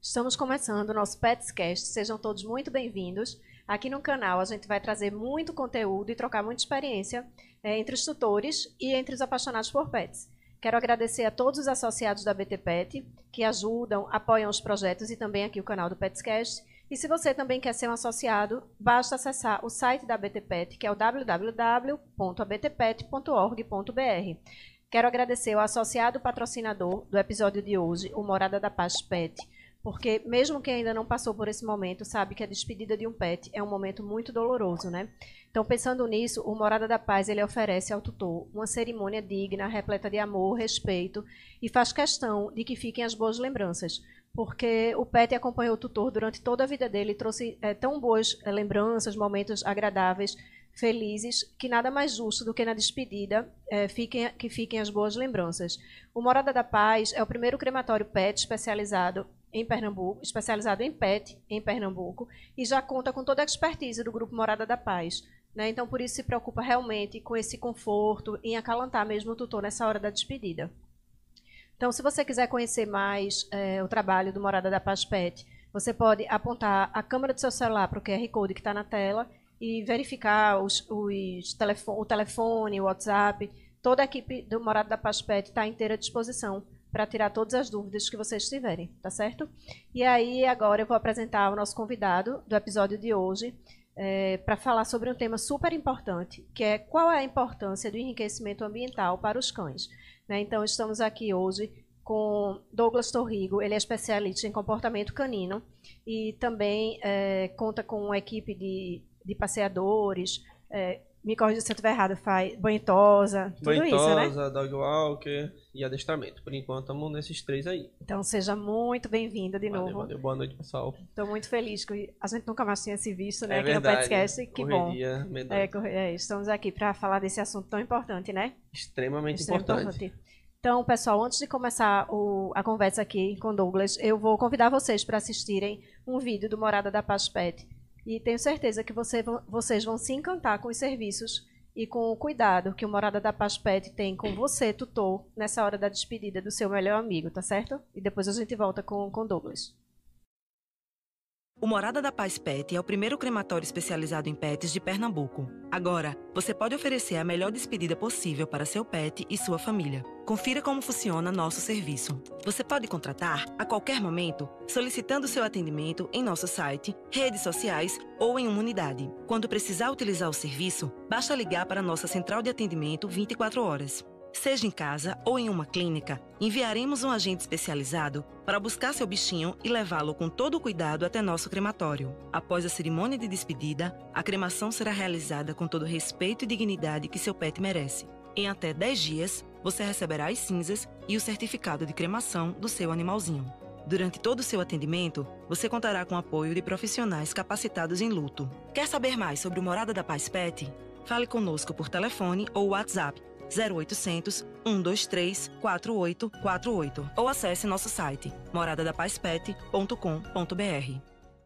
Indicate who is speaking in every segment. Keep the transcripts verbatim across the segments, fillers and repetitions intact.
Speaker 1: Estamos começando o nosso PetsCast, sejam todos muito bem-vindos. Aqui no canal a gente vai trazer muito conteúdo e trocar muita experiência é, entre os tutores e entre os apaixonados por pets. Quero agradecer a todos os associados da B T Pet, que ajudam, apoiam os projetos e também aqui o canal do PetsCast. E se você também quer ser um associado, basta acessar o site da B T Pet, que é o w w w ponto a b t pet ponto org ponto b r. Quero agradecer ao associado patrocinador do episódio de hoje, o Morada da Paz Pet, porque mesmo quem ainda não passou por esse momento sabe que a despedida de um pet é um momento muito doloroso, né? Então, pensando nisso, o Morada da Paz ele oferece ao tutor uma cerimônia digna, repleta de amor, respeito e faz questão de que fiquem as boas lembranças, porque o pet acompanhou o tutor durante toda a vida dele e trouxe é, tão boas é, lembranças, momentos agradáveis, felizes, que nada mais justo do que na despedida é, fiquem, que fiquem as boas lembranças. O Morada da Paz é o primeiro crematório pet especializado em Pernambuco, especializado em pet em Pernambuco, e já conta com toda a expertise do Grupo Morada da Paz, né? Então, por isso se preocupa realmente com esse conforto, em acalantar mesmo o tutor nessa hora da despedida. Então, se você quiser conhecer mais é, o trabalho do Morada da Paz Pet, você pode apontar a câmera do seu celular para o Q R Code que está na tela e verificar os, os telefone, o telefone, o WhatsApp. Toda a equipe do Morada da Paz Pet está inteira à disposição para tirar todas as dúvidas que vocês tiverem, tá certo? E aí, agora eu vou apresentar o nosso convidado do episódio de hoje é, para falar sobre um tema super importante, que é qual é a importância do enriquecimento ambiental para os cães. Né? Então, estamos aqui hoje com Douglas Torrigo, ele é especialista em comportamento canino e também é, conta com uma equipe de, de passeadores, é, me corrija se eu estiver errado, faz banhosa, tudo
Speaker 2: banhosa,
Speaker 1: isso, né?
Speaker 2: Banhosa, dog walker e adestramento. Por enquanto, estamos nesses três aí.
Speaker 1: Então, seja muito bem-vindo de
Speaker 2: valeu,
Speaker 1: novo.
Speaker 2: Valeu, boa noite, pessoal.
Speaker 1: Estou muito feliz que a gente nunca mais tinha se visto, né?
Speaker 2: É
Speaker 1: aqui
Speaker 2: verdade,
Speaker 1: no PetCast. Que
Speaker 2: correria,
Speaker 1: bom. É, é, estamos aqui para falar desse assunto tão importante, né?
Speaker 2: Extremamente,
Speaker 1: Extremamente
Speaker 2: importante.
Speaker 1: importante. Então, pessoal, antes de começar o, a conversa aqui com Douglas, eu vou convidar vocês para assistirem um vídeo do Morada da Paz Pet. E tenho certeza que você, vocês vão se encantar com os serviços e com o cuidado que o Morada da Paz Pet tem com você, tutor, nessa hora da despedida do seu melhor amigo, tá certo? E depois a gente volta com o Douglas.
Speaker 3: O Morada da Paz Pet é o primeiro crematório especializado em pets de Pernambuco. Agora, você pode oferecer a melhor despedida possível para seu pet e sua família. Confira como funciona nosso serviço. Você pode contratar, a qualquer momento, solicitando seu atendimento em nosso site, redes sociais ou em uma unidade. Quando precisar utilizar o serviço, basta ligar para a nossa central de atendimento vinte e quatro horas. Seja em casa ou em uma clínica, enviaremos um agente especializado para buscar seu bichinho e levá-lo com todo o cuidado até nosso crematório. Após a cerimônia de despedida, a cremação será realizada com todo o respeito e dignidade que seu pet merece. Em até dez dias, você receberá as cinzas e o certificado de cremação do seu animalzinho. Durante todo o seu atendimento, você contará com o apoio de profissionais capacitados em luto. Quer saber mais sobre o Morada da Paz Pet? Fale conosco por telefone ou WhatsApp zero oitocentos, um dois três, quatro oito quatro oito ou acesse nosso site morada da paz pet ponto com ponto b r.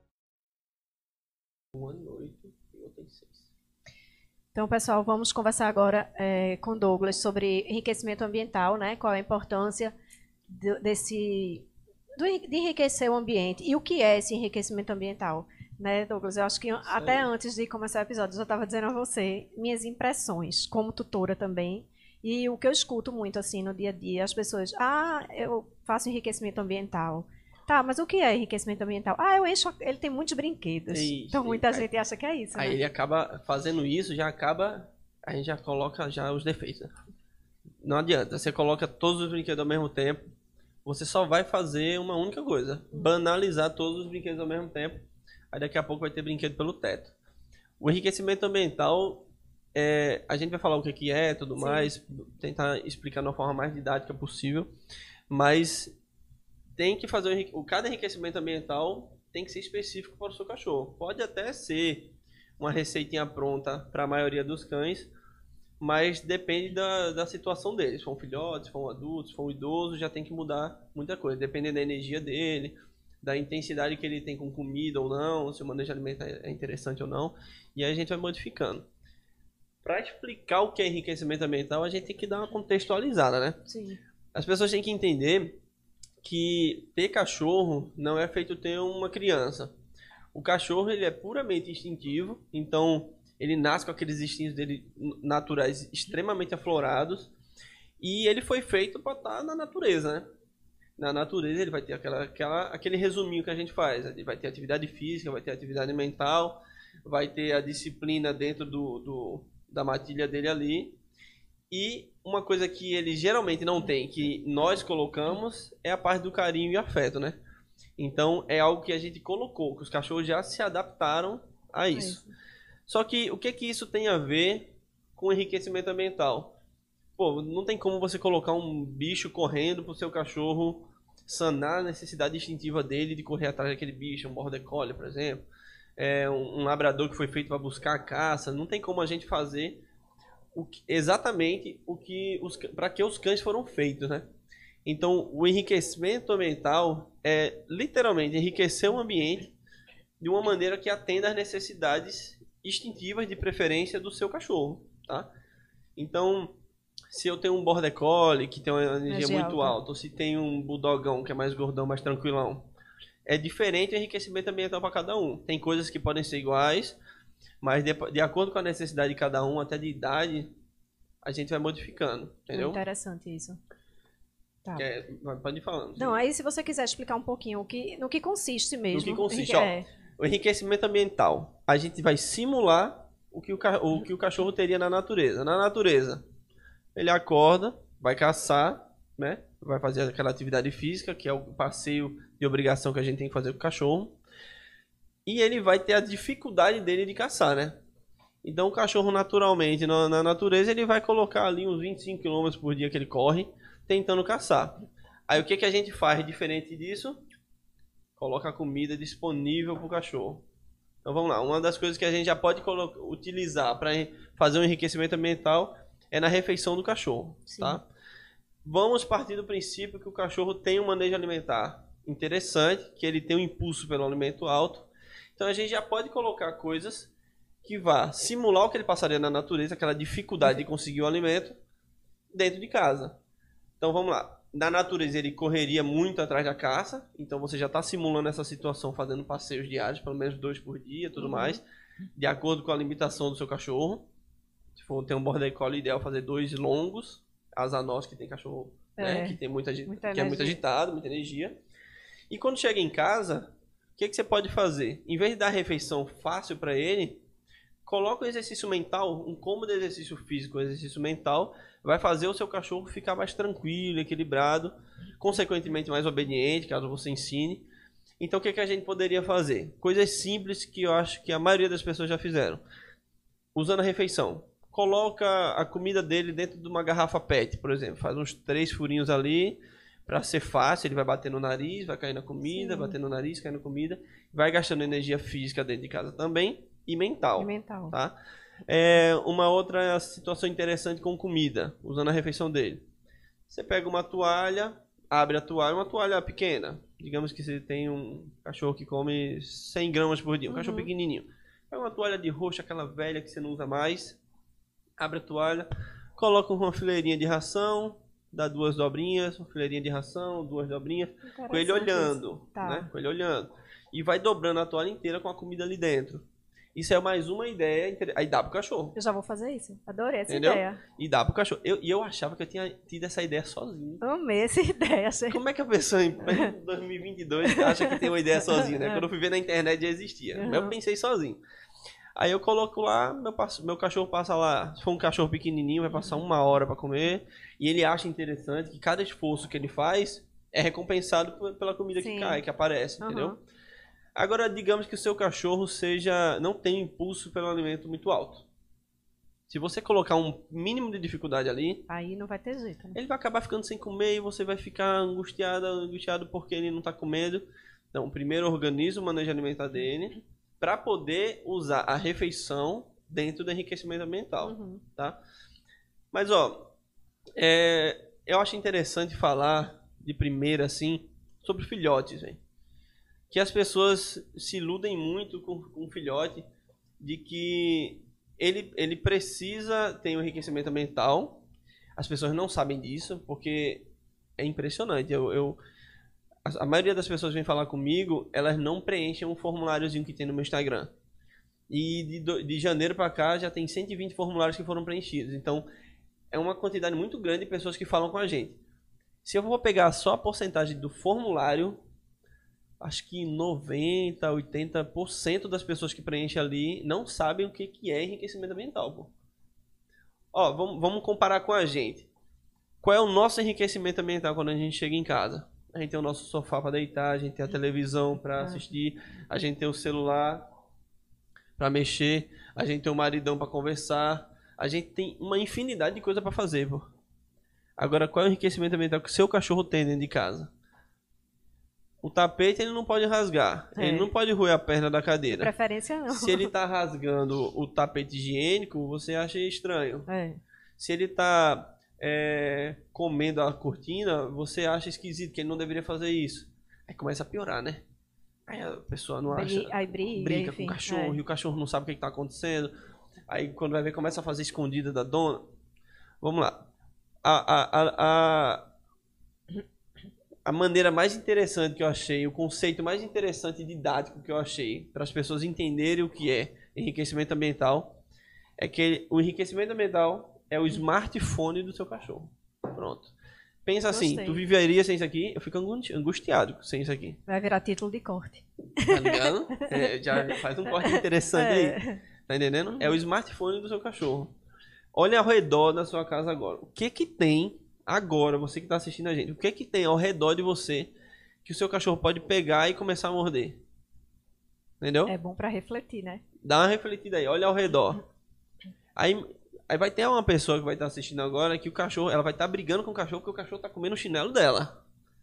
Speaker 2: Boa noite, eu tenho seis.
Speaker 1: Então, pessoal, vamos conversar agora é, com Douglas sobre enriquecimento ambiental, né? Qual é a importância de, desse, do, de enriquecer o ambiente e o que é esse enriquecimento ambiental. Né, Douglas? Eu acho que até antes de começar o episódio, eu já estava dizendo a você minhas impressões, como tutora também, e o que eu escuto muito assim no dia a dia, as pessoas, ah, eu faço enriquecimento ambiental. Tá, mas o que é enriquecimento ambiental? Ah, eu encho, ele tem muitos brinquedos.
Speaker 2: Isso,
Speaker 1: então muita
Speaker 2: aí,
Speaker 1: gente acha que é isso,
Speaker 2: Aí
Speaker 1: né?
Speaker 2: ele acaba fazendo isso, já acaba, a gente já coloca já os defeitos. Não adianta, você coloca todos os brinquedos ao mesmo tempo, você só vai fazer uma única coisa, banalizar todos os brinquedos ao mesmo tempo. Aí daqui a pouco vai ter brinquedo pelo teto. O enriquecimento ambiental, é, a gente vai falar o que, que é, tudo Sim. mais, tentar explicar de uma forma mais didática possível, mas tem que fazer o, cada enriquecimento ambiental tem que ser específico para o seu cachorro. Pode até ser uma receitinha pronta para a maioria dos cães, mas depende da, da situação deles. Se for um filhote, se for um adulto, se for um idoso, já tem que mudar muita coisa, dependendo da energia dele, da intensidade que ele tem com comida ou não, se o manejo alimentar é interessante ou não, e aí a gente vai modificando. Para explicar o que é enriquecimento ambiental, a gente tem que dar uma contextualizada, né?
Speaker 1: Sim.
Speaker 2: As pessoas têm que entender que ter cachorro não é feito ter uma criança. O cachorro, ele é puramente instintivo, então ele nasce com aqueles instintos dele naturais extremamente aflorados e ele foi feito para estar na natureza, né? Na natureza ele vai ter aquela, aquela, aquele resuminho que a gente faz. Ele vai ter atividade física, vai ter atividade mental, vai ter a disciplina dentro do, do, da matilha dele ali. E uma coisa que ele geralmente não tem, que nós colocamos, é a parte do carinho e afeto, né? Então é algo que a gente colocou, que os cachorros já se adaptaram a isso. É isso. Só que o que que isso tem a ver com enriquecimento ambiental? Pô, não tem como você colocar um bicho correndo pro seu cachorro sanar a necessidade instintiva dele de correr atrás daquele bicho, um border collie, por exemplo, é um, um labrador que foi feito para buscar a caça. Não tem como a gente fazer o que, exatamente o que os para que os cães foram feitos, né? Então, o enriquecimento ambiental é literalmente enriquecer o ambiente de uma maneira que atenda às necessidades instintivas de preferência do seu cachorro, tá? Então, se eu tenho um border collie que tem uma energia, energia muito alta. alta, ou se tem um bulldogão que é mais gordão, mais tranquilão, é diferente o enriquecimento ambiental para cada um. Tem coisas que podem ser iguais, mas de, de acordo com a necessidade de cada um, até de idade, a gente vai modificando, entendeu?
Speaker 1: Interessante isso. Tá.
Speaker 2: É, pode ir falando.
Speaker 1: Não, aí se você quiser explicar um pouquinho o que, no que consiste mesmo.
Speaker 2: No que consiste, ó, é. O enriquecimento ambiental. A gente vai simular o que o, o que o cachorro teria na natureza. Na natureza, ele acorda, vai caçar, né? Vai fazer aquela atividade física, que é o passeio de obrigação que a gente tem que fazer com o cachorro. E ele vai ter a dificuldade dele de caçar, né? Então o cachorro naturalmente, na, na natureza, ele vai colocar ali uns vinte e cinco quilômetros por dia que ele corre, tentando caçar. Aí o que, que a gente faz diferente disso? Coloca a comida disponível para o cachorro. Então vamos lá, uma das coisas que a gente já pode utilizar para fazer um enriquecimento ambiental é na refeição do cachorro, Sim. tá? Vamos partir do princípio que o cachorro tem um manejo alimentar interessante, que ele tem um impulso pelo alimento alto. Então a gente já pode colocar coisas que vá simular o que ele passaria na natureza, aquela dificuldade de conseguir o alimento, dentro de casa. Então vamos lá. Na natureza ele correria muito atrás da caça, então você já está simulando essa situação fazendo passeios diários, pelo menos dois por dia, tudo uhum. mais, de acordo com a limitação do seu cachorro. Se for ter um border collie, ideal fazer dois longos, asa nossa que tem cachorro, é. né, que tem muita, muita que é muito agitado, muita energia. E quando chega em casa, o que, que você pode fazer? Em vez de dar refeição fácil para ele, coloca um exercício mental, um combo de exercício físico, um exercício mental, vai fazer o seu cachorro ficar mais tranquilo, equilibrado, consequentemente mais obediente, caso você ensine. Então o que, que a gente poderia fazer? Coisas simples que eu acho que a maioria das pessoas já fizeram. Usando a refeição. Coloca a comida dele dentro de uma garrafa pet, por exemplo. Faz uns três furinhos ali, para ser fácil, ele vai bater no nariz, vai cair na comida, Sim. bater no nariz, cair na comida, vai gastando energia física dentro de casa também. E mental,
Speaker 1: e mental.
Speaker 2: Tá? É uma outra situação interessante com comida, usando a refeição dele. Você pega uma toalha, abre a toalha, uma toalha pequena. Digamos que você tem um cachorro que come cem gramas por dia, um uhum. cachorro pequenininho. Pega uma toalha de roxo, aquela velha que você não usa mais. Abre a toalha, coloca uma fileirinha de ração, dá duas dobrinhas, uma fileirinha de ração, duas dobrinhas, com ele olhando, tá. né? Com ele olhando. E vai dobrando a toalha inteira com a comida ali dentro. Isso é mais uma ideia, aí dá pro cachorro.
Speaker 1: Eu já vou fazer isso. Adorei essa
Speaker 2: Entendeu?
Speaker 1: ideia.
Speaker 2: E dá pro cachorro. Eu, e eu achava que eu tinha tido essa ideia sozinho.
Speaker 1: Amei essa ideia. Achei...
Speaker 2: Como é que a pessoa em dois mil e vinte e dois acha que tem uma ideia sozinha, né? Quando eu fui ver na internet já existia. Uhum. Mas eu pensei sozinho. Aí eu coloco lá, meu, meu cachorro passa lá, se for um cachorro pequenininho, vai passar uma hora para comer. E ele acha interessante que cada esforço que ele faz é recompensado pela comida Sim. que cai, que aparece, uhum. entendeu? Agora, digamos que o seu cachorro seja não tem impulso pelo alimento muito alto. Se você colocar um mínimo de dificuldade ali...
Speaker 1: Aí não vai ter jeito, né?
Speaker 2: Ele vai acabar ficando sem comer e você vai ficar angustiado, angustiado porque ele não está comendo. Então, primeiro organiza o manejo alimentar dele para poder usar a refeição dentro do enriquecimento ambiental, uhum. tá? Mas, ó, é, eu acho interessante falar de primeira, assim, sobre filhotes, velho. Que as pessoas se iludem muito com, com o filhote de que ele, ele precisa ter um enriquecimento ambiental. As pessoas não sabem disso, porque é impressionante. Eu, eu, a, a maioria das pessoas que vem falar comigo, elas não preenchem um formuláriozinho que tem no meu Instagram. E de, do, de janeiro para cá já tem cento e vinte formulários que foram preenchidos. Então, é uma quantidade muito grande de pessoas que falam com a gente. Se eu vou pegar só a porcentagem do formulário, acho que noventa, oitenta por cento das pessoas que preenchem ali não sabem o que, que é enriquecimento ambiental. Pô. Ó, vamos, vamos comparar com a gente. Qual é o nosso enriquecimento ambiental quando a gente chega em casa? A gente tem o nosso sofá para deitar, a gente tem a televisão para assistir, a gente tem o celular para mexer, a gente tem o maridão para conversar, a gente tem uma infinidade de coisa para fazer, pô. Agora, qual é o enriquecimento ambiental que o seu cachorro tem dentro de casa? O tapete ele não pode rasgar, é. ele não pode roer a perna da cadeira.
Speaker 1: De preferência não.
Speaker 2: Se ele está rasgando o tapete higiênico, você acha estranho.
Speaker 1: É.
Speaker 2: Se ele está é, comendo a cortina, você acha esquisito, que ele não deveria fazer isso. Aí começa a piorar, né? Aí a pessoa não acha,
Speaker 1: aí briga,
Speaker 2: briga
Speaker 1: enfim,
Speaker 2: com o cachorro,
Speaker 1: é.
Speaker 2: e o cachorro não sabe o que está acontecendo. Aí quando vai ver, começa a fazer escondida da dona. Vamos lá. A, a, a, a, a maneira mais interessante que eu achei, o conceito mais interessante e didático que eu achei, para as pessoas entenderem o que é enriquecimento ambiental, é que o enriquecimento ambiental é o smartphone do seu cachorro. Pronto. Pensa assim,
Speaker 1: Gostei.
Speaker 2: Tu viveria sem isso aqui? Eu fico angustiado sem isso aqui.
Speaker 1: Vai virar título de corte.
Speaker 2: Tá ligado? É, já faz um corte interessante
Speaker 1: É.
Speaker 2: aí. Tá entendendo? É o smartphone do seu cachorro. Olha ao redor da sua casa agora. O que que tem agora, você que tá assistindo a gente, o que que tem ao redor de você que o seu cachorro pode pegar e começar a morder? Entendeu?
Speaker 1: É bom pra refletir, né?
Speaker 2: Dá uma refletida aí, olha ao redor. Aí, aí vai ter uma pessoa que vai estar assistindo agora que o cachorro, ela vai estar brigando com o cachorro porque o cachorro tá comendo o chinelo dela.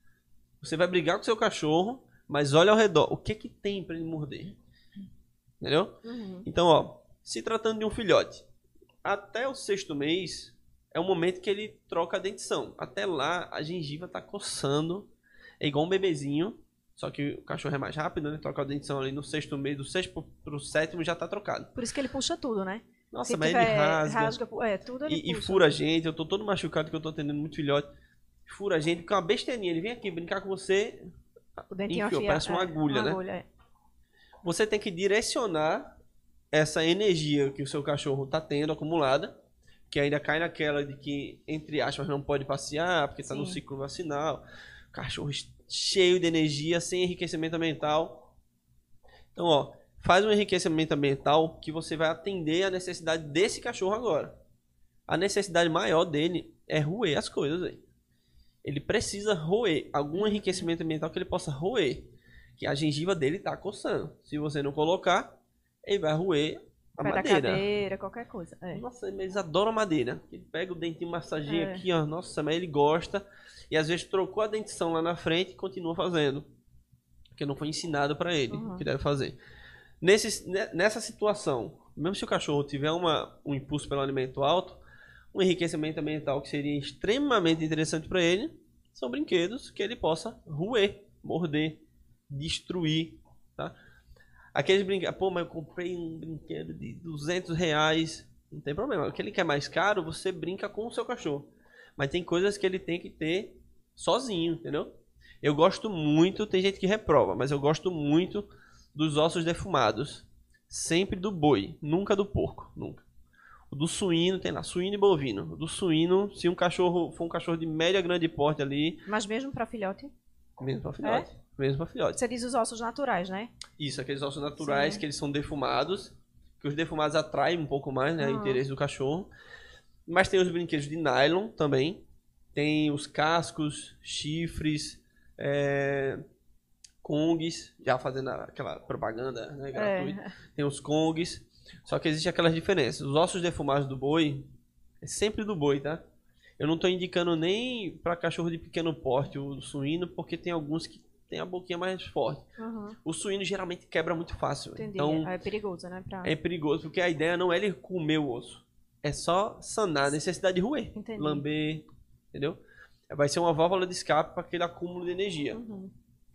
Speaker 2: Você vai brigar com o seu cachorro, mas olha ao redor. O que que tem para ele morder? Entendeu?
Speaker 1: Uhum.
Speaker 2: Então, ó, se tratando de um filhote, até o sexto mês é o momento que ele troca a dentição. Até lá, a gengiva tá coçando. É igual um bebezinho, só que o cachorro é mais rápido, né? Troca a dentição ali no sexto mês, do sexto pro, pro sétimo já tá trocado.
Speaker 1: Por isso que ele puxa tudo, né?
Speaker 2: Nossa,
Speaker 1: Se
Speaker 2: mas
Speaker 1: tiver,
Speaker 2: ele rasga.
Speaker 1: rasga é, tudo ele
Speaker 2: E, e
Speaker 1: puxa.
Speaker 2: fura a gente. Eu tô todo machucado que eu tô atendendo muito filhote. Fura a gente, porque é uma besteirinha. Ele vem aqui brincar com você.
Speaker 1: O dentinho
Speaker 2: Enfiou,
Speaker 1: afia-
Speaker 2: parece uma
Speaker 1: é,
Speaker 2: agulha, né?
Speaker 1: agulha, é.
Speaker 2: Você tem que direcionar essa energia que o seu cachorro tá tendo acumulada, que ainda cai naquela de que, entre aspas, não pode passear, porque tá no
Speaker 1: Sim.
Speaker 2: ciclo vacinal. Cachorro cheio de energia, sem enriquecimento ambiental. Então, ó, faz um enriquecimento ambiental que você vai atender a necessidade desse cachorro agora. A necessidade maior dele é roer as coisas aí. Ele precisa roer algum enriquecimento ambiental que ele possa roer. Que a gengiva dele tá coçando. Se você não colocar, ele vai roer a
Speaker 1: Pé da
Speaker 2: madeira.
Speaker 1: cadeira, qualquer coisa. É.
Speaker 2: Nossa, eles adoram madeira. Ele pega o dentinho, massageia
Speaker 1: É.
Speaker 2: aqui, ó. Nossa, mas ele gosta. E às vezes trocou a dentição lá na frente e continua fazendo. Porque não foi ensinado para ele
Speaker 1: Uhum.
Speaker 2: o que deve fazer. Nesse, nessa situação, mesmo se o cachorro tiver uma, um impulso pelo alimento alto, um enriquecimento ambiental que seria extremamente interessante para ele são brinquedos que ele possa roer, morder, destruir, tá? Aqueles brinquedos, pô, mas eu comprei um brinquedo de duzentos reais, não tem problema. Aquele que é mais caro, você brinca com o seu cachorro. Mas tem coisas que ele tem que ter sozinho, entendeu? Eu gosto muito, tem gente que reprova, mas eu gosto muito dos ossos defumados. Sempre do boi, nunca do porco, nunca. O do suíno, tem lá, suíno e bovino. O do suíno, se um cachorro for um cachorro de média grande porte ali,
Speaker 1: Mas mesmo pra filhote,
Speaker 2: mesmo para filhote. Mesmo para filhote.
Speaker 1: você diz os ossos naturais, né?
Speaker 2: Isso, aqueles ossos naturais
Speaker 1: Sim.
Speaker 2: que eles são defumados, que os defumados atraem um pouco mais, né, o
Speaker 1: Ah.
Speaker 2: interesse do cachorro. Mas tem os brinquedos de nylon também. Tem os cascos, chifres, é, kongs, já fazendo aquela propaganda, né, gratuita.
Speaker 1: É.
Speaker 2: Tem os kongs, só que existem aquelas diferenças. Os ossos defumados do boi, é sempre do boi, tá? Eu não tô indicando nem para cachorro de pequeno porte, o suíno, porque tem alguns que tem a boquinha mais forte.
Speaker 1: Uhum.
Speaker 2: O suíno geralmente quebra muito fácil.
Speaker 1: Entendi.
Speaker 2: Então
Speaker 1: É perigoso, né? Pra...
Speaker 2: é perigoso, porque a ideia não é ele comer o osso. É só sanar a necessidade de roer.
Speaker 1: Entendi.
Speaker 2: Lamber, entendeu? Vai ser uma válvula de escape para aquele acúmulo de energia.
Speaker 1: Uhum.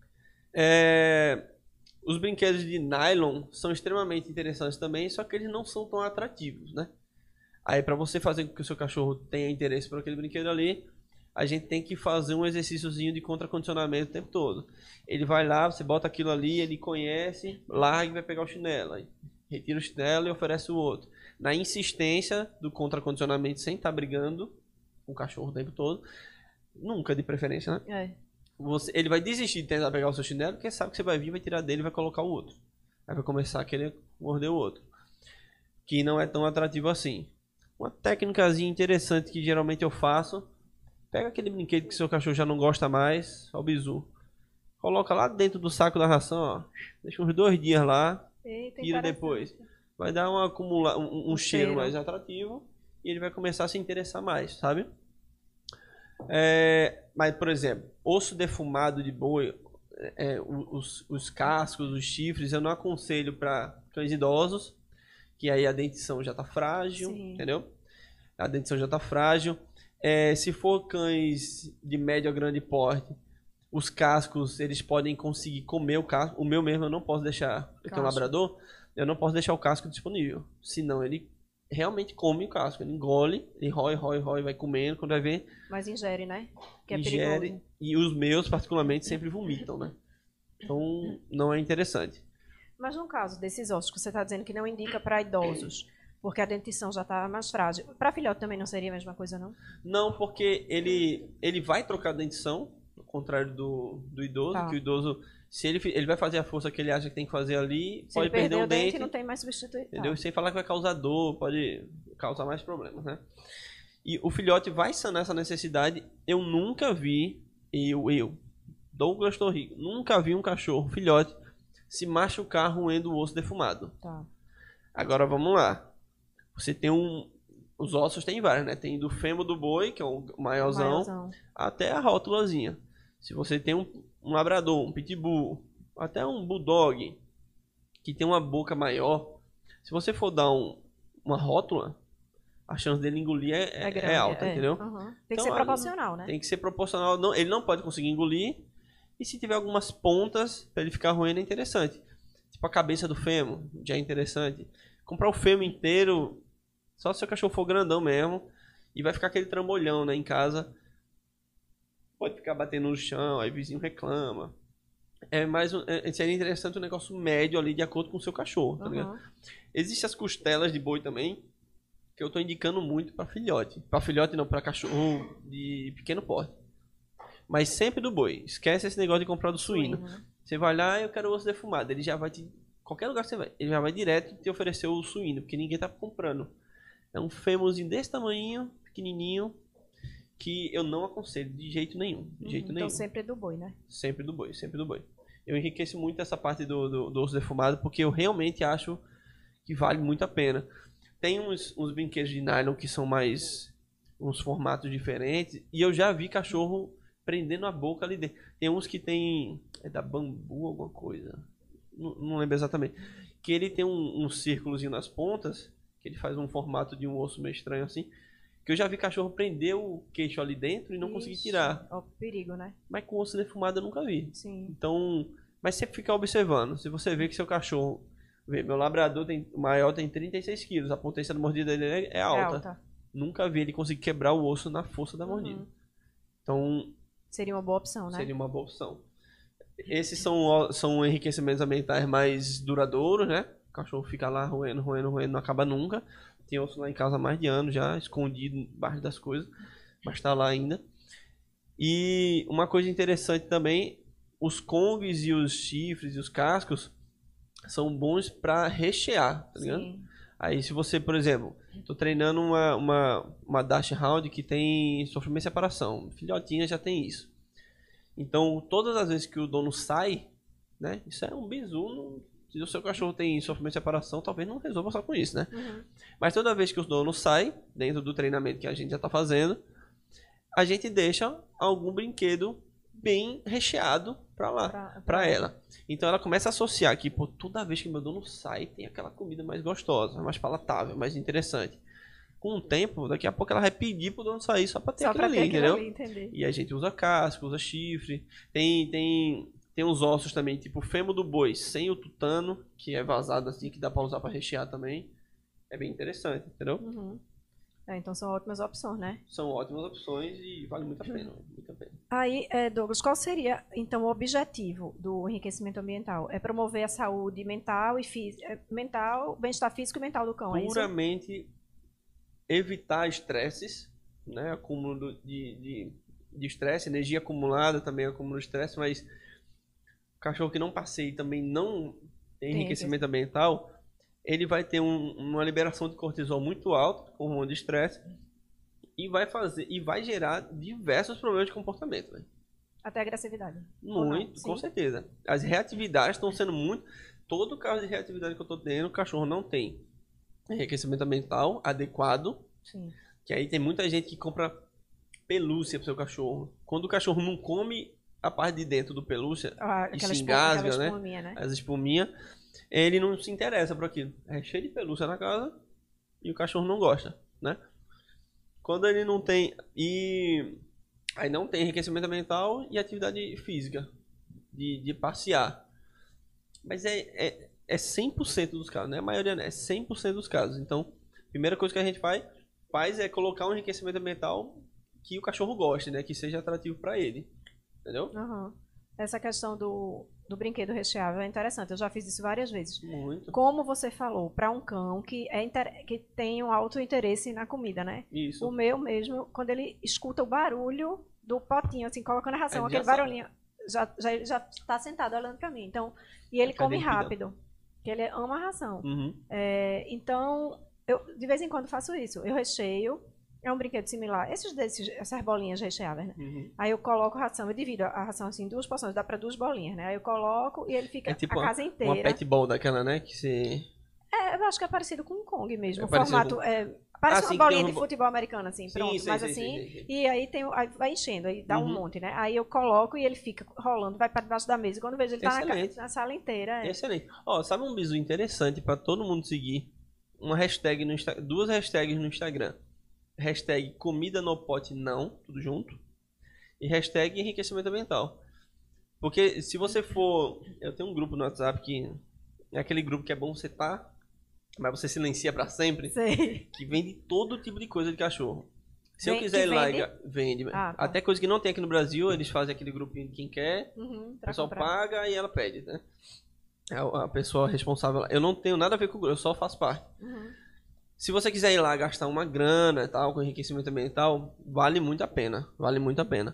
Speaker 2: É, os brinquedos de nylon são extremamente interessantes também, só que eles não são tão atrativos, né? Aí para você fazer com que o seu cachorro tenha interesse por aquele brinquedo ali, a gente tem que fazer um exercíciozinho de contracondicionamento o tempo todo. Ele vai lá, você bota aquilo ali, ele conhece, larga e vai pegar o chinelo. Aí retira o chinelo e oferece o outro. Na insistência do contracondicionamento, sem estar brigando com o cachorro o tempo todo, nunca de preferência, né?
Speaker 1: É.
Speaker 2: Você, ele vai desistir de tentar pegar o seu chinelo, porque sabe que você vai vir, vai tirar dele e vai colocar o outro. Aí vai começar a querer morder o outro. Que não é tão atrativo assim. Uma técnicazinha interessante que geralmente eu faço, pega aquele brinquedo que seu cachorro já não gosta mais, ó o bizu. Coloca lá dentro do saco da ração, ó. Deixa uns dois dias lá,
Speaker 1: Eita,
Speaker 2: tira depois. Vai dar um, acumula um, um, um cheiro, cheiro mais atrativo e ele vai começar a se interessar mais, sabe? É, mas, por exemplo, osso defumado de boi, é, os, os cascos, os chifres, eu não aconselho para cães idosos, que aí a dentição já tá frágil, Sim. entendeu? A dentição já tá frágil. É, se for cães de médio a grande porte, os cascos, eles podem conseguir comer o casco. O meu mesmo eu não posso deixar, eu tenho um labrador, eu não posso deixar o casco disponível, senão ele realmente come o casco, ele engole, ele rói, rói, rói, vai comendo, quando vai ver...
Speaker 1: Mas ingere, né? Que é
Speaker 2: ingere,
Speaker 1: perigoso.
Speaker 2: E os meus, particularmente, sempre vomitam, né? Então, não é interessante.
Speaker 1: Mas no caso desses ossos que você está dizendo que não indica para idosos, porque a dentição já está mais frágil, para filhote também não seria a mesma coisa, não?
Speaker 2: Não, porque ele, ele vai trocar a dentição, ao contrário do, do idoso, tá. que o idoso... Se ele, ele vai fazer a força que ele acha que tem que fazer ali, Se pode perder um dente, dente,
Speaker 1: não tem mais substituir.
Speaker 2: Entendeu? Sem falar que vai causar dor, pode causar mais problemas, né? E o filhote vai sanar essa necessidade. Eu nunca vi, eu, eu, Douglas Torrico, nunca vi um cachorro, filhote, se machucar roendo o osso defumado.
Speaker 1: Tá.
Speaker 2: Agora vamos lá. Você tem um... Os ossos tem vários, né? Tem do fêmur do boi, que é o maiorzão, maiorzão. até a rótulazinha. Se você tem um, um labrador, um pitbull, até um bulldog, que tem uma boca maior, se você for dar um, uma rótula, a chance dele engolir é, é, grande, é alta, é. entendeu?
Speaker 1: Uhum. Tem que então, ser proporcional, né?
Speaker 2: Tem que ser proporcional. Não, ele não pode conseguir engolir. E se tiver algumas pontas, para ele ficar roendo, é interessante. Tipo a cabeça do fêmur, já é interessante. Comprar o fêmur inteiro, só se o cachorro for grandão mesmo, e vai ficar aquele trambolhão, né, em casa. Pode ficar batendo no chão, aí o vizinho reclama. É mais um, é, seria interessante um negócio médio ali, de acordo com o seu cachorro, tá uhum. ligado? Existem as costelas de boi também, que eu tô indicando muito para filhote. Para filhote não, para cachorro de pequeno porte. Mas sempre do boi. Esquece esse negócio de comprar do suíno. suíno. Você vai lá, eu quero osso defumado. Ele já vai te... Qualquer lugar que você vai, ele já vai direto te oferecer o suíno, porque ninguém tá comprando. É um fêmurzinho desse tamanho, pequenininho, que eu não aconselho de jeito nenhum. De
Speaker 1: uhum,
Speaker 2: jeito
Speaker 1: então
Speaker 2: nenhum.
Speaker 1: Então sempre do boi, né?
Speaker 2: Sempre do boi, sempre do boi. Eu enriqueço muito essa parte do, do, do osso defumado, porque eu realmente acho que vale muito a pena. Tem uns, uns brinquedos de nylon que são mais... uns formatos diferentes, e eu já vi cachorro prendendo a boca ali dentro. Tem uns que tem... é da bambu, alguma coisa. Não, não lembro exatamente. Que ele tem um, um círculozinho nas pontas, que ele faz um formato de um osso meio estranho assim, que eu já vi cachorro prender o queixo ali dentro e não Ixi, conseguir tirar.
Speaker 1: Ó, perigo, né?
Speaker 2: Mas com osso defumado eu nunca vi.
Speaker 1: Sim.
Speaker 2: Então, mas sempre ficar observando. Se você vê que seu cachorro... Vê, meu labrador tem, o maior tem trinta e seis quilos, a potência da mordida dele é, é, alta. é alta. Nunca vi ele conseguir quebrar o osso na força da mordida. Uhum. Então...
Speaker 1: seria uma boa opção, né?
Speaker 2: Seria uma boa opção. Esses são, são enriquecimentos ambientais mais duradouros, né? O cachorro fica lá roendo, roendo, roendo, não acaba nunca. Tem osso lá em casa há mais de anos já, escondido embaixo das coisas, mas tá lá ainda. E uma coisa interessante também, os congues e os chifres e os cascos são bons para rechear, tá ligado? Sim. Aí se você, por exemplo, tô treinando uma, uma, uma Dash Hound que tem sofrimento e separação, filhotinha já tem isso. Então, todas as vezes que o dono sai, né? Isso é um bizu. No, se o seu cachorro tem sofrimento de separação, talvez não resolva só com isso, né? Uhum. Mas toda vez que o dono sai, dentro do treinamento que a gente já tá fazendo, a gente deixa algum brinquedo bem recheado pra lá, pra, pra ela. Então ela começa a associar que, pô, toda vez que meu dono sai, tem aquela comida mais gostosa, mais palatável, mais interessante. Com o tempo, daqui a pouco ela vai pedir pro dono sair só pra ter só aquilo ali, entendeu? Ali, e a gente usa casco, usa chifre. Tem, tem, tem uns ossos também, tipo o fêmur do boi, sem o tutano, que é vazado assim, que dá pra usar pra rechear também. É bem interessante, entendeu?
Speaker 1: Uhum. É, então são ótimas opções, né?
Speaker 2: São ótimas opções e vale muito a pena, muito a pena.
Speaker 1: Aí, é, Douglas, qual seria, então, o objetivo do enriquecimento ambiental? É promover a saúde mental e física, mental, bem-estar físico e mental do cão, é isso?
Speaker 2: Puramente evitar estresses, né? Acúmulo de de de estresse, energia acumulada também acumula estresse, mas o cachorro que não passeia e também não tem enriquecimento ambiental, ele vai ter um, uma liberação de cortisol muito alta, hormônio de estresse, e vai fazer e vai gerar diversos problemas de comportamento, né?
Speaker 1: Até agressividade.
Speaker 2: Muito, com certeza. As reatividades estão sendo muito. Todo caso de reatividade que eu estou tendo, o cachorro não tem enriquecimento ambiental adequado.
Speaker 1: Sim.
Speaker 2: Que aí tem muita gente que compra pelúcia pro seu cachorro. Quando o cachorro não come a parte de dentro do pelúcia,
Speaker 1: Ah,
Speaker 2: e
Speaker 1: aquela
Speaker 2: se
Speaker 1: espuma-
Speaker 2: engasga,
Speaker 1: aquela
Speaker 2: né?
Speaker 1: espuminha, né?
Speaker 2: As espuminhas, ele não se interessa por aquilo. É cheio de pelúcia na casa e o cachorro não gosta, né? Quando ele não tem. E aí não tem enriquecimento ambiental e atividade física. De, de passear. Mas é, é, é cem por cento dos casos, né? A maioria não é cem por cento dos casos. Então, a primeira coisa que a gente faz, faz é colocar um enriquecimento ambiental que o cachorro goste, né? Que seja atrativo para ele. Entendeu?
Speaker 1: Uhum. Essa questão do, do brinquedo recheável é interessante. Eu já fiz isso várias vezes.
Speaker 2: Muito.
Speaker 1: Como você falou, para um cão que, é inter... que tem um alto interesse na comida, né?
Speaker 2: Isso.
Speaker 1: O meu mesmo, quando ele escuta o barulho do potinho, assim, colocando a ração,
Speaker 2: Ele já
Speaker 1: aquele
Speaker 2: sabe.
Speaker 1: barulhinho, já, já, já tá sentado olhando para mim. Então, e ele
Speaker 2: Cadê
Speaker 1: come
Speaker 2: ele cuidando?
Speaker 1: rápido, porque ele ama a ração.
Speaker 2: Uhum.
Speaker 1: É, então, eu de vez em quando faço isso. Eu recheio. É um brinquedo similar. Esses desses, essas bolinhas recheáveis, né?
Speaker 2: Uhum.
Speaker 1: Aí eu coloco ração, eu divido a ração assim em duas porções, dá para duas bolinhas, né? Aí eu coloco e ele fica
Speaker 2: É tipo
Speaker 1: a
Speaker 2: uma,
Speaker 1: casa inteira.
Speaker 2: uma pet ball daquela, né? Que você...
Speaker 1: É, eu acho que é parecido com o Kong mesmo.
Speaker 2: É
Speaker 1: o
Speaker 2: parecido
Speaker 1: formato
Speaker 2: com-
Speaker 1: é parece
Speaker 2: Ah, sim,
Speaker 1: uma
Speaker 2: que tem
Speaker 1: bolinha
Speaker 2: um
Speaker 1: de
Speaker 2: ro-
Speaker 1: futebol americano, assim,
Speaker 2: Sim,
Speaker 1: pronto.
Speaker 2: sei,
Speaker 1: Mas
Speaker 2: sei,
Speaker 1: assim,
Speaker 2: sei, sei.
Speaker 1: e aí tem, o- aí vai enchendo, aí dá um
Speaker 2: Uhum.
Speaker 1: monte, né? Aí eu coloco e ele fica rolando, vai para debaixo da mesa. E quando eu vejo ele tá na, ca-
Speaker 2: Excelente.
Speaker 1: na sala inteira. É.
Speaker 2: Excelente. Ó, sabe um bizu interessante para todo mundo seguir? Uma hashtag no Insta... Duas hashtags no Instagram. Hashtag comida no pote não, tudo junto. E hashtag enriquecimento ambiental. Porque se você for... Eu tenho um grupo no WhatsApp que... É aquele grupo que é bom você tá, mas você silencia para sempre.
Speaker 1: Sei.
Speaker 2: Que vende todo tipo de coisa de cachorro. Se eu
Speaker 1: Vem-
Speaker 2: quiser
Speaker 1: que
Speaker 2: ir lá e
Speaker 1: vende?
Speaker 2: ga- vende.
Speaker 1: Ah, tá.
Speaker 2: Até coisa que não tem aqui no Brasil, eles fazem aquele grupinho de quem quer.
Speaker 1: Uhum,
Speaker 2: O
Speaker 1: pra
Speaker 2: pessoal
Speaker 1: comprar.
Speaker 2: paga e ela pede, né? É a a pessoa responsável lá. Eu não tenho nada a ver com o grupo, eu só faço parte.
Speaker 1: Uhum.
Speaker 2: Se você quiser ir lá gastar uma grana e tal, com enriquecimento ambiental, vale muito a pena. Vale muito a pena.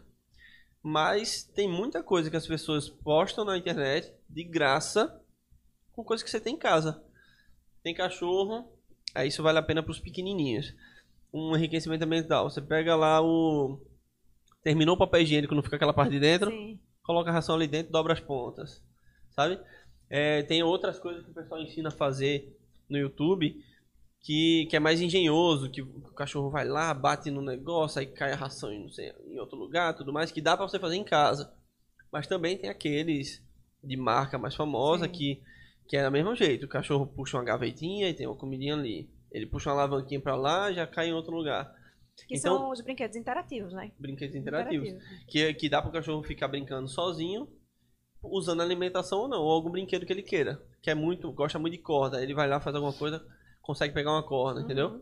Speaker 2: Mas tem muita coisa que as pessoas postam na internet de graça com coisa que você tem em casa. Tem cachorro, aí isso vale a pena para os pequenininhos. Um enriquecimento ambiental. Você pega lá o... Terminou o papel higiênico, não fica aquela parte de dentro?
Speaker 1: Sim.
Speaker 2: Coloca a ração ali dentro, dobra as pontas. Sabe? É, tem outras coisas que o pessoal ensina a fazer no YouTube que, que é mais engenhoso, que o cachorro vai lá, bate no negócio, aí cai a ração em, não sei, em outro lugar, tudo mais, que dá pra você fazer em casa. Mas também tem aqueles de marca mais famosa
Speaker 1: Sim.
Speaker 2: que, que é do mesmo jeito. O cachorro puxa uma gavetinha e tem uma comidinha ali. Ele puxa uma alavanquinha pra lá, já cai em outro lugar.
Speaker 1: Que
Speaker 2: Então-
Speaker 1: são os brinquedos interativos, né?
Speaker 2: Brinquedos interativos. Que, que dá pro cachorro ficar brincando sozinho, usando alimentação ou não, ou algum brinquedo que ele queira. Que é muito, gosta muito de corda. Ele vai lá, faz alguma coisa, consegue pegar uma corda,
Speaker 1: Uhum.
Speaker 2: entendeu?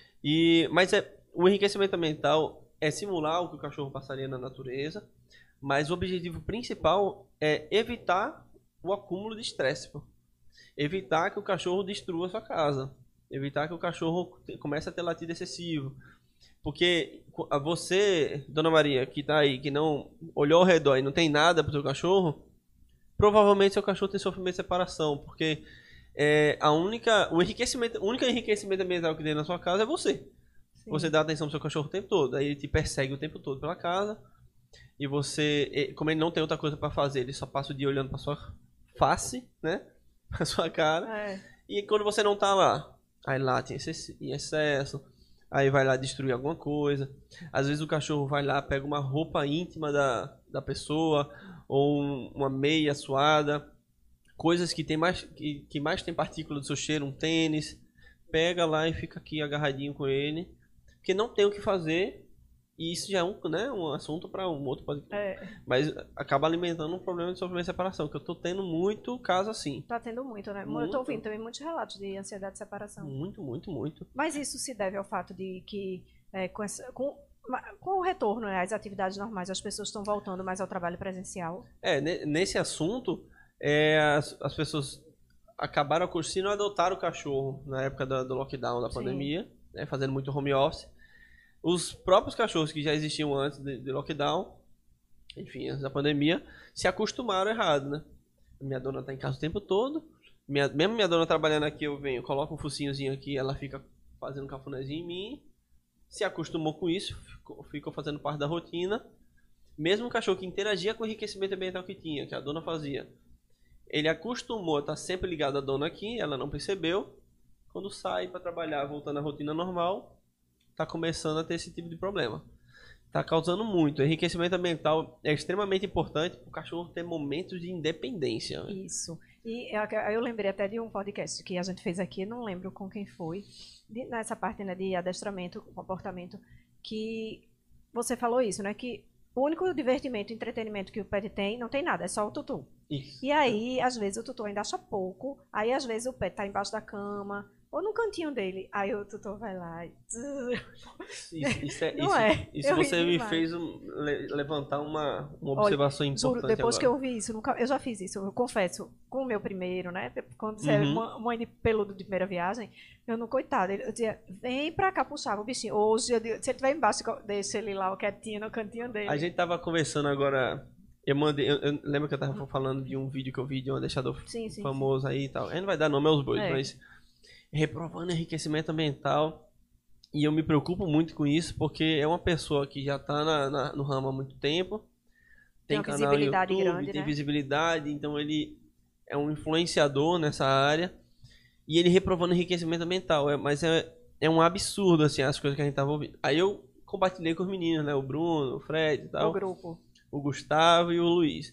Speaker 2: E, mas é, o enriquecimento ambiental é simular o que o cachorro passaria na natureza, mas o objetivo principal é evitar o acúmulo de estresse, pô. Evitar que o cachorro destrua a sua casa. Evitar que o cachorro te- comece a ter latido excessivo. Porque co- a você, Dona Maria, que tá aí, que não olhou ao redor e não tem nada pro seu cachorro, provavelmente seu cachorro tem sofrimento de separação, porque é, a única, o enriquecimento, o único enriquecimento ambiental que tem na sua casa é você.
Speaker 1: Sim.
Speaker 2: Você dá atenção pro seu cachorro o tempo todo, aí ele te persegue o tempo todo pela casa, e você, e- como ele não tem outra coisa pra fazer, ele só passa o dia olhando pra sua face, né? Pra sua cara.
Speaker 1: É.
Speaker 2: E quando você não tá lá, aí lá tem excesso, em excesso, aí vai lá destruir alguma coisa. Às vezes o cachorro vai lá, pega uma roupa íntima da, da pessoa, ou um- uma meia suada, coisas que tem mais que, que mais tem partícula do seu cheiro, um tênis, pega lá e fica aqui agarradinho com ele, porque não tem o que fazer E isso já é um, né, um assunto para um outro podcast.
Speaker 1: É.
Speaker 2: Mas acaba alimentando um problema de sofrimento e separação, que eu tô tendo muito caso assim.
Speaker 1: Tá tendo muito, né?
Speaker 2: Muito.
Speaker 1: Eu tô ouvindo também muitos relatos de ansiedade de separação.
Speaker 2: Muito, muito, muito.
Speaker 1: Mas isso se deve ao fato de que, é, com, essa, com, com o retorno, né, às atividades normais, as pessoas estão voltando mais ao trabalho presencial?
Speaker 2: É, nesse assunto, é, as, as pessoas acabaram a curso, se não adotaram o cachorro na época do, do lockdown, da pandemia, né, fazendo muito home office. Os próprios cachorros que já existiam antes de, de lockdown, enfim, antes da pandemia, se acostumaram errado, né? Minha dona tá em casa o tempo todo, minha, mesmo minha dona trabalhando aqui, eu venho, coloco um focinhozinho aqui, ela fica fazendo um cafunézinho em mim, se acostumou com isso, ficou, ficou fazendo parte da rotina. Mesmo o cachorro que interagia com o enriquecimento ambiental que tinha, que a dona fazia, ele acostumou a estar sempre ligado à dona aqui, ela não percebeu. Quando sai para trabalhar, voltando à rotina normal, está começando a ter esse tipo de problema. Está causando muito. O enriquecimento ambiental é extremamente importante para o cachorro ter momentos de independência.
Speaker 1: Isso. E eu, eu lembrei até de um podcast que a gente fez aqui, não lembro com quem foi, de, nessa parte, né, de adestramento, comportamento, que você falou isso, né? Que o único divertimento, entretenimento que o pet tem, não tem nada, é só o tutu.
Speaker 2: Isso.
Speaker 1: E aí, às vezes, o tutu ainda acha pouco, aí às vezes o pet tá embaixo da cama, ou no cantinho dele, aí o tutor vai lá e...
Speaker 2: Isso, isso, é,
Speaker 1: Não
Speaker 2: isso,
Speaker 1: é?
Speaker 2: isso
Speaker 1: Eu
Speaker 2: você
Speaker 1: ri
Speaker 2: me
Speaker 1: demais.
Speaker 2: fez um, le, levantar uma, uma observação
Speaker 1: Olha,
Speaker 2: importante.
Speaker 1: juro, depois
Speaker 2: agora.
Speaker 1: que eu ouvi isso, nunca, eu já fiz isso, eu confesso, com o meu primeiro, né? Quando você
Speaker 2: Uhum.
Speaker 1: é mãe de peludo de primeira viagem, eu não, coitado, eu dizia, vem pra cá, puxava o bichinho. Hoje, eu digo, se ele estiver embaixo, deixa ele lá, quietinho, no cantinho dele.
Speaker 2: A gente tava conversando agora. Eu mandei. Eu, eu lembro que eu tava falando de um vídeo que eu vi de um adestrador
Speaker 1: Sim, sim,
Speaker 2: famoso aí e tal. Aí não vai dar nome aos bois,
Speaker 1: É.
Speaker 2: mas reprovando enriquecimento ambiental. E eu me preocupo muito com isso, porque é uma pessoa que já tá na, na- no ramo há muito tempo.
Speaker 1: Tem
Speaker 2: Tem
Speaker 1: uma
Speaker 2: canal no
Speaker 1: visibilidade
Speaker 2: YouTube,
Speaker 1: grande,
Speaker 2: tem
Speaker 1: né?
Speaker 2: visibilidade, então ele é um influenciador nessa área. E ele reprovando enriquecimento ambiental. É, mas é, é um absurdo, assim, as coisas que a gente tava ouvindo. Aí eu compartilhei com os meninos, né? O Bruno, o Fred e tal.
Speaker 1: O grupo.
Speaker 2: O Gustavo e o Luiz.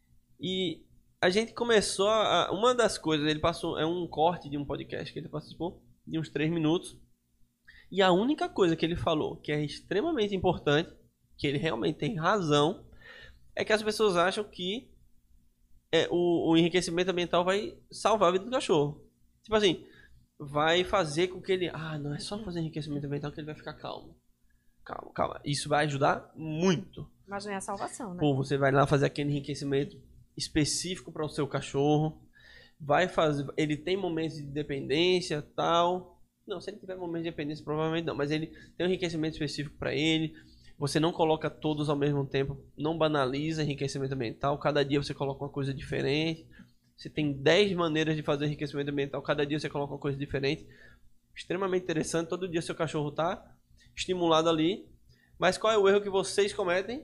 Speaker 2: E a gente começou a... Uma das coisas, ele passou... É um corte de um podcast que ele participou, de uns três minutos. E a única coisa que ele falou, que é extremamente importante, que ele realmente tem razão, é que as pessoas acham que é, o, o enriquecimento ambiental vai salvar a vida do cachorro. Tipo assim, vai fazer com que ele... Ah, não, é só fazer enriquecimento ambiental que ele vai ficar calmo. Calma, calma. Isso vai ajudar muito.
Speaker 1: Mas não é a salvação, né?
Speaker 2: Pô, você vai lá fazer aquele enriquecimento específico para o seu cachorro. Vai fazer. Ele tem momentos de dependência, tal. Não, se ele tiver momentos de dependência, provavelmente não. Mas ele tem um enriquecimento específico para ele. Você não coloca todos ao mesmo tempo. Não banaliza enriquecimento ambiental. Cada dia você coloca uma coisa diferente. Você tem dez maneiras de fazer enriquecimento ambiental. Cada dia você coloca uma coisa diferente. Extremamente interessante. Todo dia seu cachorro tá estimulado ali. Mas qual é o erro que vocês cometem?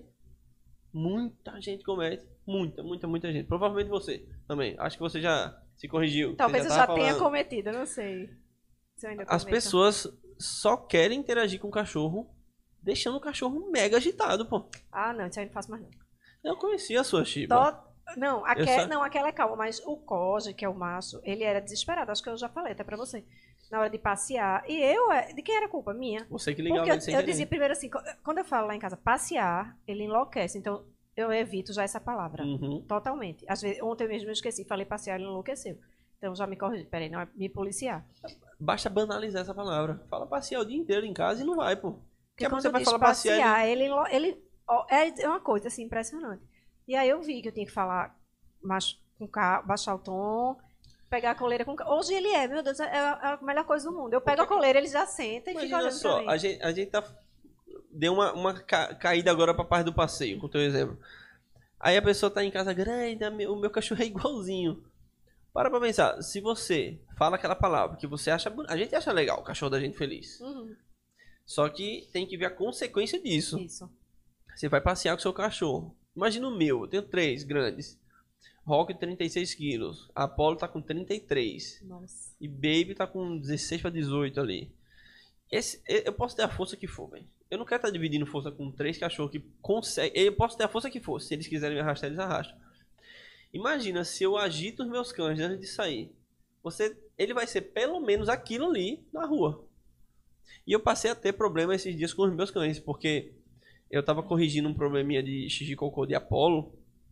Speaker 2: Muita gente comete. Muita, muita, muita gente. Provavelmente você também. Acho que você já se corrigiu.
Speaker 1: Talvez
Speaker 2: você
Speaker 1: eu
Speaker 2: já
Speaker 1: já tenha
Speaker 2: falando.
Speaker 1: cometido, eu não sei. Se eu ainda
Speaker 2: As
Speaker 1: cometo.
Speaker 2: pessoas só querem interagir com o cachorro, deixando o cachorro mega agitado, pô.
Speaker 1: Ah, não, isso aí eu não faço mais não.
Speaker 2: Eu conheci a sua Shiba.
Speaker 1: Tó- Não, aque...
Speaker 2: só-
Speaker 1: não, aquela é calma, mas o Koji, que é o macho, ele era desesperado. Acho que eu já falei até pra você. Na hora de passear. E eu, é- de quem era a culpa? Minha.
Speaker 2: Você que ligava
Speaker 1: Porque
Speaker 2: ele sem
Speaker 1: eu, eu
Speaker 2: querer.
Speaker 1: dizia primeiro assim, co- quando eu falo lá em casa, passear, ele enlouquece. Então, eu evito já essa palavra.
Speaker 2: Uhum.
Speaker 1: Totalmente. Às vezes, ontem mesmo eu esqueci, falei passear, ele enlouqueceu. Então, já me corrigi. Peraí, não é me policiar.
Speaker 2: Basta banalizar essa palavra. Fala passear o dia inteiro em casa e não vai, pô.
Speaker 1: Porque
Speaker 2: Daqui a pouco
Speaker 1: quando
Speaker 2: você
Speaker 1: eu
Speaker 2: vai
Speaker 1: disse
Speaker 2: falar passear.
Speaker 1: passear, ele, enlo- ele ó, é uma coisa assim impressionante. E aí eu vi que eu tinha que falar mais com ca- baixar o tom, pegar a coleira com ca- Hoje ele é, meu Deus, é a, a melhor coisa do mundo. Eu pego a coleira, ele já senta e fica
Speaker 2: Imagina
Speaker 1: olhando
Speaker 2: só,
Speaker 1: pra mim.
Speaker 2: a gente, a gente tá. Deu uma, uma ca- caída agora pra parte do passeio, com o teu exemplo. Aí a pessoa tá em casa grande, a meu- o meu cachorro é igualzinho. Para pra pensar, se você fala aquela palavra que você acha bonita, a gente acha legal o cachorro da gente feliz.
Speaker 1: Uhum,
Speaker 2: Só que tem que ver a consequência disso.
Speaker 1: isso.
Speaker 2: Você vai passear com o seu cachorro. Imagina o meu, eu tenho três grandes. Rock trinta e seis quilos, Apollo tá com trinta e três.
Speaker 1: Nossa.
Speaker 2: E Baby tá com dezesseis para dezoito ali. Esse, eu posso ter a força que for, velho. Eu não quero estar dividindo força com três cachorros que conseguem. Eu posso ter a força que for. Se eles quiserem me arrastar, eles arrastam. Imagina se eu agito os meus cães antes de sair. Você, ele vai ser pelo menos aquilo ali na rua. E eu passei a ter problema esses dias com os meus cães, porque eu tava corrigindo um probleminha de xixi e cocô de Apollo.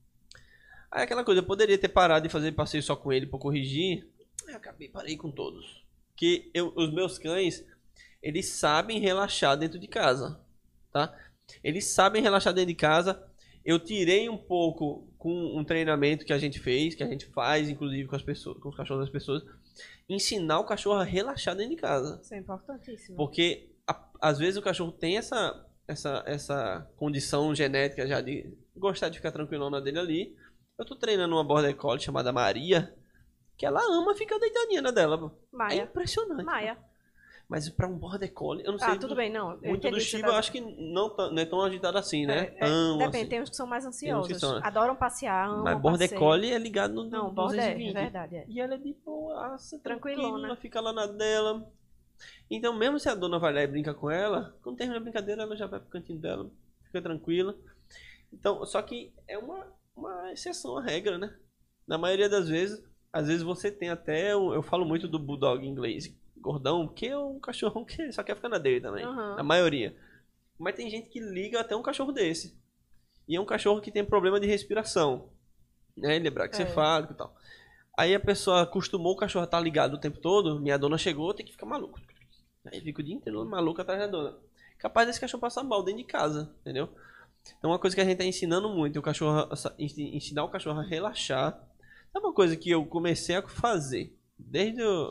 Speaker 2: Aí aquela coisa, eu poderia ter parado de fazer passeio só com ele pra corrigir. Eu acabei, parei com todos. Porque eu, os meus cães, eles sabem relaxar dentro de casa, tá? Eles sabem relaxar dentro de casa. Eu tirei um pouco com um treinamento que a gente fez, que a gente faz, inclusive, com as pessoas, com os cachorros das pessoas. Ensinar o cachorro a relaxar dentro de casa.
Speaker 1: Isso é importantíssimo.
Speaker 2: Porque, a, às vezes, o cachorro tem essa, essa, essa condição genética já de gostar de ficar tranquilo na dele ali. Eu tô treinando uma Border Collie chamada Maria, que ela ama ficar deitadinha na dela.
Speaker 1: Maia.
Speaker 2: É impressionante.
Speaker 1: Maia.
Speaker 2: Mas pra um Border Collie, eu não sei...
Speaker 1: Ah, tudo bem, não. Eu
Speaker 2: Muito do Shiba, eu acho que não, tá, não é tão agitado assim, né?
Speaker 1: É, é,
Speaker 2: Amo,
Speaker 1: depende,
Speaker 2: assim.
Speaker 1: tem uns que são mais
Speaker 2: Tem
Speaker 1: ansiosos.
Speaker 2: uns que são, né?
Speaker 1: Adoram passear, amam
Speaker 2: Mas Border
Speaker 1: passeio.
Speaker 2: Collie é ligado no
Speaker 1: Não, Border é,
Speaker 2: duzentos e vinte.
Speaker 1: verdade, é.
Speaker 2: E ela é de boaça,
Speaker 1: Tranquilona.
Speaker 2: tranquila, fica lá na dela. Então, mesmo se a dona vai lá e brinca com ela, quando termina a brincadeira, ela já vai pro cantinho dela, fica tranquila. Então, só que é uma, uma exceção à regra, né? Na maioria das vezes, às vezes você tem até, eu, eu falo muito do Bulldog inglês, gordão, que é um cachorro que só quer ficar na dele também,
Speaker 1: Uhum.
Speaker 2: a maioria. Mas tem gente que liga até um cachorro desse. E é um cachorro que tem problema de respiração, né? Ele é braquicefálico e tal. Aí a pessoa acostumou o cachorro a estar ligado o tempo todo, minha dona chegou, tem que ficar maluco. Aí fica o dia inteiro maluco atrás da dona. Capaz desse cachorro passar mal dentro de casa, entendeu? Então uma coisa que a gente tá ensinando muito, o cachorro, ensinar o cachorro a relaxar. É uma coisa que eu comecei a fazer desde o,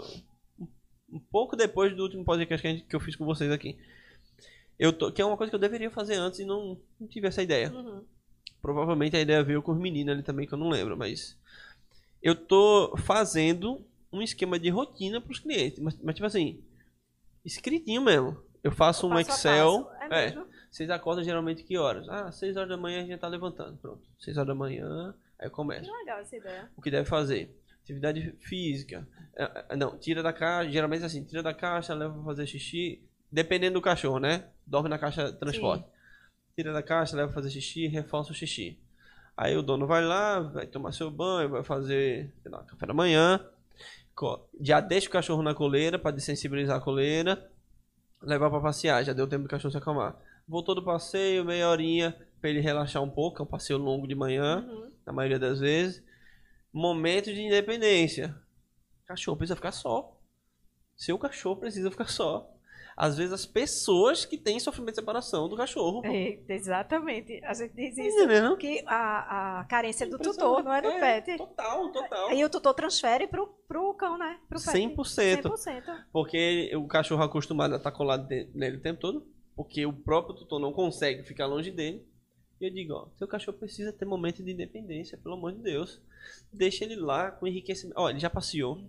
Speaker 2: um pouco depois do último podcast que, a gente, que eu fiz com vocês aqui. Eu tô, que é uma coisa que eu deveria fazer antes e não, não tive essa ideia.
Speaker 1: Uhum.
Speaker 2: Provavelmente a ideia veio com os meninos ali também, que eu não lembro, mas... Eu tô fazendo um esquema de rotina pros clientes, mas, mas tipo assim, escritinho mesmo. Eu faço
Speaker 1: O
Speaker 2: um
Speaker 1: passo a
Speaker 2: Excel.
Speaker 1: passo. É mesmo?
Speaker 2: Vocês acordam geralmente que horas? Ah, seis horas da manhã a gente já tá levantando. Pronto. seis horas da manhã, aí eu começo.
Speaker 1: Que legal essa ideia.
Speaker 2: O que deve fazer? Atividade física. Ah, ah, não, tira da caixa, geralmente assim, tira da caixa, leva pra fazer xixi. Dependendo do cachorro, né? Dorme na caixa de transporte.
Speaker 1: Sim.
Speaker 2: Tira da caixa, leva pra fazer xixi, reforça o xixi. Aí o dono vai lá, vai tomar seu banho, vai fazer, sei lá, café da manhã. Já deixa o cachorro na coleira para desensibilizar a coleira. Levar para passear, já deu tempo do cachorro se acalmar. Voltou do passeio, meia horinha para ele relaxar um pouco, é um passeio longo de manhã,
Speaker 1: Uhum.
Speaker 2: na maioria das vezes. Momento de independência. O cachorro precisa ficar só. Seu cachorro precisa ficar só. Às vezes as pessoas que têm sofrimento de separação do cachorro.
Speaker 1: É, exatamente. A gente diz isso.
Speaker 2: Entendendo?
Speaker 1: Que a, a carência do
Speaker 2: Impressionante.
Speaker 1: tutor, não é do
Speaker 2: É,
Speaker 1: pet.
Speaker 2: Total, total.
Speaker 1: E o tutor transfere pro, pro cão, né? Pro pet.
Speaker 2: cem por cento.
Speaker 1: cem por cento.
Speaker 2: Porque o cachorro é acostumado a estar colado de- nele o tempo todo. Porque o próprio tutor não consegue ficar longe dele. E eu digo, ó, seu cachorro precisa ter momento de independência, pelo amor de Deus. Deixa ele lá com enriquecimento. Ó, ele já passeou.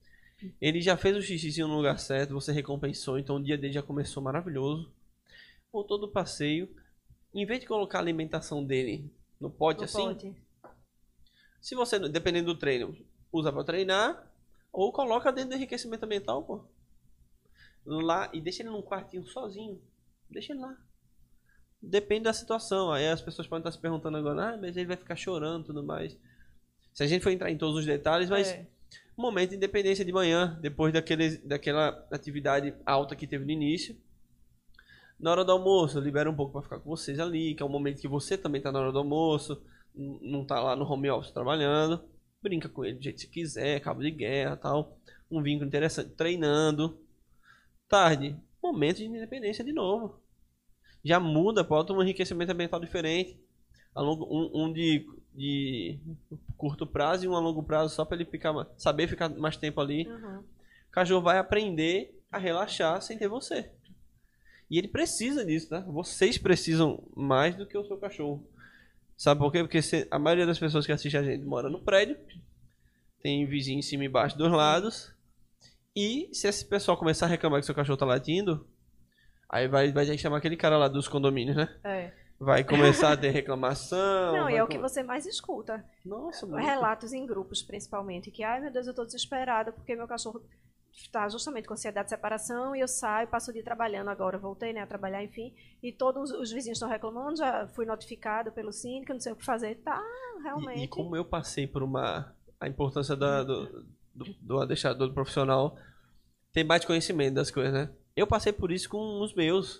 Speaker 2: Ele já fez o xixizinho no lugar certo, você recompensou, então o dia dele já começou maravilhoso. Voltou do passeio. Em vez de colocar a alimentação dele no pote
Speaker 1: Não
Speaker 2: assim,
Speaker 1: pode.
Speaker 2: se você, dependendo do treino, usa pra treinar, ou coloca dentro do enriquecimento ambiental, pô. Lá, e deixa ele num quartinho sozinho. Deixa ele lá. Depende da situação. Aí as pessoas podem estar se perguntando agora, ah, mas ele vai ficar chorando e tudo mais. Se a gente for entrar em todos os detalhes, mas
Speaker 1: É.
Speaker 2: momento de independência de manhã, depois daquele, daquela atividade alta que teve no início. Na hora do almoço, libera um pouco para ficar com vocês ali, que é o momento que você também tá na hora do almoço, n- não tá lá no home office trabalhando. Brinca com ele do jeito que você quiser, cabo de guerra e tal. Um vínculo interessante, treinando. Tarde, momento de independência de novo. Já muda, bota um enriquecimento ambiental diferente. A longo, um, um de, de curto prazo e um a longo prazo, só para ele ficar, ma- saber ficar mais tempo ali.
Speaker 1: Uhum.
Speaker 2: O cachorro vai aprender a relaxar sem ter você. E ele precisa disso, tá? Vocês precisam mais do que o seu cachorro. Sabe por quê? Porque se- a maioria das pessoas que assistem a gente mora no prédio, tem vizinho em cima e embaixo dos lados. E se esse pessoal começar a reclamar que seu cachorro tá latindo, aí vai, vai ter que chamar aquele cara lá dos condomínios, né?
Speaker 1: É.
Speaker 2: Vai começar a ter reclamação.
Speaker 1: Não, e
Speaker 2: vai
Speaker 1: é o
Speaker 2: com-
Speaker 1: que você mais escuta.
Speaker 2: Nossa, muito.
Speaker 1: Relatos em grupos, principalmente, que, ai meu Deus, eu tô desesperada porque meu cachorro está justamente com ansiedade de separação e eu saio, passo o dia trabalhando agora, voltei, né, a trabalhar, enfim, e todos os vizinhos estão reclamando, já fui notificado pelo síndico, não sei o que fazer, tá, realmente.
Speaker 2: E, e como eu passei por uma... A importância da, do, do, do adestrador, do profissional, ter mais conhecimento das coisas, né? Eu passei por isso com os meus.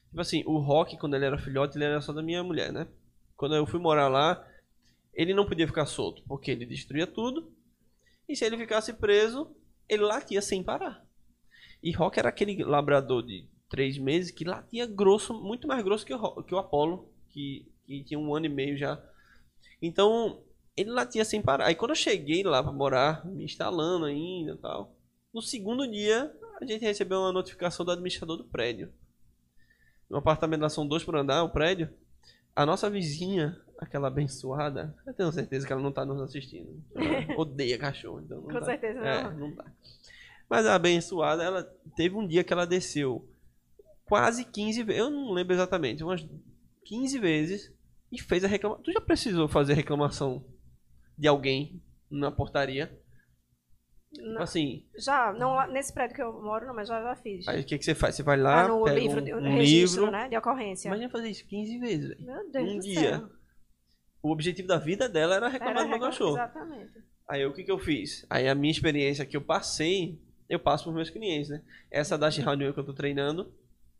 Speaker 2: Tipo assim, o Rock, quando ele era filhote, ele era só da minha mulher, né? Quando eu fui morar lá, ele não podia ficar solto, porque ele destruía tudo. E se ele ficasse preso, ele latia sem parar. E Rock era aquele labrador de três meses que latia grosso, muito mais grosso que o, que o Apollo, que, que tinha um ano e meio já. Então, ele latia sem parar. Aí quando eu cheguei lá pra morar, me instalando ainda e tal, no segundo dia, a gente recebeu uma notificação do administrador do prédio. No apartamento lá são dois por andar, o prédio. A nossa vizinha, aquela abençoada, eu tenho certeza que ela não tá nos assistindo. Ela odeia cachorro, então não
Speaker 1: Com
Speaker 2: dá.
Speaker 1: certeza
Speaker 2: É,
Speaker 1: não.
Speaker 2: não dá. Mas a abençoada, ela teve um dia que ela desceu quase quinze vezes, eu não lembro exatamente, umas quinze vezes e fez a reclamação. Tu já precisou fazer reclamação de alguém na portaria?
Speaker 1: Não,
Speaker 2: Assim,
Speaker 1: já, não lá- nesse prédio que eu moro, não, mas já, já fiz.
Speaker 2: aí o que, que você faz? Você vai lá,
Speaker 1: Ah, no
Speaker 2: pega
Speaker 1: livro,
Speaker 2: um,
Speaker 1: de-
Speaker 2: um
Speaker 1: registro,
Speaker 2: livro.
Speaker 1: né, de ocorrência.
Speaker 2: Imagina fazer isso quinze vezes, velho.
Speaker 1: Meu Deus
Speaker 2: Um
Speaker 1: do
Speaker 2: dia.
Speaker 1: céu.
Speaker 2: O objetivo da vida dela era reclamar
Speaker 1: Era
Speaker 2: do meu
Speaker 1: reclam-
Speaker 2: cachorro.
Speaker 1: Exatamente.
Speaker 2: Aí o que, que eu fiz? Aí a minha experiência que eu passei, eu passo para os meus clientes, né? Essa da Roundway que eu tô treinando,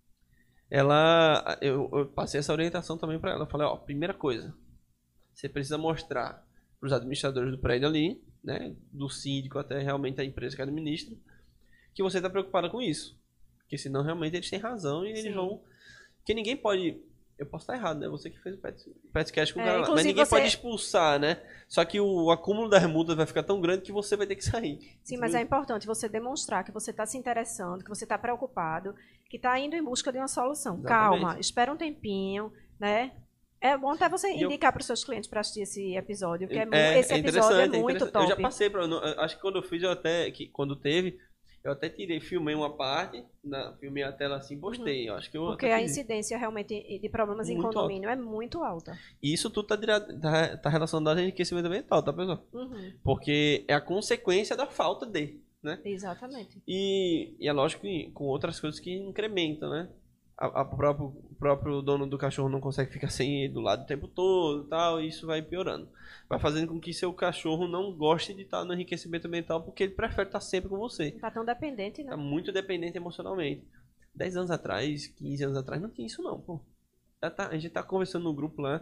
Speaker 2: ela, eu, eu passei essa orientação também para ela. Eu falei, ó, primeira coisa, você precisa mostrar para os administradores do prédio ali, né? Do síndico até realmente a empresa que administra, que você está preocupada com isso. Porque senão realmente eles têm razão e eles
Speaker 1: Sim.
Speaker 2: vão... Porque ninguém pode... Eu posso estar errado, né? Você que fez o pet, petcast com o
Speaker 1: É,
Speaker 2: cara lá. Mas
Speaker 1: inclusive
Speaker 2: ninguém
Speaker 1: você-
Speaker 2: pode expulsar, né? Só que o, o acúmulo das multas vai ficar tão grande que você vai ter que sair.
Speaker 1: Sim, mas é importante você demonstrar que você está se interessando, que você está preocupado, que está indo em busca de uma solução.
Speaker 2: Exatamente.
Speaker 1: Calma, espera um tempinho, né? É bom até você
Speaker 2: E eu-
Speaker 1: indicar para os seus clientes para assistir esse episódio, porque é, mu-
Speaker 2: É,
Speaker 1: esse
Speaker 2: é
Speaker 1: episódio é
Speaker 2: interessante,
Speaker 1: muito
Speaker 2: interessante.
Speaker 1: top.
Speaker 2: Eu já passei pra... eu acho que quando eu fiz, eu até... Que, quando teve, eu até tirei, filmei uma parte, na, filmei a tela assim e postei. Eu acho que eu
Speaker 1: Porque
Speaker 2: até
Speaker 1: a
Speaker 2: fiz isso.
Speaker 1: incidência realmente de problemas em
Speaker 2: Muito
Speaker 1: condomínio é muito alta.
Speaker 2: E isso tudo tá, dire- tá, tá relacionado ao enriquecimento ambiental, tá, pessoal?
Speaker 1: Uhum,
Speaker 2: Porque é a consequência da falta de, né?
Speaker 1: exatamente.
Speaker 2: E, e é lógico que com outras coisas que incrementam, né? A, a próprio, o próprio dono do cachorro não consegue ficar sem ele do lado o tempo todo e tal, e isso vai piorando. Vai fazendo com que seu cachorro não goste de estar no enriquecimento ambiental porque ele prefere estar sempre com você.
Speaker 1: Não tá tão dependente, né?
Speaker 2: Tá muito dependente emocionalmente. dez anos atrás, quinze anos atrás, não tinha isso não, pô. Já tá- a gente tá conversando no grupo lá.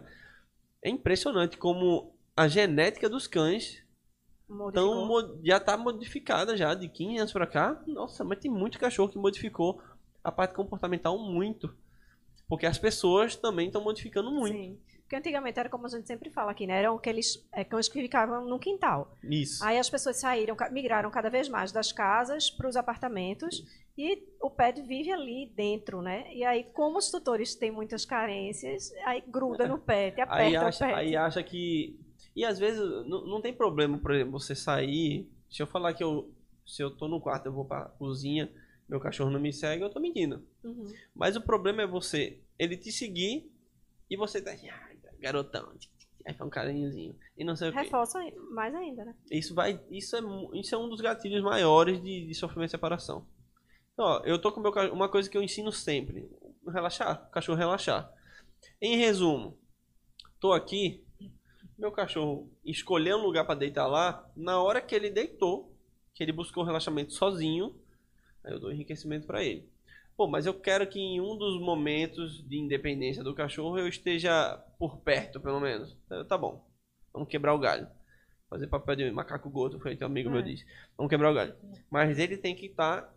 Speaker 2: É impressionante como a genética dos cães
Speaker 1: Modificou.
Speaker 2: tão, mo- já tá modificada já, de quinze anos pra cá. Nossa, mas tem muito cachorro que modificou a parte comportamental muito. Porque as pessoas também estão modificando muito.
Speaker 1: Sim. Porque antigamente era como a gente sempre fala aqui, né? Eram aqueles é, cães que ficavam no quintal.
Speaker 2: Isso.
Speaker 1: Aí as pessoas saíram, ca- migraram cada vez mais das casas para os apartamentos e o pet vive ali dentro, né? E aí, como os tutores têm muitas carências, aí gruda no pet, aperta
Speaker 2: Aí
Speaker 1: o
Speaker 2: acha,
Speaker 1: pet.
Speaker 2: aí acha que... E às vezes não, não tem problema, por exemplo, você sair... Se eu falar que eu, se eu tô no quarto, eu vou pra cozinha, meu cachorro não me segue, eu tô mentindo.
Speaker 1: Uhum.
Speaker 2: Mas o problema é você, ele te seguir e você tá assim, ah, garotão, aí faz um carinhozinho e não sei o quê.
Speaker 1: Reforça mais ainda, né?
Speaker 2: Isso vai, isso é, mu- isso é um dos gatilhos maiores de, de sofrimento e separação. Então, ó, eu tô com meu cachorro, uma coisa que eu ensino sempre, relaxar, o cachorro relaxar. Em resumo, tô aqui, meu cachorro escolheu um lugar para deitar lá, na hora que ele deitou, que ele buscou relaxamento sozinho, aí eu dou enriquecimento para ele. Pô, mas eu quero que em um dos momentos de independência do cachorro eu esteja por perto, pelo menos. Então, tá bom, vamos quebrar o galho. Fazer papel de macaco gordo, foi o que um amigo
Speaker 1: É.
Speaker 2: meu disse. Vamos quebrar o galho. Mas ele tem que estar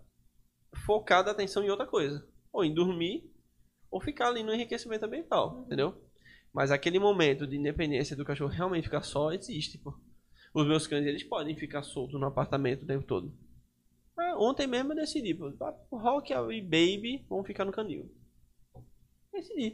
Speaker 2: focado a atenção em outra coisa. Ou em dormir, ou ficar ali no enriquecimento ambiental,
Speaker 1: Uhum.
Speaker 2: entendeu? Mas aquele momento de independência do cachorro realmente ficar só, existe, pô. Os meus cães, eles podem ficar soltos no apartamento o tempo todo. Ah, ontem mesmo eu decidi, pô, o Rock e Baby vão ficar no canil. Decidi.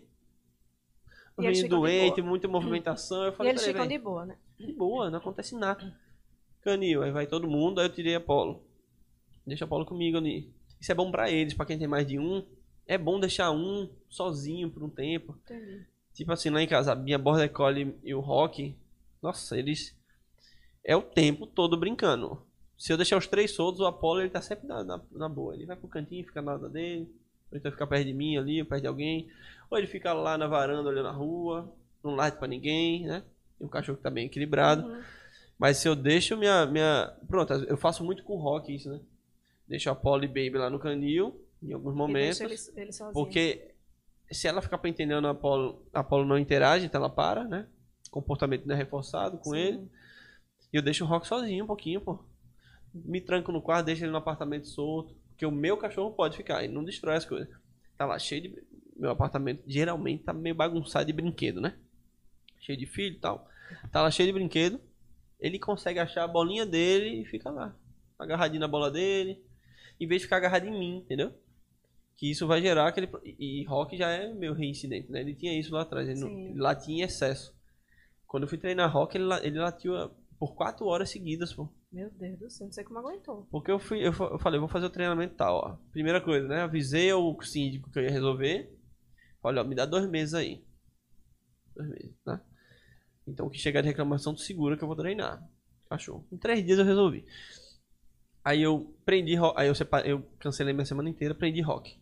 Speaker 2: Eu
Speaker 1: E eles
Speaker 2: vim
Speaker 1: ficam de
Speaker 2: doente,
Speaker 1: boa.
Speaker 2: muita movimentação, eu
Speaker 1: E
Speaker 2: falei,
Speaker 1: eles
Speaker 2: peraí,
Speaker 1: ficam
Speaker 2: véi,
Speaker 1: de boa, né?
Speaker 2: de boa, não acontece nada. Canil, aí vai todo mundo, aí eu tirei a Apolo. Deixa a Apolo comigo ali. Isso é bom pra eles, pra quem tem mais de um. É bom deixar um sozinho por um tempo.
Speaker 1: Entendi.
Speaker 2: Tipo assim, lá em casa, a minha Border Collie e o Rock, nossa, eles... É o tempo todo brincando. Se eu deixar os três soltos, o Apollo, ele tá sempre na, na, na boa. Ele vai pro cantinho, fica na nada dele. Ou então fica perto de mim ali, ou perto de alguém. Ou ele fica lá na varanda, olhando a rua. Não late pra ninguém, né? Tem um cachorro que tá bem equilibrado.
Speaker 1: Uhum.
Speaker 2: Mas se eu deixo minha, minha... Pronto, eu faço muito com o Rock isso, né? Deixo a Apollo e Baby lá no canil, em alguns
Speaker 1: E
Speaker 2: momentos.
Speaker 1: deixa ele, ele sozinho.
Speaker 2: Porque se ela ficar pentelhando, a Apolo, a Apolo não interage, então ela para, né? Comportamento não é reforçado com Sim. ele. E eu deixo o Rock sozinho um pouquinho, pô. Me tranco no quarto, deixo ele no apartamento solto. Porque o meu cachorro pode ficar, ele não destrói as coisas. Tá lá cheio de... Meu apartamento geralmente tá meio bagunçado de brinquedo, né? Cheio de filho e tal. Tá lá cheio de brinquedo. Ele consegue achar a bolinha dele e fica lá. Agarradinho na bola dele. Em vez de ficar agarrado em mim, entendeu? Que isso vai gerar aquele... E Rock já é meu reincidente, né? Ele tinha isso lá atrás. Ele, não... ele latia em excesso. Quando eu fui treinar Rock, ele, ele latiu por quatro horas seguidas, pô.
Speaker 1: Meu Deus do céu, não sei como aguentou.
Speaker 2: Porque eu fui, eu, eu falei, vou fazer o treinamento tal, ó. Primeira coisa, né? Avisei ao síndico que eu ia resolver. Olha, ó, me dá dois meses aí. Dois meses, tá? Então, o que chegar de reclamação, tu segura que eu vou treinar. Cachorro. Em três dias eu resolvi. Aí eu prendi, aí eu, separei, eu cancelei minha semana inteira, prendi Rock.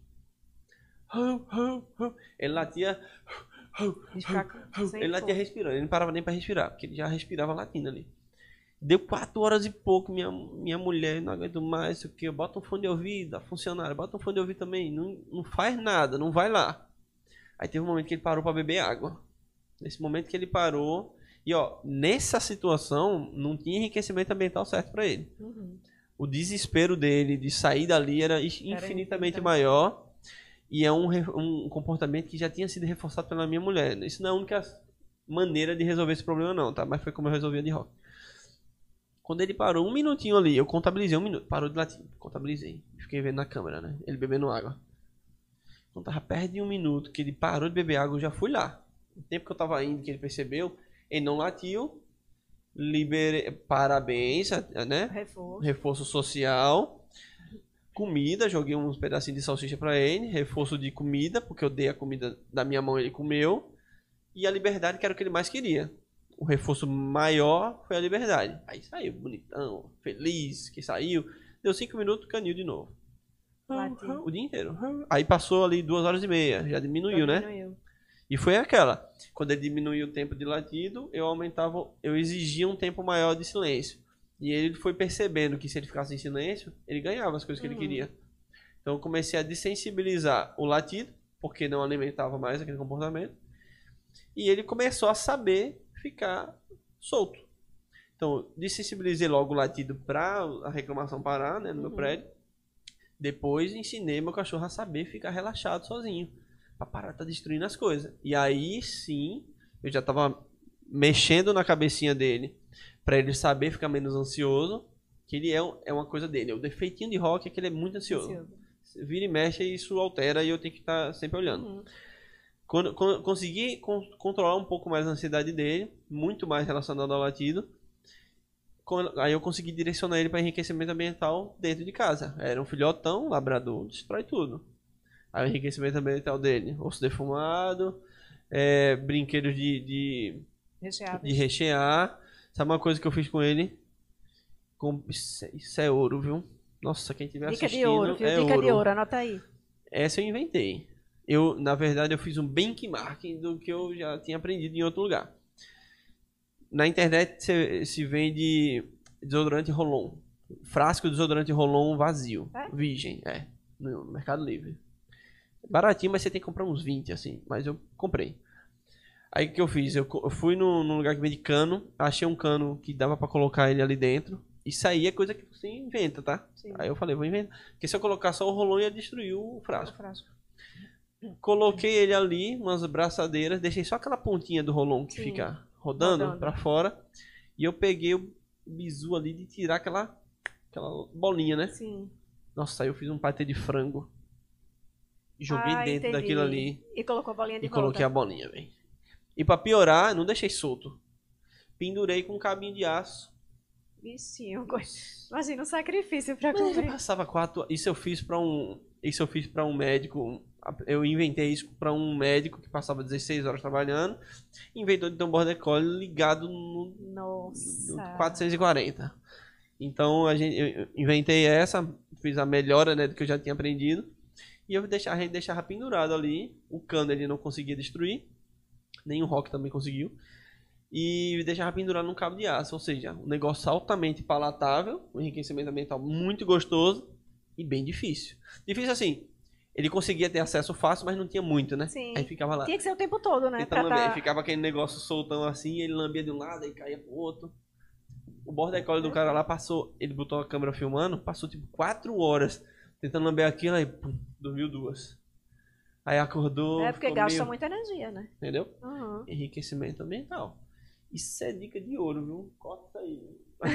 Speaker 2: Ele latia... Ele latia respirando, ele não parava nem pra respirar, porque ele já respirava latindo ali. Deu quatro horas e pouco, minha, minha mulher, não aguento mais, o que? Bota um fone de ouvido, a funcionária, bota um fone de ouvido também, não, não faz nada, não vai lá. Aí teve um momento que ele parou pra beber água. Nesse momento que ele parou, e ó, nessa situação, não tinha enriquecimento ambiental certo pra ele. Uhum. O desespero dele de sair dali era infinitamente maior, e é um, um comportamento que já tinha sido reforçado pela minha mulher. Isso não é a única maneira de resolver esse problema não, tá? Mas foi como eu resolvi a de Rock. Quando ele parou um minutinho ali, eu contabilizei um minuto. Parou de latir, contabilizei. Fiquei vendo na câmera, né? Ele bebendo água. Quando tava perto de um minuto que ele parou de beber água, eu já fui lá. O tempo que eu tava indo, que ele percebeu, ele não latiu. Liberei, parabéns, né?
Speaker 1: Reforço.
Speaker 2: Reforço social. Comida, joguei uns pedacinhos de salsicha pra ele. Reforço de comida, porque eu dei a comida da minha mão, ele comeu. E a liberdade, que era o que ele mais queria. O reforço maior foi a liberdade. Aí saiu, bonitão, feliz, que saiu. Deu cinco minutos, canil de novo.
Speaker 1: Latinho.
Speaker 2: O dia inteiro. Aí passou ali duas horas e meia, já diminuiu,
Speaker 1: já
Speaker 2: né?
Speaker 1: Diminuiu.
Speaker 2: E foi aquela. Quando ele diminuiu o tempo de latido, eu aumentava, eu exigia um tempo maior de silêncio. E ele foi percebendo que se ele ficasse em silêncio, ele ganhava as coisas que uhum. ele queria. Então eu comecei a desensibilizar o latido, porque não alimentava mais aquele comportamento. E ele começou a saber ficar solto. Então, desensibilizei logo o latido para a reclamação parar, né, no uhum. meu prédio. Depois ensinei meu cachorro a saber ficar relaxado sozinho, para parar de estar destruindo as coisas. E aí sim, eu já estava mexendo na cabecinha dele para ele saber ficar menos ansioso, que ele é, é uma coisa dele. O defeitinho de Rock é que ele é muito ansioso. ansioso. Vira e mexe e isso altera e eu tenho que estar sempre olhando. Uhum. Quando, quando consegui con controlar um pouco mais a ansiedade dele, muito mais relacionado ao latido, quando, aí eu consegui direcionar ele para enriquecimento ambiental dentro de casa. Era um filhotão, labrador, destrói tudo. Aí o enriquecimento ambiental dele, osso defumado, é, brinquedos de, de, de rechear. Sabe uma coisa que eu fiz com ele? Com, isso, é, isso é ouro, viu? Nossa, quem tiver
Speaker 1: Dica
Speaker 2: assistindo...
Speaker 1: de ouro, viu?
Speaker 2: É
Speaker 1: Dica
Speaker 2: ouro.
Speaker 1: de ouro, anota aí.
Speaker 2: Essa eu inventei. Eu, na verdade, eu fiz um benchmarking do que eu já tinha aprendido em outro lugar. Na internet se, se vende desodorante Rolon. Frasco de desodorante Rolon vazio. É? Virgem, é. No Mercado Livre. Baratinho, mas você tem que comprar uns vinte, assim. Mas eu comprei. Aí o que eu fiz? Eu, eu fui num, num lugar que vende cano. Achei um cano que dava pra colocar ele ali dentro. Isso aí é coisa que você inventa, tá? Sim. Aí eu falei, vou inventar. Porque se eu colocar só o Rolon, ia destruir o frasco. O frasco. Coloquei ele ali, umas braçadeiras, deixei só aquela pontinha do Rolon que Sim. fica rodando, rodando pra fora. E eu peguei o bizu ali de tirar aquela, aquela bolinha, né?
Speaker 1: Sim.
Speaker 2: Nossa, aí eu fiz um patê de frango. Joguei ah, dentro entendi. daquilo ali.
Speaker 1: E colocou a bolinha de
Speaker 2: e
Speaker 1: volta. E
Speaker 2: coloquei a bolinha, velho. E pra piorar, não deixei solto. Pendurei com um cabinho de aço.
Speaker 1: Bichinho, imagina um sacrifício pra comer.
Speaker 2: Eu passava quatro... Isso eu fiz pra um... Isso eu fiz pra um médico... Eu inventei isso para um médico que passava dezesseis horas trabalhando. Inventou de ter um border collie ligado no,
Speaker 1: Nossa.
Speaker 2: no quatrocentos e quarenta. Então a gente, eu inventei essa, fiz a melhora, né, do que eu já tinha aprendido. E eu deixava, a gente deixava pendurado ali. O cano ele não conseguia destruir. Nem o Rock também conseguiu. E deixava pendurado num cabo de aço. Ou seja, um negócio altamente palatável. Um enriquecimento ambiental muito gostoso. E bem difícil. Difícil assim... Ele conseguia ter acesso fácil, mas não tinha muito, né?
Speaker 1: Sim.
Speaker 2: Aí ficava lá.
Speaker 1: Tinha que ser o tempo todo, né?
Speaker 2: Tentando
Speaker 1: Pra
Speaker 2: lamber.
Speaker 1: tá...
Speaker 2: Aí ficava aquele negócio soltão assim, ele lambia de um lado, aí caía pro outro. O border collie do cara lá passou, ele botou a câmera filmando, passou tipo quatro horas tentando lamber aquilo, aí pum, dormiu duas. Aí acordou.
Speaker 1: É porque
Speaker 2: ficou
Speaker 1: gasta
Speaker 2: meio...
Speaker 1: muita energia, né?
Speaker 2: Entendeu?
Speaker 1: Uhum.
Speaker 2: Enriquecimento ambiental. Isso é dica de ouro, viu? Corta isso aí.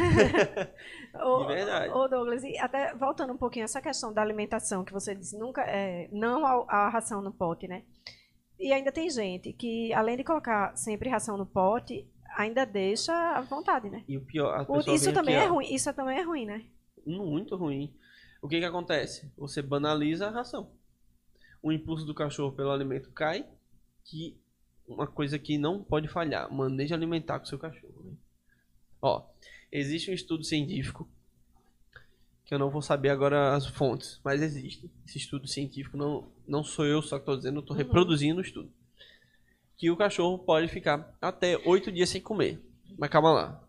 Speaker 1: Ô,
Speaker 2: De verdade.
Speaker 1: ô Douglas, e até voltando um pouquinho a essa questão da alimentação que você disse, nunca, é, não a, a ração no pote, né? E ainda tem gente que, além de colocar sempre ração no pote, ainda deixa à vontade, né?
Speaker 2: E o pior, a
Speaker 1: O-
Speaker 2: pessoa
Speaker 1: isso
Speaker 2: vem
Speaker 1: também
Speaker 2: aqui,
Speaker 1: é
Speaker 2: ó,
Speaker 1: ruim, isso também é ruim, né?
Speaker 2: muito ruim. O que que acontece? Você banaliza a ração. O impulso do cachorro pelo alimento cai, que uma coisa que não pode falhar, manejo alimentar com o seu cachorro. Né? Ó, existe um estudo científico, que eu não vou saber agora as fontes, mas existe. Esse estudo científico, não, não sou eu só que estou dizendo, eu estou
Speaker 1: Uhum.
Speaker 2: reproduzindo o estudo. Que o cachorro pode ficar até oito dias sem comer. Mas calma lá.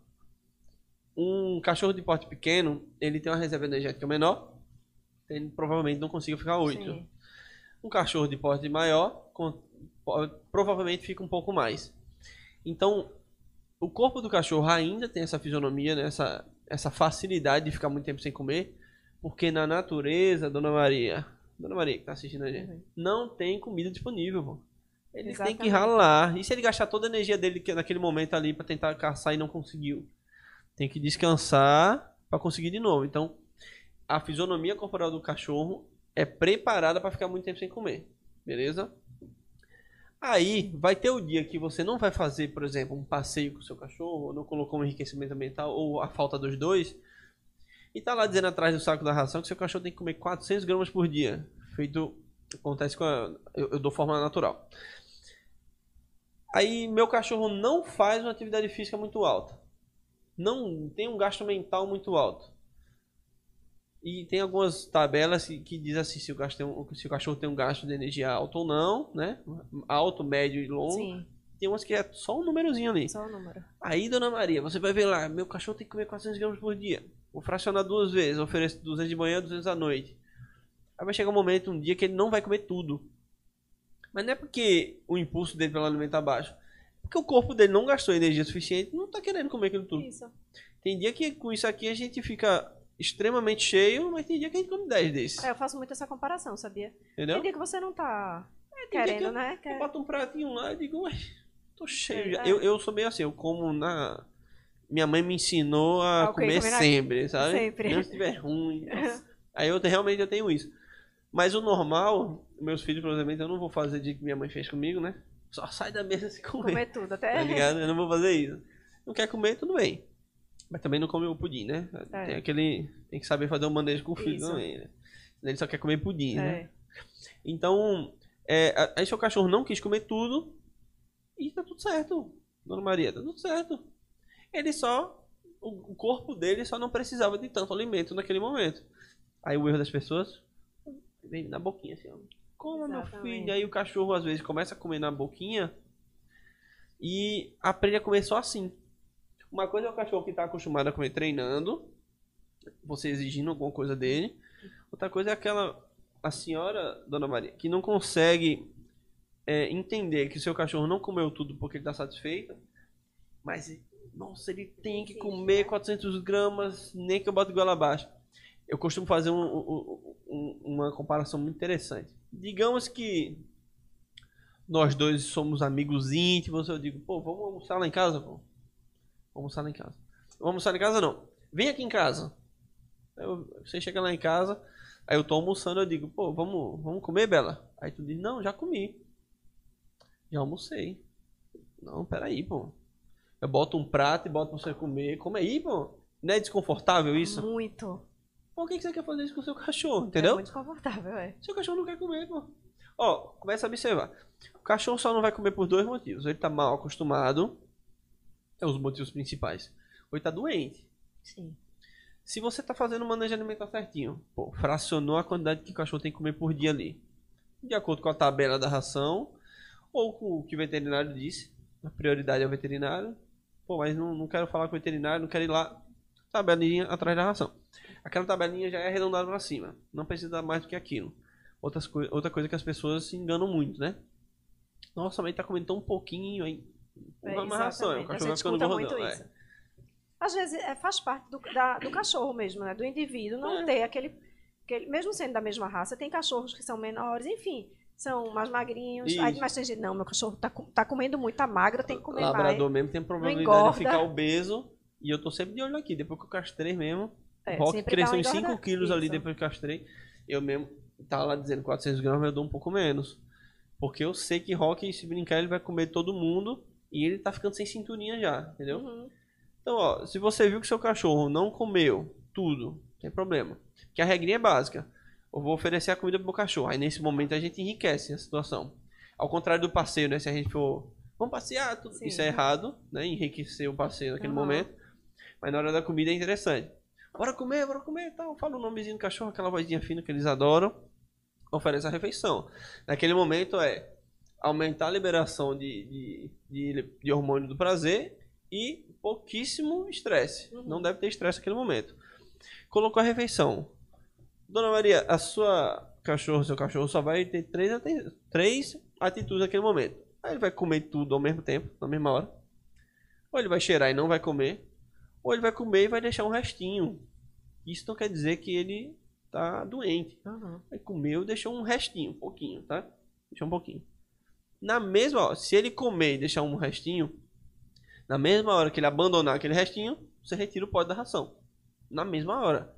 Speaker 2: Um cachorro de porte pequeno, ele tem uma reserva energética menor, ele provavelmente não consiga ficar oito.
Speaker 1: Sim.
Speaker 2: Um cachorro de porte maior, com, provavelmente fica um pouco mais. Então, o corpo do cachorro ainda tem essa fisionomia, né? essa, essa facilidade de ficar muito tempo sem comer, porque na natureza, Dona Maria, Dona Maria que tá assistindo a gente,
Speaker 1: Uhum.
Speaker 2: não tem comida disponível, pô. Ele tem
Speaker 1: Exatamente.
Speaker 2: que ralar. E se ele gastar toda a energia dele que- naquele momento ali pra tentar caçar e não conseguiu? Tem que descansar pra conseguir de novo. Então, a fisionomia corporal do cachorro é preparada pra ficar muito tempo sem comer. Beleza? Aí, vai ter o dia que você não vai fazer, por exemplo, um passeio com o seu cachorro, ou não colocou um enriquecimento ambiental, ou a falta dos dois, e tá lá dizendo atrás do saco da ração que seu cachorro tem que comer quatrocentos gramas por dia. Feito, acontece com a... Eu, eu dou forma natural. Aí, meu cachorro não faz uma atividade física muito alta. Não tem um gasto mental muito alto. E tem algumas tabelas que, que diz assim se o, gasto tem um, se o cachorro tem um gasto de energia alto ou não, né? Alto, médio e longo.
Speaker 1: Sim,
Speaker 2: Tem umas que é só um númerozinho ali.
Speaker 1: só o número.
Speaker 2: Aí, Dona Maria, você vai ver lá, meu cachorro tem que comer quatrocentos gramas por dia. Vou fracionar duas vezes, ofereço duzentos de manhã, duzentos à noite. Aí vai chegar um momento, um dia, que ele não vai comer tudo. Mas não é porque o impulso dele pelo alimento tá baixo. Porque o corpo dele não gastou energia suficiente, não tá querendo comer aquilo tudo.
Speaker 1: Isso.
Speaker 2: Tem dia que com isso aqui a gente fica extremamente cheio, mas tem dia que a gente come dez desses.
Speaker 1: É, eu faço muito essa comparação, sabia?
Speaker 2: Entendeu?
Speaker 1: Tem dia que você não tá
Speaker 2: Tem dia
Speaker 1: querendo,
Speaker 2: que eu,
Speaker 1: né?
Speaker 2: eu
Speaker 1: Quer...
Speaker 2: boto um pratinho lá e digo, ué, tô cheio já.
Speaker 1: É.
Speaker 2: Eu, eu sou meio assim, eu como na... Minha mãe me ensinou a
Speaker 1: Ah, ok,
Speaker 2: comer
Speaker 1: comer na-
Speaker 2: sempre, sabe?
Speaker 1: sempre.
Speaker 2: Mesmo se estiver ruim. Nossa. Aí eu te- realmente eu tenho isso. Mas o normal, meus filhos, por exemplo, eu não vou fazer de que minha mãe fez comigo, né? Só sai da mesa se comer.
Speaker 1: Comer tudo, até.
Speaker 2: Tá ligado? Eu não vou fazer isso. Não quer comer, tudo bem. Mas também não come o pudim, né?
Speaker 1: É.
Speaker 2: Tem aquele. Tem que saber fazer o manejo com o filho
Speaker 1: Isso.
Speaker 2: também, né? Senão ele só quer comer pudim, né?
Speaker 1: É.
Speaker 2: Então, é, a- aí seu cachorro não quis comer tudo e tá tudo certo, Dona Maria, tá tudo certo. Ele só. O, o corpo dele só não precisava de tanto alimento naquele momento. Aí o erro das pessoas vem na boquinha assim, ó. Coma, meu
Speaker 1: Exatamente.
Speaker 2: filho. Aí o cachorro às vezes começa a comer na boquinha e aprende a comer só assim. Uma coisa é o cachorro que tá acostumado a comer treinando, você exigindo alguma coisa dele. Outra coisa é aquela, a senhora, Dona Maria, que não consegue é, entender que o seu cachorro não comeu tudo porque ele tá satisfeito, mas, nossa, ele tem que comer quatrocentos gramas, nem que eu bote goela abaixo. Eu costumo fazer um- um- um- uma comparação muito interessante. Digamos que nós dois somos amigos íntimos, eu digo, pô, vamos almoçar lá em casa, pô. Vamos almoçar lá em casa. Vamos almoçar lá em casa, não. Vem aqui em casa. Eu- você chega lá em casa, aí eu tô almoçando, eu digo, pô, vamos, vamos comer, Bela? Aí tu diz, não, já comi. Já almocei. Não, peraí, pô. Eu boto um prato e boto pra você comer. Come aí, pô. Não é desconfortável isso?
Speaker 1: Muito.
Speaker 2: Por que que você quer fazer isso com o seu cachorro,
Speaker 1: É
Speaker 2: entendeu?
Speaker 1: muito confortável, é.
Speaker 2: Seu cachorro não quer comer, pô. Ó, começa a observar. O cachorro só não vai comer por dois motivos. Ele tá mal acostumado. É os motivos principais. Ou ele tá doente.
Speaker 1: Sim.
Speaker 2: Se você tá fazendo o manejo alimentar certinho, pô, fracionou a quantidade que o cachorro tem que comer por dia ali. De acordo com a tabela da ração, ou com o que o veterinário disse. A prioridade é o veterinário. Pô, mas não, não quero falar com o veterinário, não quero ir lá. Tabelinha atrás da ração. Aquela tabelinha já é arredondada para cima. Não precisa dar mais do que aquilo. Outras coi outra coisa que as pessoas se enganam muito, né? Nossa, mas tá comendo tão pouquinho, hein? Uma
Speaker 1: É,
Speaker 2: ração, o
Speaker 1: a
Speaker 2: cachorro
Speaker 1: gente
Speaker 2: vai ficando
Speaker 1: escuta muito
Speaker 2: gordão.
Speaker 1: isso.
Speaker 2: É.
Speaker 1: Às vezes é, faz parte do, da, do cachorro mesmo, né? Do indivíduo não
Speaker 2: É.
Speaker 1: ter aquele, aquele... Mesmo sendo da mesma raça, tem cachorros que são menores, enfim, são mais magrinhos. Aí, mas tem gente, não, meu cachorro tá, tá comendo muito, tá magro, tem que comer
Speaker 2: Labrador
Speaker 1: mais.
Speaker 2: mesmo tem probabilidade
Speaker 1: engorda.
Speaker 2: de ficar obeso. E eu tô sempre de olho aqui. Depois que eu castrei mesmo,
Speaker 1: É,
Speaker 2: o Rock
Speaker 1: sempre dá
Speaker 2: cresceu
Speaker 1: uma
Speaker 2: em cinco
Speaker 1: engorda-
Speaker 2: quilos ali
Speaker 1: isso.
Speaker 2: depois que eu castrei. Eu mesmo tava lá dizendo quatrocentos gramas, eu dou um pouco menos. Porque eu sei que Rock, se brincar, ele vai comer todo mundo. E ele tá ficando sem cinturinha já, entendeu?
Speaker 1: Uhum.
Speaker 2: Então, ó, se você viu que seu cachorro não comeu tudo, não tem problema. Porque a regrinha é básica. Eu vou oferecer a comida pro meu cachorro. Aí nesse momento a gente enriquece a situação. Ao contrário do passeio, né? Se a gente for, vamos passear, tudo.
Speaker 1: Sim.
Speaker 2: Isso é errado, né? Enriquecer o passeio naquele
Speaker 1: Uhum.
Speaker 2: momento. Mas na hora da comida é interessante. Bora comer, bora comer e tal. Fala o nomezinho do cachorro, aquela vozinha fina que eles adoram. Oferece a refeição. Naquele momento é aumentar a liberação de, de, de, de hormônio do prazer e pouquíssimo estresse.
Speaker 1: Uhum.
Speaker 2: Não deve ter estresse naquele momento. Colocou a refeição. Dona Maria, a sua cachorro, seu cachorro só vai ter três, aten- três atitudes naquele momento. Aí ele vai comer tudo ao mesmo tempo, na mesma hora. Ou ele vai cheirar e não vai comer. Ou ele vai comer e vai deixar um restinho. Isso não quer dizer que ele tá doente.
Speaker 1: Uhum.
Speaker 2: Aí comeu e deixou um restinho, um pouquinho, tá? Deixou um pouquinho. Na mesma hora, se ele comer e deixar um restinho, na mesma hora que ele abandonar aquele restinho, você retira o pote da ração. Na mesma hora.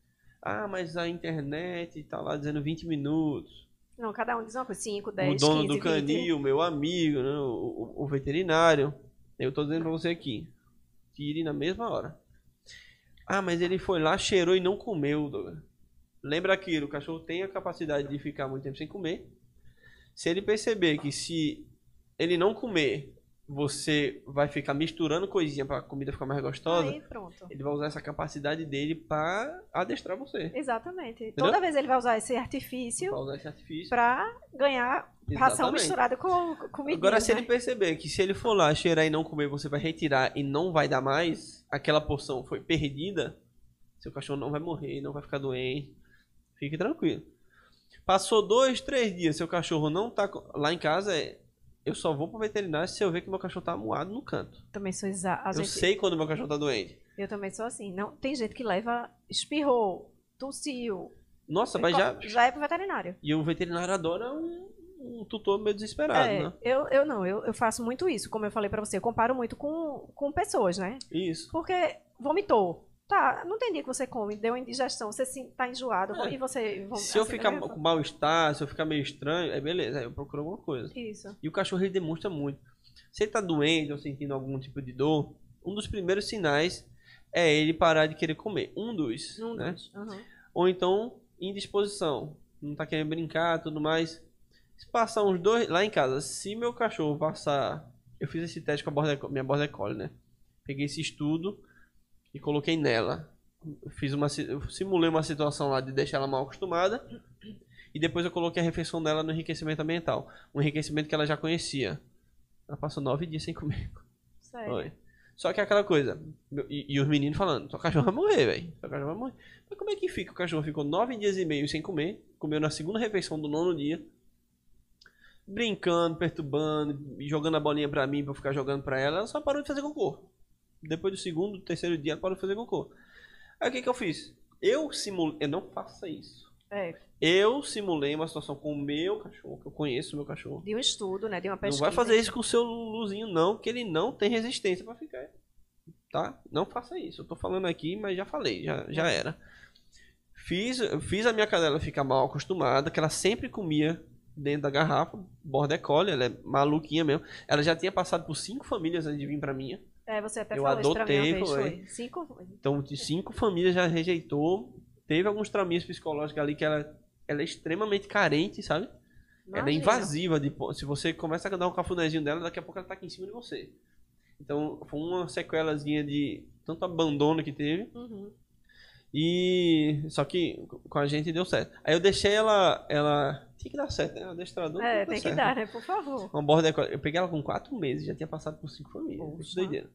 Speaker 2: Ah, mas a internet tá lá dizendo vinte minutos.
Speaker 1: Não, cada um diz uma coisa, cinco, dez,
Speaker 2: O dono
Speaker 1: quinze,
Speaker 2: do canil,
Speaker 1: vinte.
Speaker 2: meu amigo, né, o, o- o veterinário. Eu tô dizendo pra você aqui. Tire na mesma hora. Ah, mas ele foi lá, cheirou e não comeu, Douglas. Lembra aquilo, o cachorro tem a capacidade de ficar muito tempo sem comer. Se ele perceber que se ele não comer, você vai ficar misturando coisinha pra comida ficar mais gostosa,
Speaker 1: Aí, pronto.
Speaker 2: ele vai usar essa capacidade dele pra adestrar você.
Speaker 1: Exatamente.
Speaker 2: Entendeu?
Speaker 1: Toda vez ele vai usar esse artifício
Speaker 2: Pra usar esse artifício.
Speaker 1: pra ganhar ração
Speaker 2: Exatamente.
Speaker 1: misturada com comida.
Speaker 2: Agora, se
Speaker 1: né?
Speaker 2: ele perceber que se ele for lá cheirar e não comer, você vai retirar e não vai dar mais, aquela porção foi perdida, seu cachorro não vai morrer, não vai ficar doente. Fique tranquilo. Passou dois, três dias, seu cachorro não tá co- lá em casa, é, eu só vou pro veterinário se eu ver que meu cachorro tá amuado no canto.
Speaker 1: Também sou exa... a
Speaker 2: Eu
Speaker 1: gente...
Speaker 2: sei quando meu cachorro tá doente.
Speaker 1: Eu também sou assim. Não, tem gente que leva, espirrou, tossiu.
Speaker 2: Nossa, mas já...
Speaker 1: Já é pro veterinário.
Speaker 2: E o veterinário adora um, um tutor meio desesperado,
Speaker 1: É,
Speaker 2: né?
Speaker 1: eu, eu não, eu, eu faço muito isso, como eu falei pra você. Eu comparo muito com, com pessoas, né?
Speaker 2: Isso.
Speaker 1: Porque vomitou. Tá, não tem dia que você come, deu indigestão, você sim, tá enjoado
Speaker 2: É.
Speaker 1: e você... vom-
Speaker 2: Se eu
Speaker 1: assim,
Speaker 2: ficar
Speaker 1: né?
Speaker 2: com mal-estar, se eu ficar meio estranho, é beleza, aí eu procuro alguma coisa.
Speaker 1: Isso.
Speaker 2: E o cachorro ele demonstra muito. Se ele tá doente ou sentindo algum tipo de dor, um dos primeiros sinais é ele parar de querer comer. Um dos,
Speaker 1: Um
Speaker 2: né?
Speaker 1: dos. Uhum.
Speaker 2: Ou então, indisposição. Não tá querendo brincar, tudo mais. Se passar uns dois... Lá em casa, se meu cachorro passar... Eu fiz esse teste com a border, minha border collie, né? Peguei esse estudo e coloquei nela. Eu fiz uma, si- eu simulei uma situação lá de deixar ela mal acostumada. E depois eu coloquei a refeição dela no enriquecimento ambiental. Um enriquecimento que ela já conhecia. Ela passou nove dias sem comer.
Speaker 1: Sério.
Speaker 2: Oi. Só que é aquela coisa. meu- E, e os meninos falando, sua cachorro vai morrer, velho. Sua cachorro vai morrer. Mas como é que fica? O cachorro ficou nove dias e meio sem comer. Comeu na segunda refeição do nono dia. Brincando, perturbando, e jogando a bolinha pra mim pra eu ficar jogando pra ela. Ela só parou de fazer cocô. Depois do segundo, terceiro dia, ela parou de fazer cocô. Aí o que que eu fiz? Eu simulei... Eu não faça isso.
Speaker 1: É,
Speaker 2: Eu simulei uma situação com o meu cachorro, que eu conheço o meu cachorro.
Speaker 1: de um estudo, né? De uma
Speaker 2: Não
Speaker 1: pesquisa.
Speaker 2: vai fazer isso com o seu Luluzinho, não, que ele não tem resistência pra ficar. Tá? Não faça isso. Eu tô falando aqui, mas já falei, já, já era. Fiz, fiz a minha cadela ficar mal acostumada, que ela sempre comia dentro da garrafa, border collie, ela é maluquinha mesmo. Ela já tinha passado por cinco famílias antes de vir pra minha.
Speaker 1: É, você até
Speaker 2: Eu
Speaker 1: falou isso pra mim uma
Speaker 2: adotei,
Speaker 1: vez,
Speaker 2: foi.
Speaker 1: foi. Cinco...
Speaker 2: Então, de cinco famílias já rejeitou. Teve alguns trauminhas psicológicos ali que ela, ela é extremamente carente, sabe? Ela é
Speaker 1: Imagina.
Speaker 2: invasiva. De, se você começa a dar um cafunézinho dela, daqui a pouco ela tá aqui em cima de você. Então, foi uma sequelazinha de tanto abandono que teve.
Speaker 1: Uhum.
Speaker 2: E... Só que com a gente deu certo. Aí eu deixei ela... ela tinha que dar certo, né? Adestrador
Speaker 1: É,
Speaker 2: dá
Speaker 1: tem que
Speaker 2: certo.
Speaker 1: dar, né? Por favor.
Speaker 2: Uma border collie. Eu peguei ela com quatro meses, já tinha passado por cinco famílias.
Speaker 1: Poxa.
Speaker 2: Isso doideira.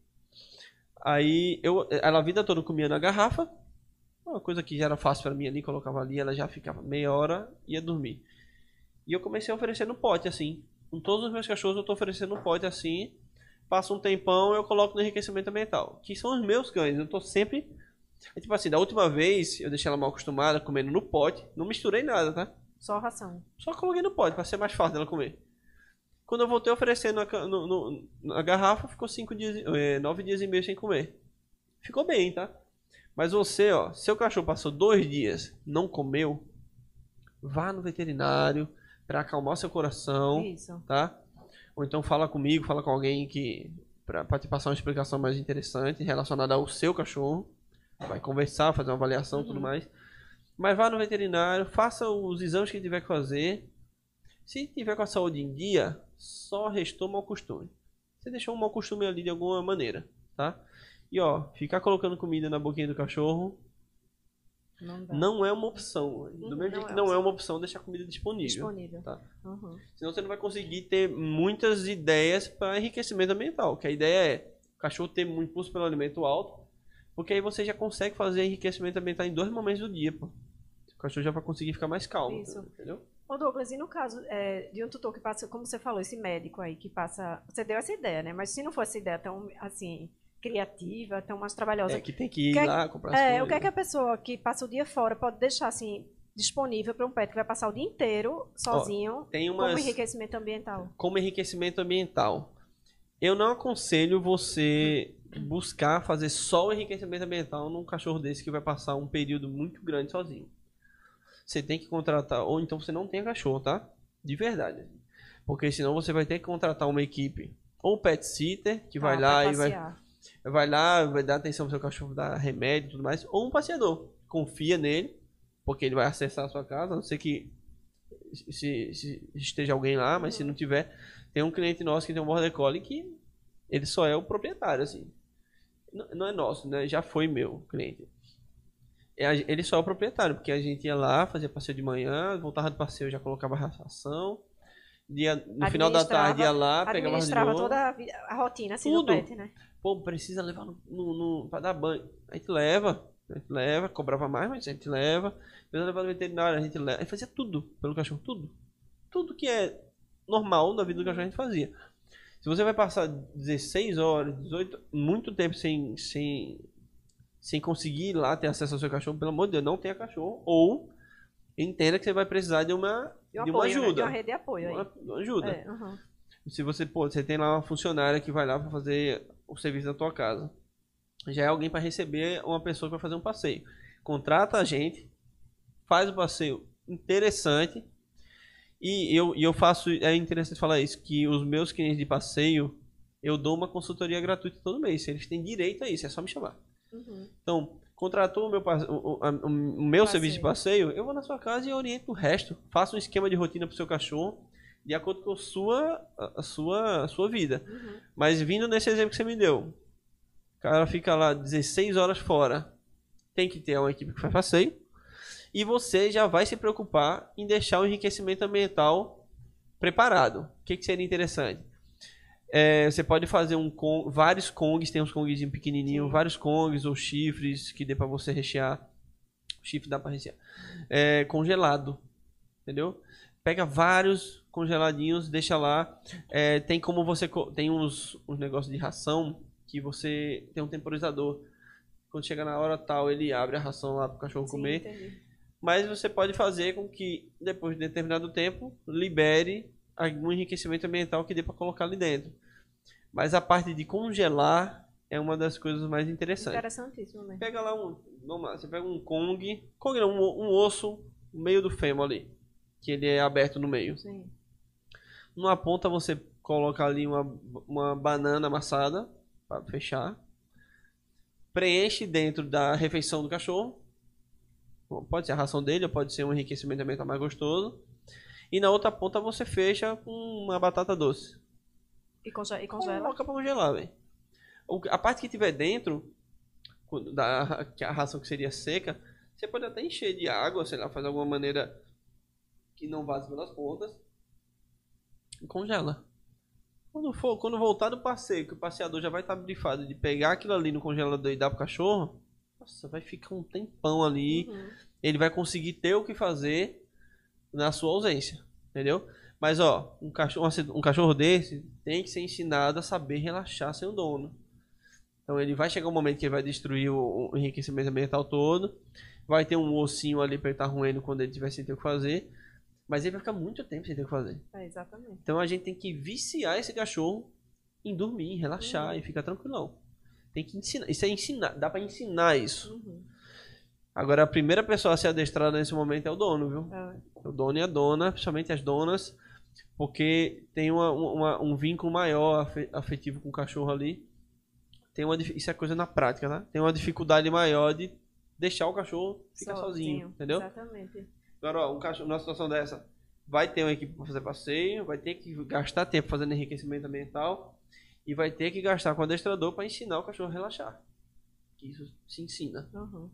Speaker 2: Aí, eu, ela a vida toda comia na garrafa. Uma coisa que já era fácil pra mim ali, colocava ali, ela já ficava meia hora e ia dormir. E eu comecei a oferecer no pote, assim. Com todos os meus cachorros eu tô oferecendo no pote, assim. Passa um tempão, eu coloco no enriquecimento ambiental. Que são os meus cães. Eu tô sempre... É tipo assim, da última vez eu deixei ela mal acostumada, comendo no pote. Não misturei nada, tá?
Speaker 1: Só ração.
Speaker 2: Só coloquei no pote, pra ser mais fácil dela comer. Quando eu voltei oferecendo na, no, no, na garrafa, ficou cinco dias, é, nove dias e meio sem comer. Ficou bem, tá? Mas você, ó, seu cachorro passou dois dias, não comeu, vá no veterinário pra acalmar seu coração.
Speaker 1: Isso.
Speaker 2: Tá? Ou então fala comigo, fala com alguém que pra, pra te passar uma explicação mais interessante relacionada ao seu cachorro. Vai conversar, fazer uma avaliação e
Speaker 1: Uhum.
Speaker 2: tudo mais. Mas vá no veterinário, faça os exames que tiver que fazer. Se tiver com a saúde em dia, só restou mau costume. Você deixou um mau costume ali de alguma maneira, tá? E ó, ficar colocando comida na boquinha do cachorro
Speaker 1: Não dá.
Speaker 2: não é uma opção.
Speaker 1: Uhum,
Speaker 2: Do mesmo jeito
Speaker 1: não
Speaker 2: que
Speaker 1: é
Speaker 2: não é
Speaker 1: opção.
Speaker 2: uma opção deixar comida disponível.
Speaker 1: Disponível.
Speaker 2: Tá?
Speaker 1: Uhum.
Speaker 2: Senão você não vai conseguir ter muitas ideias para enriquecimento ambiental. Que a ideia é o cachorro ter um impulso pelo alimento alto, porque aí você já consegue fazer enriquecimento ambiental em dois momentos do dia, pô. O cachorro já vai conseguir ficar mais calmo,
Speaker 1: Isso.
Speaker 2: entendeu?
Speaker 1: Ô Douglas, e no caso é, de um tutor que passa, como você falou, esse médico aí que passa, você deu essa ideia, né? Mas se não fosse essa ideia tão, assim, criativa, tão mais trabalhosa,
Speaker 2: É que tem que ir
Speaker 1: que é-
Speaker 2: lá comprar as
Speaker 1: é,
Speaker 2: coisas.
Speaker 1: o que é que a pessoa que passa o dia fora pode deixar, assim, disponível para um pet que vai passar o dia inteiro sozinho,
Speaker 2: Tem
Speaker 1: como
Speaker 2: umas...
Speaker 1: enriquecimento ambiental?
Speaker 2: Como enriquecimento ambiental. Eu não aconselho você buscar fazer só o enriquecimento ambiental num cachorro desse que vai passar um período muito grande sozinho. Você tem que contratar, ou então você não tem cachorro, tá? De verdade. Porque senão você vai ter que contratar uma equipe, ou um pet sitter, que vai
Speaker 1: Tá,
Speaker 2: lá
Speaker 1: pra
Speaker 2: e vai,
Speaker 1: passear.
Speaker 2: vai lá, vai dar atenção pro seu cachorro, dar remédio e tudo mais, ou um passeador. Confia nele, porque ele vai acessar a sua casa, a não ser que se, se esteja alguém lá, mas se não tiver, tem um cliente nosso que tem um Border Collie que ele só é o proprietário, assim. Não, não é nosso, né? Já foi meu cliente. É, a- Ele só é o proprietário, porque a gente ia lá, fazia passeio de manhã, voltava do passeio, já colocava a ração. Dia, no final da
Speaker 1: Administrava-
Speaker 2: tarde ia lá, pegava a
Speaker 1: Administrava
Speaker 2: ração.
Speaker 1: toda a, vi- a rotina, assim,
Speaker 2: Tudo.
Speaker 1: do pet, né?
Speaker 2: Pô, precisa levar no, no, no, pra dar banho. A gente leva, a gente leva, cobrava mais, mas a gente leva. Precisa levar no veterinário, a gente leva. A gente fazia tudo pelo cachorro, tudo. Tudo que é normal na vida do cachorro a gente fazia. Se você vai passar dezesseis horas, dezoito, muito tempo sem, sem, sem conseguir ir lá ter acesso ao seu cachorro, pelo amor de Deus, não tenha cachorro. Ou entenda que você vai precisar de uma,
Speaker 1: De, um
Speaker 2: de uma
Speaker 1: apoio, né?
Speaker 2: ajuda.
Speaker 1: De uma rede de apoio aí.
Speaker 2: Uma, uma ajuda.
Speaker 1: É, uhum.
Speaker 2: Se você, pô, você tem lá uma funcionária que vai lá para fazer o serviço da tua casa. Já é alguém para receber uma pessoa que vai fazer um passeio. Contrata a gente, faz o passeio interessante. E eu, e eu faço, é interessante falar isso, que os meus clientes de passeio, eu dou uma consultoria gratuita todo mês. Eles têm direito a isso, é só me chamar.
Speaker 1: Uhum.
Speaker 2: Então, contratou o meu, passe- o, o- a- o meu
Speaker 1: Passeio.
Speaker 2: serviço de passeio, eu vou na sua casa e oriento o resto. Faço um esquema de rotina pro seu cachorro, de acordo com a sua, a, a sua, a sua vida.
Speaker 1: Uhum.
Speaker 2: Mas vindo nesse exemplo que você me deu, o cara fica lá dezesseis horas fora, tem que ter uma equipe que faz passeio, e você já vai se preocupar em deixar o enriquecimento ambiental preparado. O que, que seria interessante? É, você pode fazer um con- vários kongs, tem uns kongs pequenininhos,
Speaker 1: Sim.
Speaker 2: vários kongs ou chifres que dê pra você rechear. O chifre dá pra rechear. É, congelado, entendeu? Pega vários congeladinhos, deixa lá. É, tem como você co- tem uns, uns negócios de ração que você tem um temporizador. Quando chega na hora tal, ele abre a ração lá pro cachorro
Speaker 1: Sim,
Speaker 2: comer.
Speaker 1: entendi.
Speaker 2: Mas você pode fazer com que, depois de determinado tempo, libere algum enriquecimento ambiental que dê para colocar ali dentro. Mas a parte de congelar é uma das coisas mais interessantes.
Speaker 1: Interessantíssimo mesmo.
Speaker 2: Pega lá um, vamos lá, você pega um Kong, Kong não, um, um osso no meio do fêmur ali, que ele é aberto no meio.
Speaker 1: Sim.
Speaker 2: Numa ponta você coloca ali uma, uma banana amassada para fechar. Preenche dentro da refeição do cachorro. Bom, pode ser a ração dele, ou pode ser um enriquecimento ambiental mais gostoso. E na outra ponta você fecha com uma batata doce.
Speaker 1: E, conge e congela?
Speaker 2: Coloca pra congelar, velho. A parte que tiver dentro, quando- da, que a ração que seria seca, você pode até encher de água, sei lá, fazer alguma maneira que não vaze pelas pontas. E congela. Quando, for, quando voltar do passeio, que o passeador já vai estar brifado de pegar aquilo ali no congelador e dar pro cachorro, nossa, vai ficar um tempão ali.
Speaker 1: Uhum.
Speaker 2: Ele vai conseguir ter o que fazer na sua ausência. Entendeu? Mas, ó, um cachorro, um cachorro desse tem que ser ensinado a saber relaxar sem o dono. Então, ele vai chegar um momento que ele vai destruir o, o enriquecimento ambiental todo. Vai ter um ossinho ali pra ele estar roendo quando ele tiver sem ter o que fazer. Mas ele vai ficar muito tempo sem ter o que fazer.
Speaker 1: É, exatamente.
Speaker 2: Então, a gente tem que viciar esse cachorro em dormir, em relaxar uhum. e ficar tranquilão. Tem que ensinar. Isso é ensinar. Dá pra ensinar isso. Uhum. Agora, a primeira pessoa a ser adestrada nesse momento é o dono, viu? É. O dono e a dona, principalmente as donas. Porque tem uma, uma, um vínculo maior afetivo com o cachorro ali. Tem uma, isso é coisa na prática, tá? Tem uma dificuldade maior de deixar o cachorro ficar sozinho, sozinho entendeu?
Speaker 1: Exatamente.
Speaker 2: Agora, ó, um cachorro, numa situação dessa, vai ter uma equipe para fazer passeio, vai ter que gastar tempo fazendo enriquecimento ambiental e vai ter que gastar com o adestrador para ensinar o cachorro a relaxar. Isso se ensina.
Speaker 1: Uhum.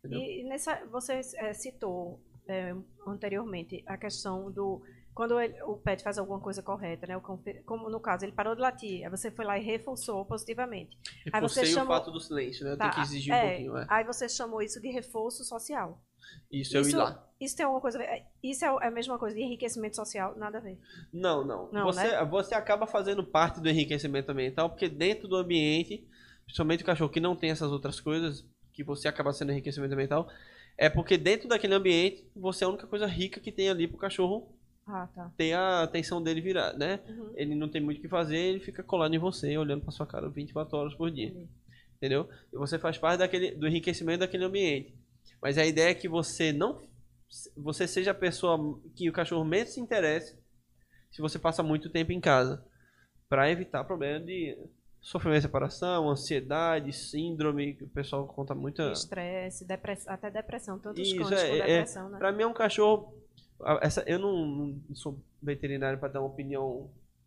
Speaker 1: E nessa, você é, citou é, anteriormente a questão do... Quando ele, o pet faz alguma coisa correta, né? Como no caso, ele parou de latir, aí você foi lá e reforçou positivamente.
Speaker 2: Reforcei
Speaker 1: aí você chamou...
Speaker 2: o fato do silêncio, né?
Speaker 1: Tá,
Speaker 2: tem que exigir
Speaker 1: é,
Speaker 2: um pouquinho, é.
Speaker 1: Aí você chamou isso de reforço social.
Speaker 2: Isso, eu ir lá.
Speaker 1: Isso tem alguma coisa a ver? Isso é a mesma coisa de enriquecimento social? Nada a ver.
Speaker 2: Não, não.
Speaker 1: não
Speaker 2: você,
Speaker 1: né?
Speaker 2: você acaba fazendo parte do enriquecimento ambiental, porque dentro do ambiente, principalmente o cachorro que não tem essas outras coisas, que você acaba sendo enriquecimento ambiental, é porque dentro daquele ambiente, você é a única coisa rica que tem ali pro cachorro
Speaker 1: ah, tá.
Speaker 2: ter a atenção dele virada, né?
Speaker 1: Uhum.
Speaker 2: Ele não tem muito o que fazer, ele fica colado em você, olhando pra sua cara vinte e quatro horas por dia. Uhum. Entendeu? E você faz parte daquele, do enriquecimento daquele ambiente. Mas a ideia é que você não... Você seja a pessoa que o cachorro menos se interesse se você passa muito tempo em casa. Para evitar problema de sofrimento de separação, ansiedade, síndrome, que o pessoal conta muito.
Speaker 1: Estresse, depress... até depressão, tanto os
Speaker 2: Isso,
Speaker 1: cães
Speaker 2: é,
Speaker 1: com depressão,
Speaker 2: é,
Speaker 1: né?
Speaker 2: Pra mim é um cachorro... Essa, eu não, não sou veterinário para dar uma opinião,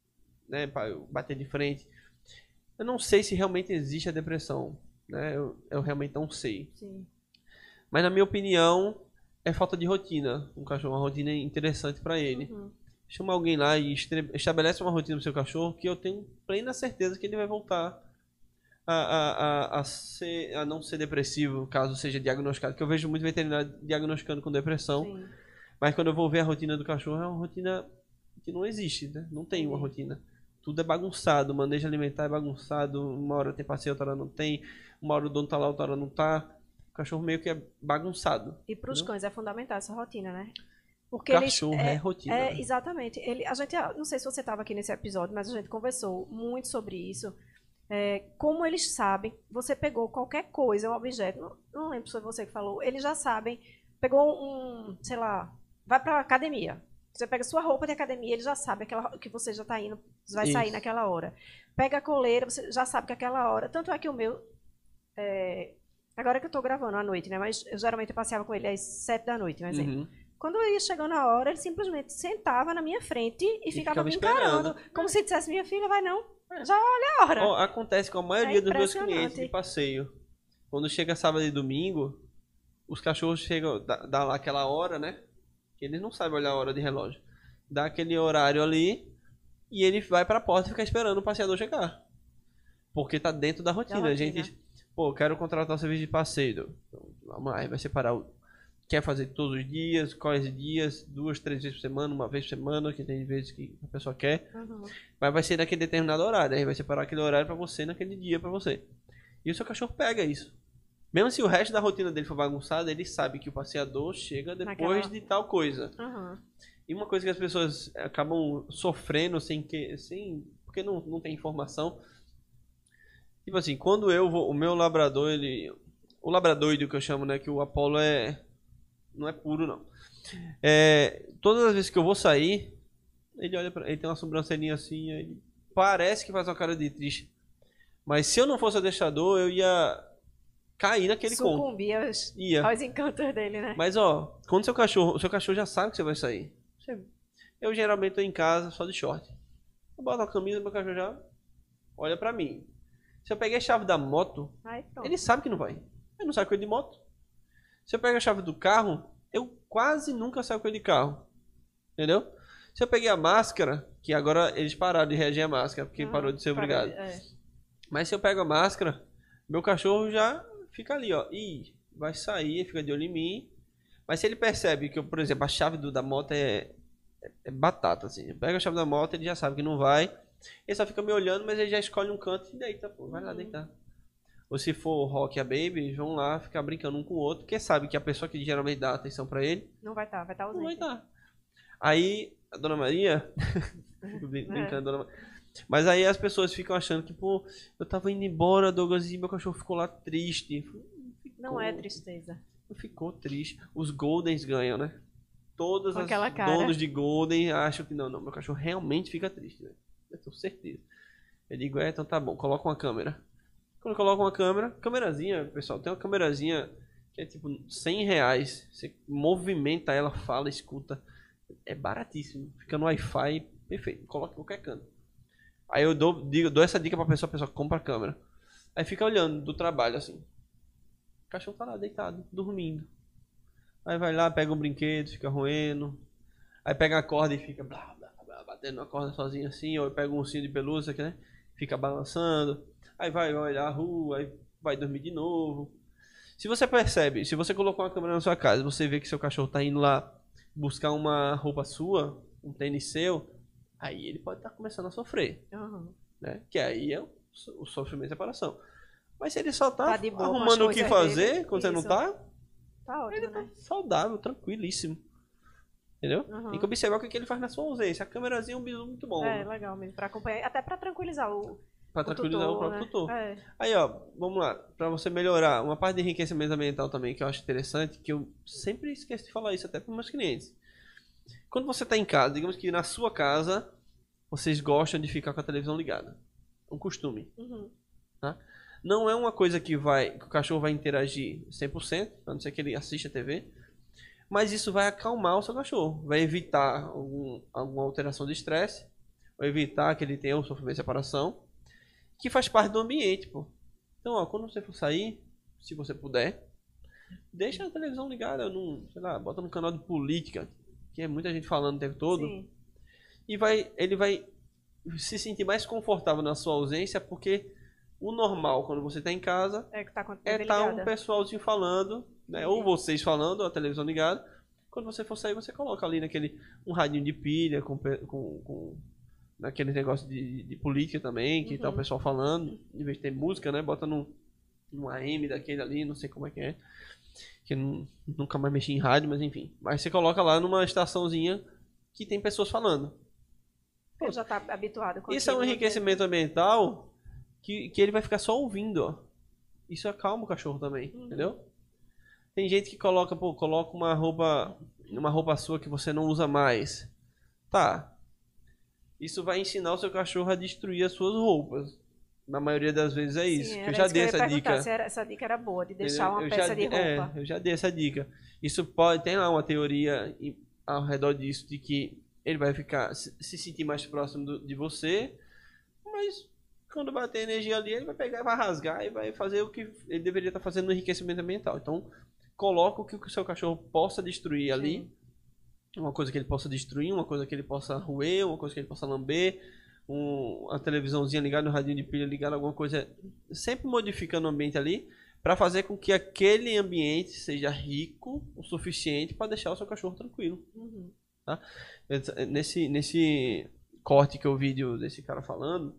Speaker 2: né, para bater de frente. Eu não sei se realmente existe a depressão, né? Eu, eu realmente não sei.
Speaker 1: Sim.
Speaker 2: Mas na minha opinião é falta de rotina. Um cachorro, uma rotina interessante para ele.
Speaker 1: Uhum.
Speaker 2: Chama alguém lá e estabelece uma rotina pro seu cachorro que eu tenho plena certeza que ele vai voltar a, a, a, a, ser, a não ser depressivo, caso seja diagnosticado. Que eu vejo muito veterinário diagnosticando com depressão.
Speaker 1: Sim.
Speaker 2: Mas quando eu vou ver a rotina do cachorro, é uma rotina que não existe, né? Não tem uma rotina. Tudo é bagunçado, o manejo alimentar é bagunçado, uma hora tem passeio, outra hora não tem, uma hora o dono tá lá, outra hora não tá. O cachorro meio que é bagunçado.
Speaker 1: E para os cães é fundamental essa rotina, né? Porque
Speaker 2: cachorro
Speaker 1: eles, é,
Speaker 2: é rotina.
Speaker 1: É,
Speaker 2: né?
Speaker 1: Exatamente. Ele, a gente, não sei se você estava aqui nesse episódio, mas a gente conversou muito sobre isso. É, como eles sabem, você pegou qualquer coisa, um objeto, não, não lembro se foi você que falou, eles já sabem, pegou um, sei lá, vai para academia. Você pega sua roupa de academia, ele já sabe aquela, que você já está indo, vai Isso. sair naquela hora. Pega a coleira, você já sabe que aquela hora. Tanto é que o meu, é, agora que eu estou gravando à noite, né? Mas eu geralmente eu passeava com ele às sete da noite, um exemplo. Uhum. Quando eu ia chegando a hora, ele simplesmente sentava na minha frente e, e ficava, ficava me encarando. Esperando. Como é. se dissesse, minha filha, vai não, já olha a hora.
Speaker 2: Oh, acontece com a maioria é dos meus clientes de passeio. Quando chega sábado e domingo, os cachorros chegam, dá, dá lá aquela hora, né? Que eles não sabem olhar a hora de relógio. Dá aquele horário ali e ele vai pra porta e fica esperando o passeador chegar. Porque tá dentro da rotina. Da rotina. A gente, pô, quero contratar o serviço de passeio. Então, vamos lá, vai separar o... Quer fazer todos os dias, quais dias, duas, três vezes por semana, uma vez por semana, que tem vezes que a pessoa quer. Uhum. Mas vai ser naquele determinado horário. Aí vai separar aquele horário pra você, naquele dia pra você. E o seu cachorro pega isso. Mesmo se o resto da rotina dele for bagunçada, ele sabe que o passeador chega depois Naquela... de tal coisa.
Speaker 1: Uhum.
Speaker 2: E uma coisa que as pessoas acabam sofrendo sem que, sem, porque não, não tem informação. Tipo assim, quando eu vou, o meu labrador, ele, o labradoide que eu chamo, né, que o Apollo é, não é puro não. É, todas as vezes que eu vou sair, ele olha para, ele tem uma sobrancelhinha assim, ele parece que faz uma cara de triste. Mas se eu não fosse adestrador, eu ia cair naquele conto.
Speaker 1: Sucumbir aos, aos encantos dele, né?
Speaker 2: Mas, ó, quando seu cachorro... O seu cachorro já sabe que você vai sair. Eu geralmente tô em casa só de short. Eu boto a camisa, meu cachorro já olha pra mim. Se eu peguei a chave da moto, Ai, ele sabe que não vai. Ele não sabe com ele de moto. Se eu pegar a chave do carro, eu quase nunca saio com ele de carro. Entendeu? Se eu peguei a máscara, que agora eles pararam de reagir à máscara, porque ah, parou de ser obrigado. É. Mas se eu pego a máscara, meu cachorro já... Fica ali, ó. Ih, vai sair, fica de olho em mim. Mas se ele percebe que, eu, por exemplo, a chave do, da moto é, é batata, assim. Pega a chave da moto, ele já sabe que não vai. Ele só fica me olhando, mas ele já escolhe um canto e deita, pô. Vai lá
Speaker 1: Uhum.
Speaker 2: deitar. Ou se for o Rock e a Baby, eles vão lá ficar brincando um com o outro, porque sabe que a pessoa que geralmente dá atenção pra ele,
Speaker 1: Não vai estar, vai estar
Speaker 2: não vai
Speaker 1: ausente.
Speaker 2: dar. Aí, a Dona Maria, fico brin-
Speaker 1: É.
Speaker 2: brincando, Dona Maria. Mas aí as pessoas ficam achando que, pô, eu tava indo embora, Douglas, e meu cachorro ficou lá triste.
Speaker 1: Não é tristeza.
Speaker 2: Não ficou triste. Os Goldens ganham, né? Todas
Speaker 1: Com
Speaker 2: as
Speaker 1: aquela cara.
Speaker 2: donos de Golden acham que não, não, meu cachorro realmente fica triste, né? Eu tenho certeza. Eu digo, é, então tá bom, coloca uma câmera. Quando coloca uma câmera, câmerazinha, pessoal, tem uma câmerazinha que é tipo cem reais. Você movimenta ela, fala, escuta. É baratíssimo. Fica no Wi-Fi, perfeito. Coloca em qualquer canto. Aí eu dou, digo, dou essa dica pra pessoa, a pessoa compra a câmera. Aí fica olhando do trabalho assim. O cachorro tá lá deitado, dormindo. Aí vai lá, pega um brinquedo, fica roendo. Aí pega a corda e fica blá, blá, blá, batendo na corda sozinho assim. Ou pega um ursinho de pelúcia, né? Fica balançando. Aí vai, vai olhar a rua, aí vai dormir de novo. Se você percebe, se você colocou uma câmera na sua casa, você vê que seu cachorro tá indo lá buscar uma roupa sua, um tênis seu, aí ele pode estar começando a sofrer,
Speaker 1: Uhum.
Speaker 2: né? Que aí é o, o sofrimento e separação. Mas se ele só tá,
Speaker 1: Tá de boa com as
Speaker 2: arrumando o que
Speaker 1: coisas
Speaker 2: fazer
Speaker 1: dele,
Speaker 2: quando você não
Speaker 1: isso.
Speaker 2: tá,
Speaker 1: Tá ótimo,
Speaker 2: ele tá
Speaker 1: né?
Speaker 2: saudável, tranquilíssimo. Entendeu?
Speaker 1: Uhum.
Speaker 2: Tem que observar o que que ele faz na sua ausência. A câmerazinha é um bisu muito bom,
Speaker 1: É,
Speaker 2: né?
Speaker 1: legal mesmo, pra acompanhar, até pra tranquilizar o,
Speaker 2: Pra
Speaker 1: o
Speaker 2: tranquilizar
Speaker 1: tutor,
Speaker 2: o próprio
Speaker 1: né?
Speaker 2: tutor.
Speaker 1: É.
Speaker 2: Aí, ó, vamos lá. Pra você melhorar, uma parte de enriquecimento ambiental também que eu acho interessante, que eu sempre esqueço de falar isso até para meus clientes. Quando você tá em casa, digamos que na sua casa, vocês gostam de ficar com a televisão ligada. É um costume.
Speaker 1: Uhum.
Speaker 2: Não é uma coisa que vai que o cachorro vai interagir cem por cento, a não ser que ele assista a T V. Mas isso vai acalmar o seu cachorro. Vai evitar algum, alguma alteração de estresse. Vai evitar que ele tenha um sofrimento de separação. Que faz parte do ambiente, pô. Então, ó, quando você for sair, se você puder, deixa a televisão ligada num, sei lá, bota num canal de política, que é muita gente falando o tempo todo.
Speaker 1: Sim.
Speaker 2: E vai, ele vai se sentir mais confortável na sua ausência, porque o normal, quando você tá em casa,
Speaker 1: É que tá com a T
Speaker 2: é
Speaker 1: V
Speaker 2: estar um
Speaker 1: ligada.
Speaker 2: pessoalzinho falando, né? Ou vocês falando, ou a televisão ligada. Quando você for sair, você coloca ali naquele um radinho de pilha com, pe- com, com naquele negócio de, de política também, que tá o
Speaker 1: Uhum.
Speaker 2: pessoal falando, em vez de ter música, né? Bota num, num A M daquele ali, não sei como é que é. Que eu nu- nunca mais mexi em rádio, mas enfim. Mas você coloca lá numa estaçãozinha que tem pessoas falando.
Speaker 1: Ele já tá habituado com
Speaker 2: Isso é um
Speaker 1: aquilo, né?
Speaker 2: enriquecimento ambiental que, que ele vai ficar só ouvindo, ó. Isso acalma o cachorro também,
Speaker 1: Uhum.
Speaker 2: entendeu? Tem gente que coloca, pô, coloca uma roupa, uma roupa sua que você não usa mais. Tá. Isso vai ensinar o seu cachorro a destruir as suas roupas. Na maioria das vezes é isso.
Speaker 1: Sim,
Speaker 2: Que
Speaker 1: era
Speaker 2: eu já
Speaker 1: isso que
Speaker 2: dei
Speaker 1: eu ia
Speaker 2: essa
Speaker 1: perguntar,
Speaker 2: dica.
Speaker 1: se era- essa dica era boa, de
Speaker 2: Entendeu?
Speaker 1: deixar uma
Speaker 2: Eu
Speaker 1: peça
Speaker 2: já
Speaker 1: de
Speaker 2: dei- é,
Speaker 1: roupa.
Speaker 2: eu já dei essa dica. Isso pode, tem lá uma teoria em- ao redor disso, de que ele vai ficar, se, se sentir mais próximo do- de você, mas quando bater energia ali, ele vai pegar e vai rasgar e vai fazer o que ele deveria estar fazendo no enriquecimento ambiental. Então, coloca o que o seu cachorro possa destruir ali, uma coisa que ele possa destruir, uma coisa que ele possa roer, uma coisa que ele possa lamber, um, a televisãozinha ligada, um radinho de pilha ligado, alguma coisa, sempre modificando o ambiente ali, para fazer com que aquele ambiente seja rico o suficiente para deixar o seu cachorro tranquilo.
Speaker 1: Uhum.
Speaker 2: Nesse, nesse corte que eu vi de- desse cara falando,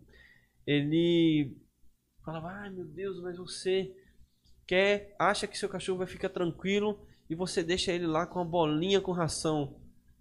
Speaker 2: ele falava, ai meu Deus, mas você quer, acha que seu cachorro vai ficar tranquilo e você deixa ele lá com a bolinha com ração.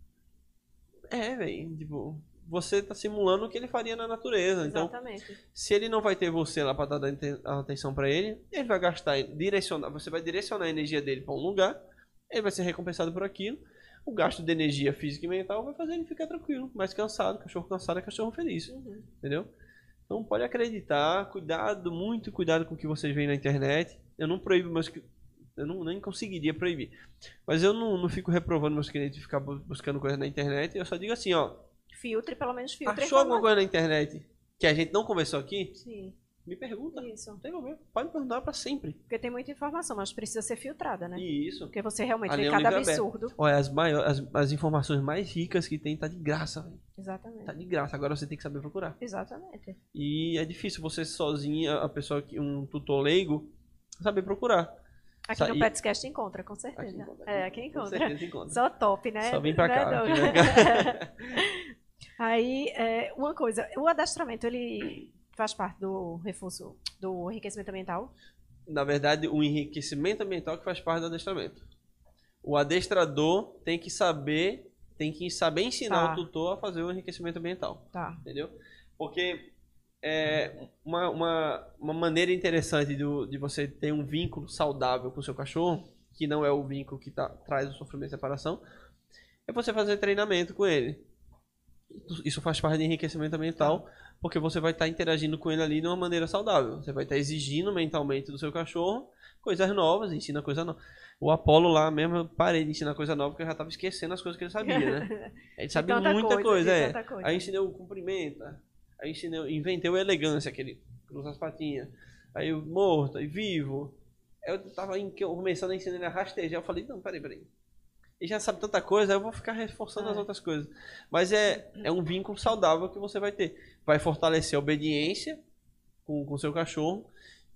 Speaker 2: É, velho, tipo, você tá simulando o que ele faria na natureza. Então,
Speaker 1: Exatamente.
Speaker 2: se ele não vai ter você lá para dar aten- atenção para ele, ele vai gastar, direcionar, você vai direcionar a energia dele para um lugar, ele vai ser recompensado por aquilo. O gasto de energia física e mental vai fazer ele ficar tranquilo, mais cansado. Cachorro cansado é cachorro feliz,
Speaker 1: Uhum.
Speaker 2: entendeu? Então pode acreditar, cuidado, muito cuidado com o que vocês veem na internet. Eu não proíbo meus cli- eu não, nem conseguiria proibir. Mas eu não, não fico reprovando meus clientes de ficar bu- buscando coisa na internet. Eu só digo assim, ó,
Speaker 1: Filtre, pelo menos filtre.
Speaker 2: achou alguma
Speaker 1: informação.
Speaker 2: coisa na internet que a gente não conversou aqui?
Speaker 1: Sim,
Speaker 2: Me pergunta.
Speaker 1: isso.
Speaker 2: Não tem problema. Pode me perguntar pra sempre.
Speaker 1: Porque tem muita informação, mas precisa ser filtrada, né?
Speaker 2: E isso.
Speaker 1: Porque você realmente
Speaker 2: Ali
Speaker 1: vê
Speaker 2: é um
Speaker 1: cada
Speaker 2: livro aberto.
Speaker 1: absurdo.
Speaker 2: Olha, as, maiores, as, as informações mais ricas que tem tá de graça, velho.
Speaker 1: Exatamente.
Speaker 2: Tá de graça. Agora você tem que saber procurar.
Speaker 1: Exatamente.
Speaker 2: E é difícil você sozinha, a pessoa que um tutor leigo, saber procurar.
Speaker 1: Aqui
Speaker 2: Sa-
Speaker 1: no
Speaker 2: e-
Speaker 1: Petscast encontra, com certeza.
Speaker 2: Aqui encontra,
Speaker 1: É,
Speaker 2: aqui
Speaker 1: aqui
Speaker 2: com
Speaker 1: encontra.
Speaker 2: certeza encontra.
Speaker 1: Só top, né?
Speaker 2: Só vim pra
Speaker 1: Né,
Speaker 2: cá.
Speaker 1: Doug?
Speaker 2: vim pra cá.
Speaker 1: Aí, é, uma coisa, o adestramento, ele faz parte do reforço, do enriquecimento ambiental?
Speaker 2: Na verdade, o enriquecimento ambiental que faz parte do adestramento. O adestrador tem que saber, tem que saber ensinar
Speaker 1: Tá.
Speaker 2: o tutor a fazer o enriquecimento ambiental.
Speaker 1: Tá.
Speaker 2: Entendeu? Porque é uma, uma, uma maneira interessante do, de você ter um vínculo saudável com o seu cachorro, que não é o vínculo que tá, traz o sofrimento e separação, é você fazer treinamento com ele. Isso faz parte de enriquecimento ambiental, porque você vai estar interagindo com ele ali de uma maneira saudável. Você vai estar exigindo mentalmente do seu cachorro coisas novas, ensina coisa nova. O Apolo lá mesmo, eu parei de ensinar coisa nova, porque eu já estava esquecendo as coisas que ele sabia, né? Ele sabe
Speaker 1: tanta
Speaker 2: muita
Speaker 1: coisa,
Speaker 2: coisa,
Speaker 1: de
Speaker 2: é.
Speaker 1: tanta coisa.
Speaker 2: Aí ensinei o cumprimenta, aí ensinei, inventei o elegância, aquele cruza as patinhas. Aí o morto, aí vivo. Aí eu tava em, começando a ensinar ele a rastejar, eu falei, não, peraí, peraí. Ele já sabe tanta coisa, aí eu vou ficar reforçando
Speaker 1: É.
Speaker 2: as outras coisas. Mas é, é um vínculo saudável que você vai ter. Vai fortalecer a obediência com o seu cachorro.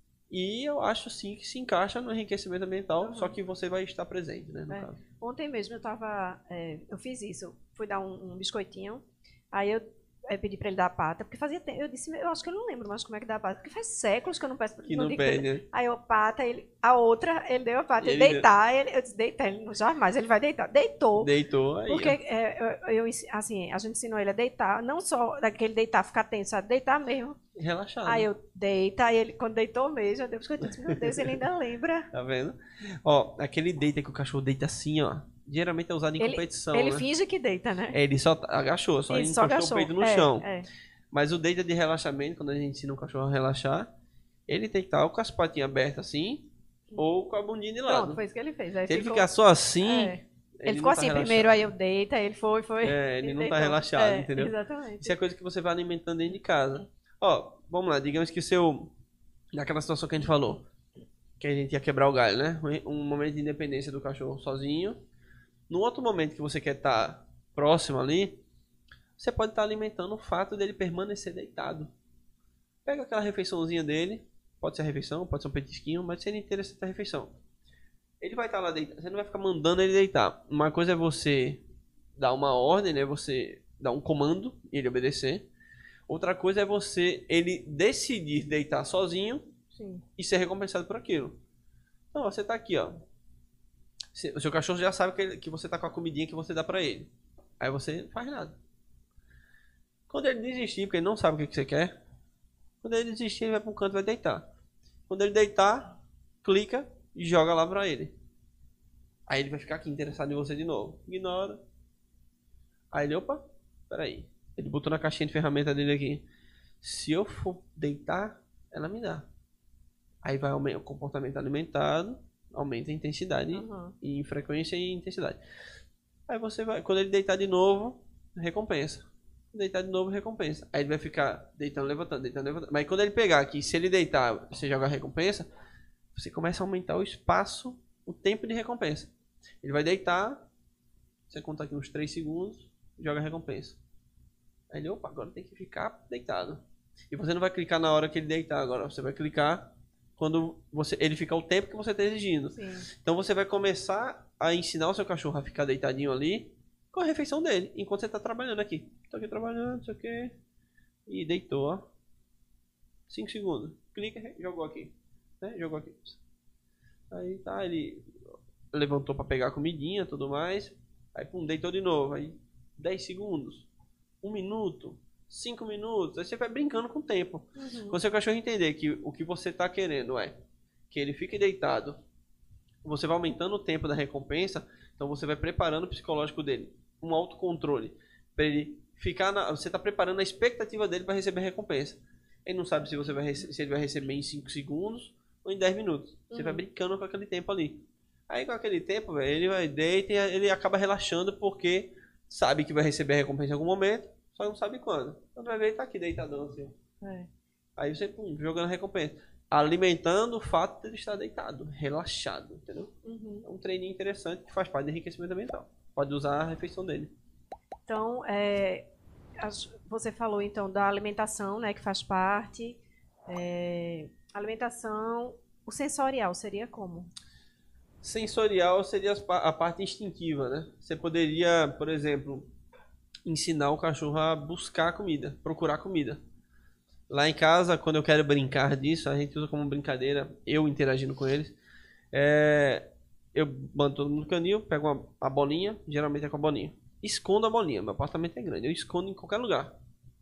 Speaker 2: E eu acho sim que se encaixa no enriquecimento ambiental,
Speaker 1: Uhum.
Speaker 2: só que você vai estar presente, né, no
Speaker 1: É.
Speaker 2: caso.
Speaker 1: Ontem mesmo eu tava, é, eu fiz isso, fui dar um, um biscoitinho, aí eu é, pedi pra ele dar a pata, porque fazia tempo, eu disse, eu acho que eu não lembro mais como é que dá a pata, porque faz séculos que eu não peço pra
Speaker 2: Que não
Speaker 1: digo pra ele.
Speaker 2: pede, né?
Speaker 1: Aí eu pata, ele, a outra, ele deu a pata,
Speaker 2: E
Speaker 1: ele,
Speaker 2: ele-
Speaker 1: deitar, ele, eu disse, deitar, ele não, jamais, ele vai deitar, deitou.
Speaker 2: Deitou aí.
Speaker 1: Porque
Speaker 2: ó.
Speaker 1: é, eu, eu ensi- assim, a gente ensinou ele a deitar, não só daquele deitar, ficar tenso, sabe? Deitar mesmo.
Speaker 2: Relaxado.
Speaker 1: Aí eu deita, aí ele, quando deitou mesmo, eu dei biscoito, eu disse, meu Deus, ele ainda lembra.
Speaker 2: Tá vendo? Ó, aquele deita que o cachorro deita assim, ó. Geralmente é usado em
Speaker 1: Ele-
Speaker 2: competição,
Speaker 1: ele
Speaker 2: né?
Speaker 1: finge que deita, né?
Speaker 2: É, ele só tá- agachou, só
Speaker 1: Ele
Speaker 2: encostou
Speaker 1: só agachou.
Speaker 2: o peito no
Speaker 1: É,
Speaker 2: chão.
Speaker 1: é.
Speaker 2: Mas o deita de relaxamento, quando a gente ensina o cachorro a relaxar, ele tem que estar ou com as patinhas abertas assim, ou com a bundinha de lado.
Speaker 1: Pronto, foi isso que ele fez. Aí
Speaker 2: Se ele
Speaker 1: ficou-
Speaker 2: ficar só assim,
Speaker 1: é.
Speaker 2: ele,
Speaker 1: Ele,
Speaker 2: não
Speaker 1: ficou
Speaker 2: tá
Speaker 1: assim,
Speaker 2: relaxado.
Speaker 1: primeiro aí eu deita, aí ele foi, foi.
Speaker 2: É, ele
Speaker 1: e
Speaker 2: não tá
Speaker 1: deitou.
Speaker 2: relaxado,
Speaker 1: É,
Speaker 2: entendeu?
Speaker 1: Exatamente.
Speaker 2: Isso é coisa que você vai alimentando dentro de casa. Ó, vamos lá, digamos que o seu... Naquela situação que a gente falou, que a gente ia quebrar o galho, né? Um momento de independência do cachorro sozinho. No outro momento que você quer estar próximo ali, você pode estar alimentando o fato dele permanecer deitado. Pega aquela refeiçãozinha dele, pode ser a refeição, pode ser um petisquinho, mas seria interessante a refeição. Ele vai estar lá deitado, você não vai ficar mandando ele deitar. Uma coisa é você dar uma ordem, né? Você dar um comando e ele obedecer. Outra coisa é você, ele decidir deitar sozinho
Speaker 1: Sim.
Speaker 2: e ser recompensado por aquilo. Então, ó, você tá aqui, ó. Você- O seu cachorro já sabe que, ele- que você tá com a comidinha que você dá pra ele. Aí você não faz nada. Quando ele desistir, porque ele não sabe o que, que você quer, quando ele desistir, ele vai para um canto e vai deitar. Quando ele deitar, clica e joga lá pra ele. Aí ele vai ficar aqui interessado em você de novo. Ignora. Aí ele, opa, peraí. Ele botou na caixinha de ferramenta dele aqui. Se eu for deitar, ela me dá. Aí vai aumentar o comportamento alimentado, aumenta a intensidade,
Speaker 1: Uhum.
Speaker 2: em frequência e intensidade. Aí você vai, quando ele deitar de novo, recompensa. Deitar de novo, recompensa. Aí ele vai ficar deitando, levantando, deitando, levantando. Mas quando ele pegar aqui, se ele deitar, você joga a recompensa, você começa a aumentar o espaço, o tempo de recompensa. Ele vai deitar, você conta aqui uns três segundos, joga a recompensa. Aí ele, opa, agora tem que ficar deitado. E você não vai clicar na hora que ele deitar agora, você vai clicar quando você, ele ficar o tempo que você está exigindo.
Speaker 1: Sim.
Speaker 2: Então você vai começar a ensinar o seu cachorro a ficar deitadinho ali com a refeição dele, enquanto você está trabalhando aqui. Tô aqui trabalhando, não sei o que. E deitou, ó. cinco segundos. Clica, jogou aqui. Né? Jogou aqui. Aí tá, ele levantou para pegar a comidinha e tudo mais. Aí pum, deitou de novo. Aí dez segundos. um minuto. cinco minutos. Aí você vai brincando com o tempo.
Speaker 1: Uhum.
Speaker 2: Quando seu cachorro entender que o que você está querendo é que ele fique deitado, você vai aumentando o tempo da recompensa, então você vai preparando o psicológico dele, um autocontrole, para ele ficar na, você está preparando a expectativa dele para receber a recompensa. Ele não sabe se você vai rece- se ele vai receber em cinco segundos ou em dez minutos. Você
Speaker 1: Uhum.
Speaker 2: vai brincando com aquele tempo ali. Aí com aquele tempo, velho, ele vai deita e ele acaba relaxando porque sabe que vai receber a recompensa em algum momento, só não sabe quando. Quando vai ver, ele tá aqui deitadão assim.
Speaker 1: É.
Speaker 2: Aí você, pum, jogando a recompensa. Alimentando o fato de ele estar deitado, relaxado, entendeu?
Speaker 1: Uhum.
Speaker 2: É um treininho interessante que faz parte do enriquecimento mental. Pode usar a refeição dele.
Speaker 1: Então, é, as- você falou então da alimentação, né, que faz parte. É, alimentação, o sensorial seria como?
Speaker 2: Sensorial seria a parte instintiva, né? Você poderia, por exemplo, ensinar o cachorro a buscar comida, procurar comida. Lá em casa, quando eu quero brincar disso, a gente usa como brincadeira, eu interagindo com eles. É, eu mando todo mundo no canil, pego uma, a bolinha, geralmente é com a bolinha. Escondo a bolinha, meu apartamento é grande, eu escondo em qualquer lugar.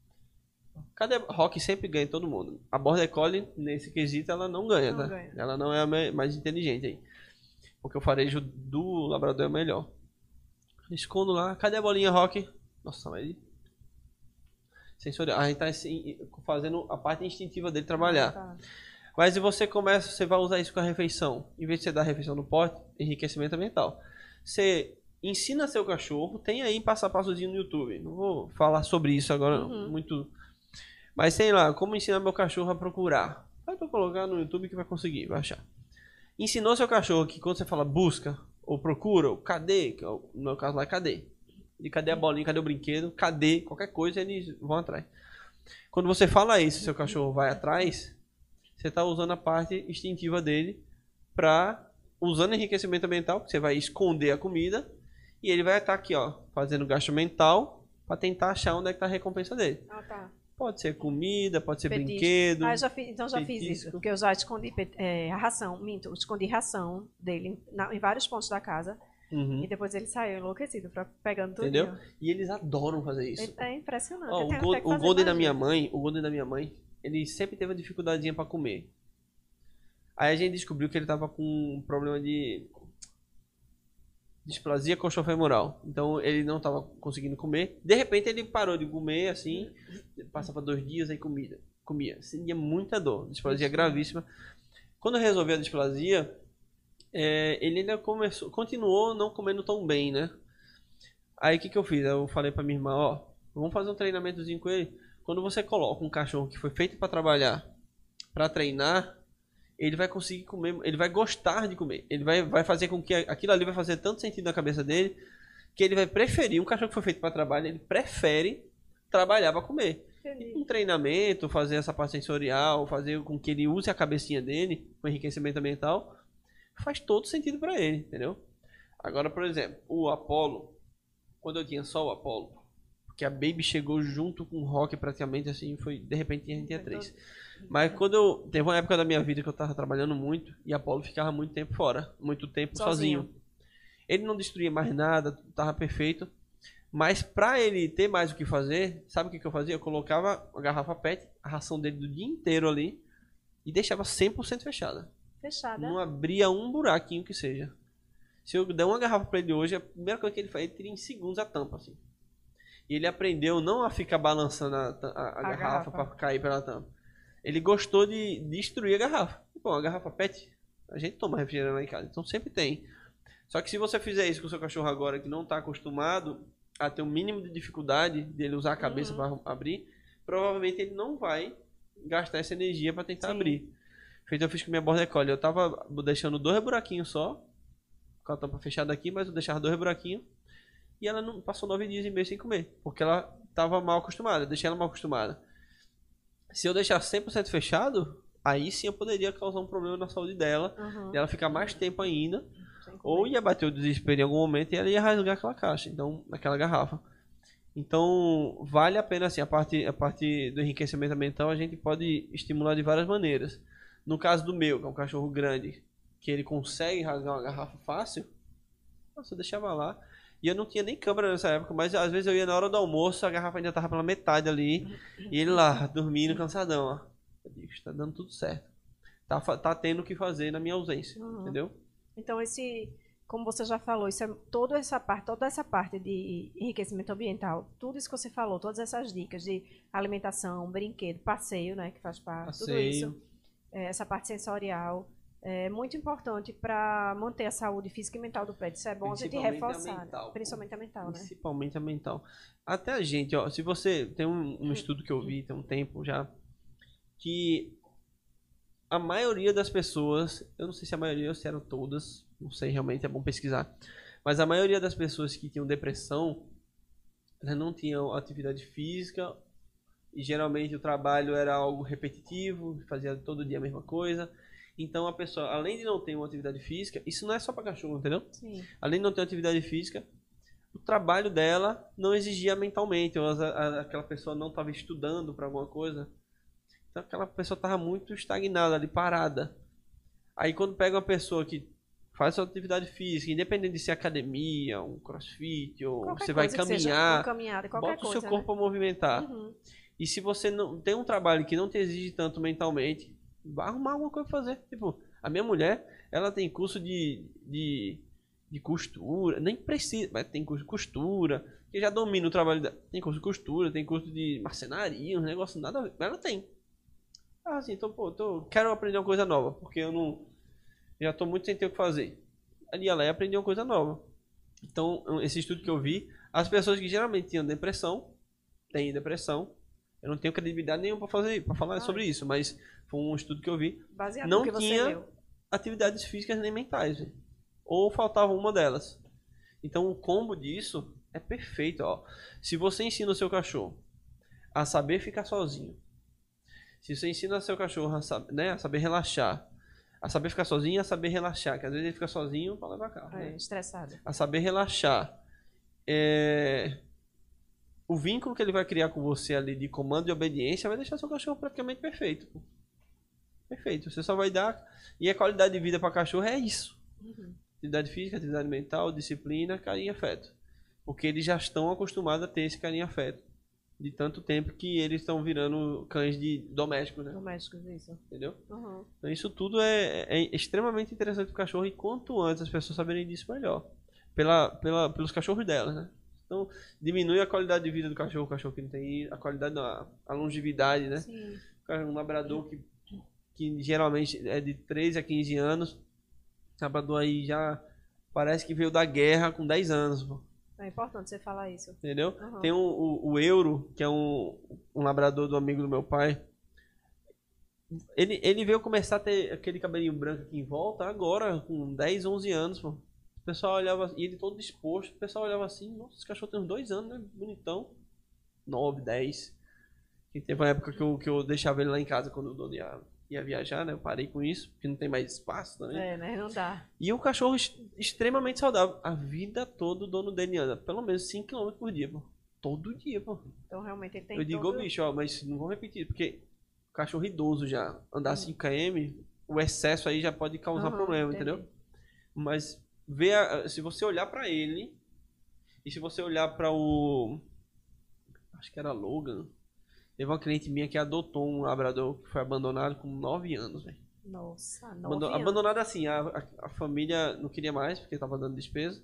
Speaker 2: Cadê Rock sempre ganha todo mundo. A Border Collie, nesse quesito, ela não ganha, não tá? Ganha. Ela não é a mais inteligente aí. Porque o farejo do labrador é melhor. Escondo lá, cadê a bolinha, Rock? Nossa, mas... Sensorial. A gente tá assim, fazendo a parte instintiva dele trabalhar. Ah, tá. Mas se você começa, você vai usar isso com a refeição. Em vez de você dar a refeição no pote, enriquecimento ambiental. Você ensina seu cachorro, tem aí passo a passozinho no YouTube. Não vou falar sobre isso agora, uhum. muito. Mas sei lá, como ensinar meu cachorro a procurar. Vai pra colocar no YouTube que vai conseguir, vai achar. Ensinou seu cachorro que quando você fala busca, ou procura, ou cadê, que no meu caso lá é cadê. E cadê a bolinha, cadê o brinquedo, cadê, qualquer coisa, eles vão atrás. Quando você fala isso, seu cachorro vai atrás, você está usando a parte instintiva dele para, usando enriquecimento ambiental, você vai esconder a comida e ele vai estar aqui, ó, fazendo gasto mental para tentar achar onde é que está a recompensa dele.
Speaker 1: Ah, tá.
Speaker 2: Pode ser comida, pode ser petisco. Brinquedo.
Speaker 1: Ah, já fiz, então já petisco. Fiz isso, porque eu já escondi é, a ração, minto, escondi ração dele na, em vários pontos da casa. Uhum. E depois ele saiu enlouquecido, pra, pegando tudo.
Speaker 2: Entendeu? E eles adoram fazer isso.
Speaker 1: É, é impressionante.
Speaker 2: Ó, o, go o Golden da minha mãe, o Golden da minha mãe, ele sempre teve uma dificuldadinha para comer. Aí a gente descobriu que ele tava com um problema de displasia coxofemoral. Então ele não tava conseguindo comer. De repente ele parou de comer assim, passava dois dias aí comida, comia. Sentia muita dor, displasia gravíssima. Quando resolveu a displasia, é, ele ainda começou, continuou não comendo tão bem, né? Aí o que que eu fiz? Eu falei pra minha irmã, ó, vamos fazer um treinamentozinho com ele. Quando você coloca um cachorro que foi feito para trabalhar, para treinar, ele vai conseguir comer, ele vai gostar de comer. Ele vai, vai fazer com que aquilo ali vai fazer tanto sentido na cabeça dele, que ele vai preferir, um cachorro que foi feito para trabalhar, ele prefere trabalhar para comer. E um treinamento, fazer essa parte sensorial, fazer com que ele use a cabecinha dele, com enriquecimento ambiental, faz todo sentido para ele, entendeu? Agora, por exemplo, o Apollo, quando eu tinha só o Apollo, porque a Baby chegou junto com o Rock praticamente assim, foi, de repente a gente tinha três. Mas quando eu, teve uma época da minha vida que eu tava trabalhando muito, e a Apollo ficava muito tempo fora, muito tempo sozinho. sozinho. Ele não destruía mais nada, tava perfeito, mas pra ele ter mais o que fazer, sabe o que que eu fazia? Eu colocava a garrafa pet, a ração dele do dia inteiro ali, e deixava cem por cento fechada.
Speaker 1: Fechada.
Speaker 2: Não abria um buraquinho que seja. Se eu der uma garrafa pra ele hoje, a primeira coisa que ele faz, ele tira em segundos a tampa, assim. E ele aprendeu não a ficar balançando a, a, a, a garrafa para cair pela tampa. Ele gostou de destruir a garrafa. Bom, a garrafa pet, a gente toma refrigerante lá em casa, então sempre tem. Só que se você fizer isso com o seu cachorro agora, que não está acostumado a ter um mínimo de dificuldade dele usar a cabeça uhum. para abrir, provavelmente ele não vai gastar essa energia para tentar Sim. abrir. Feito eu fiz com minha Border Collie. Eu tava deixando dois buraquinhos só, com a tampa fechada aqui, mas eu deixava dois buraquinhos. E ela não passou nove dias e meio sem comer, porque ela estava mal acostumada, eu deixei ela mal acostumada. Se eu deixar cem por cento fechado, aí sim eu poderia causar um problema na saúde dela, uhum. e ela ficar mais tempo ainda, ou ia bater o desespero em algum momento e ela ia rasgar aquela caixa, então, aquela garrafa. Então, vale a pena, assim, a parte, a parte do enriquecimento ambiental a gente pode estimular de várias maneiras. No caso do meu, que é um cachorro grande, que ele consegue rasgar uma garrafa fácil, nossa, eu deixava lá. E eu não tinha nem câmera nessa época, mas às vezes eu ia na hora do almoço, a garrafa ainda tava pela metade ali, e ele lá, dormindo, cansadão, ó. Eu digo, está dando tudo certo. Tá, tá tendo o que fazer na minha ausência, uhum. entendeu?
Speaker 1: Então esse, como você já falou, isso é toda essa parte, toda essa parte de enriquecimento ambiental, tudo isso que você falou, todas essas dicas de alimentação, brinquedo, passeio, né, que faz parte, passeio. Tudo isso, é, essa parte sensorial, é muito importante para manter a saúde física e mental do pet. Isso é bom a gente reforçar, mental, principalmente a mental,
Speaker 2: principalmente né? Principalmente a mental. Até a gente, ó, se você tem um, um estudo que eu vi tem um tempo já, que a maioria das pessoas, eu não sei se a maioria ou se eram todas, não sei realmente, é bom pesquisar, mas a maioria das pessoas que tinham depressão, elas não tinham atividade física e geralmente o trabalho era algo repetitivo, fazia todo dia a mesma coisa. Então a pessoa, além de não ter uma atividade física, isso não é só para cachorro, entendeu?
Speaker 1: Sim.
Speaker 2: Além de não ter atividade física, o trabalho dela não exigia mentalmente, ou a, a, aquela pessoa não estava estudando para alguma coisa. Então aquela pessoa estava muito estagnada ali, parada. Aí quando pega uma pessoa que faz sua atividade física, independente de ser academia, um crossfit, ou
Speaker 1: Qualquer
Speaker 2: você vai
Speaker 1: coisa que seja
Speaker 2: caminhar,
Speaker 1: uma caminhada, qualquer
Speaker 2: bota o
Speaker 1: coisa,
Speaker 2: seu corpo
Speaker 1: né?
Speaker 2: a movimentar.
Speaker 1: Uhum.
Speaker 2: E se você não tem um trabalho que não te exige tanto mentalmente, vai arrumar alguma coisa pra fazer. Tipo, a minha mulher, ela tem curso de, de, de costura, nem precisa, mas tem curso de costura, que já domina o trabalho dela. Tem curso de costura, tem curso de marcenaria, um negócio nada a ver. Mas ela tem. Ah, assim, então, pô, tô, quero aprender uma coisa nova, porque eu não. Já tô muito sem ter o que fazer. Ali ela ia aprender uma coisa nova. Então, esse estudo que eu vi, as pessoas que geralmente tinham depressão, têm depressão. Eu não tenho credibilidade nenhuma para fazer, para falar ah, sobre isso, mas foi um estudo que eu vi.
Speaker 1: Baseado
Speaker 2: não
Speaker 1: no que você
Speaker 2: tinha
Speaker 1: leu.
Speaker 2: atividades físicas nem mentais, véio. Ou faltava uma delas. Então o combo disso é perfeito, ó. Se você ensina o seu cachorro a saber ficar sozinho, se você ensina o seu cachorro a, sab né, a saber relaxar, a saber ficar sozinho e a saber relaxar, que às vezes ele fica sozinho para levar carro,
Speaker 1: É,
Speaker 2: né?
Speaker 1: estressado.
Speaker 2: A saber relaxar, é... o vínculo que ele vai criar com você ali de comando e obediência vai deixar seu cachorro praticamente perfeito. Pô. Perfeito. Você só vai dar... E a qualidade de vida para cachorro é isso. Uhum. Atividade física, atividade mental, disciplina, carinho e afeto. Porque eles já estão acostumados a ter esse carinho e afeto. De tanto tempo que eles estão virando cães de domésticos, né?
Speaker 1: Domésticos, isso.
Speaker 2: Entendeu?
Speaker 1: Uhum.
Speaker 2: Então isso tudo é, é extremamente interessante para o cachorro. E quanto antes as pessoas saberem disso, melhor. Pela, pela, pelos cachorros delas, né? Então, diminui a qualidade de vida do cachorro, o cachorro que não tem a qualidade, da a longevidade, né? Sim. Um labrador que, que geralmente é de treze a quinze anos, labrador aí já parece que veio da guerra com dez anos, pô.
Speaker 1: É importante você falar isso.
Speaker 2: Entendeu?
Speaker 1: Uhum.
Speaker 2: Tem o, o, o Euro, que é um, um labrador do amigo do meu pai. Ele, ele veio começar a ter aquele cabelinho branco aqui em volta agora, com dez, onze anos, pô. O pessoal olhava, e ele todo disposto, o pessoal olhava assim, nossa, esse cachorro tem uns dois anos, né? Bonitão. nove, dez. E teve uma época que eu, que eu deixava ele lá em casa quando o dono ia, ia viajar, né? Eu parei com isso, porque não tem mais espaço também.
Speaker 1: É, né? Não dá.
Speaker 2: E um cachorro extremamente saudável. A vida toda o dono dele anda pelo menos cinco quilômetros por dia, pô. Todo dia, pô.
Speaker 1: Então realmente ele tem
Speaker 2: Eu digo,
Speaker 1: todo...
Speaker 2: bicho, ó, mas não vou repetir, porque cachorro idoso já andar cinco quilômetros, o excesso aí já pode causar uhum, problema, entendi. Entendeu? Mas... Ver a, se você olhar pra ele e se você olhar pra o, acho que era Logan, teve uma cliente minha que adotou um labrador que foi abandonado com nove anos, velho.
Speaker 1: Nossa, nove
Speaker 2: Abandon,
Speaker 1: anos.
Speaker 2: Abandonado assim, a, a, a família não queria mais porque tava dando despesa.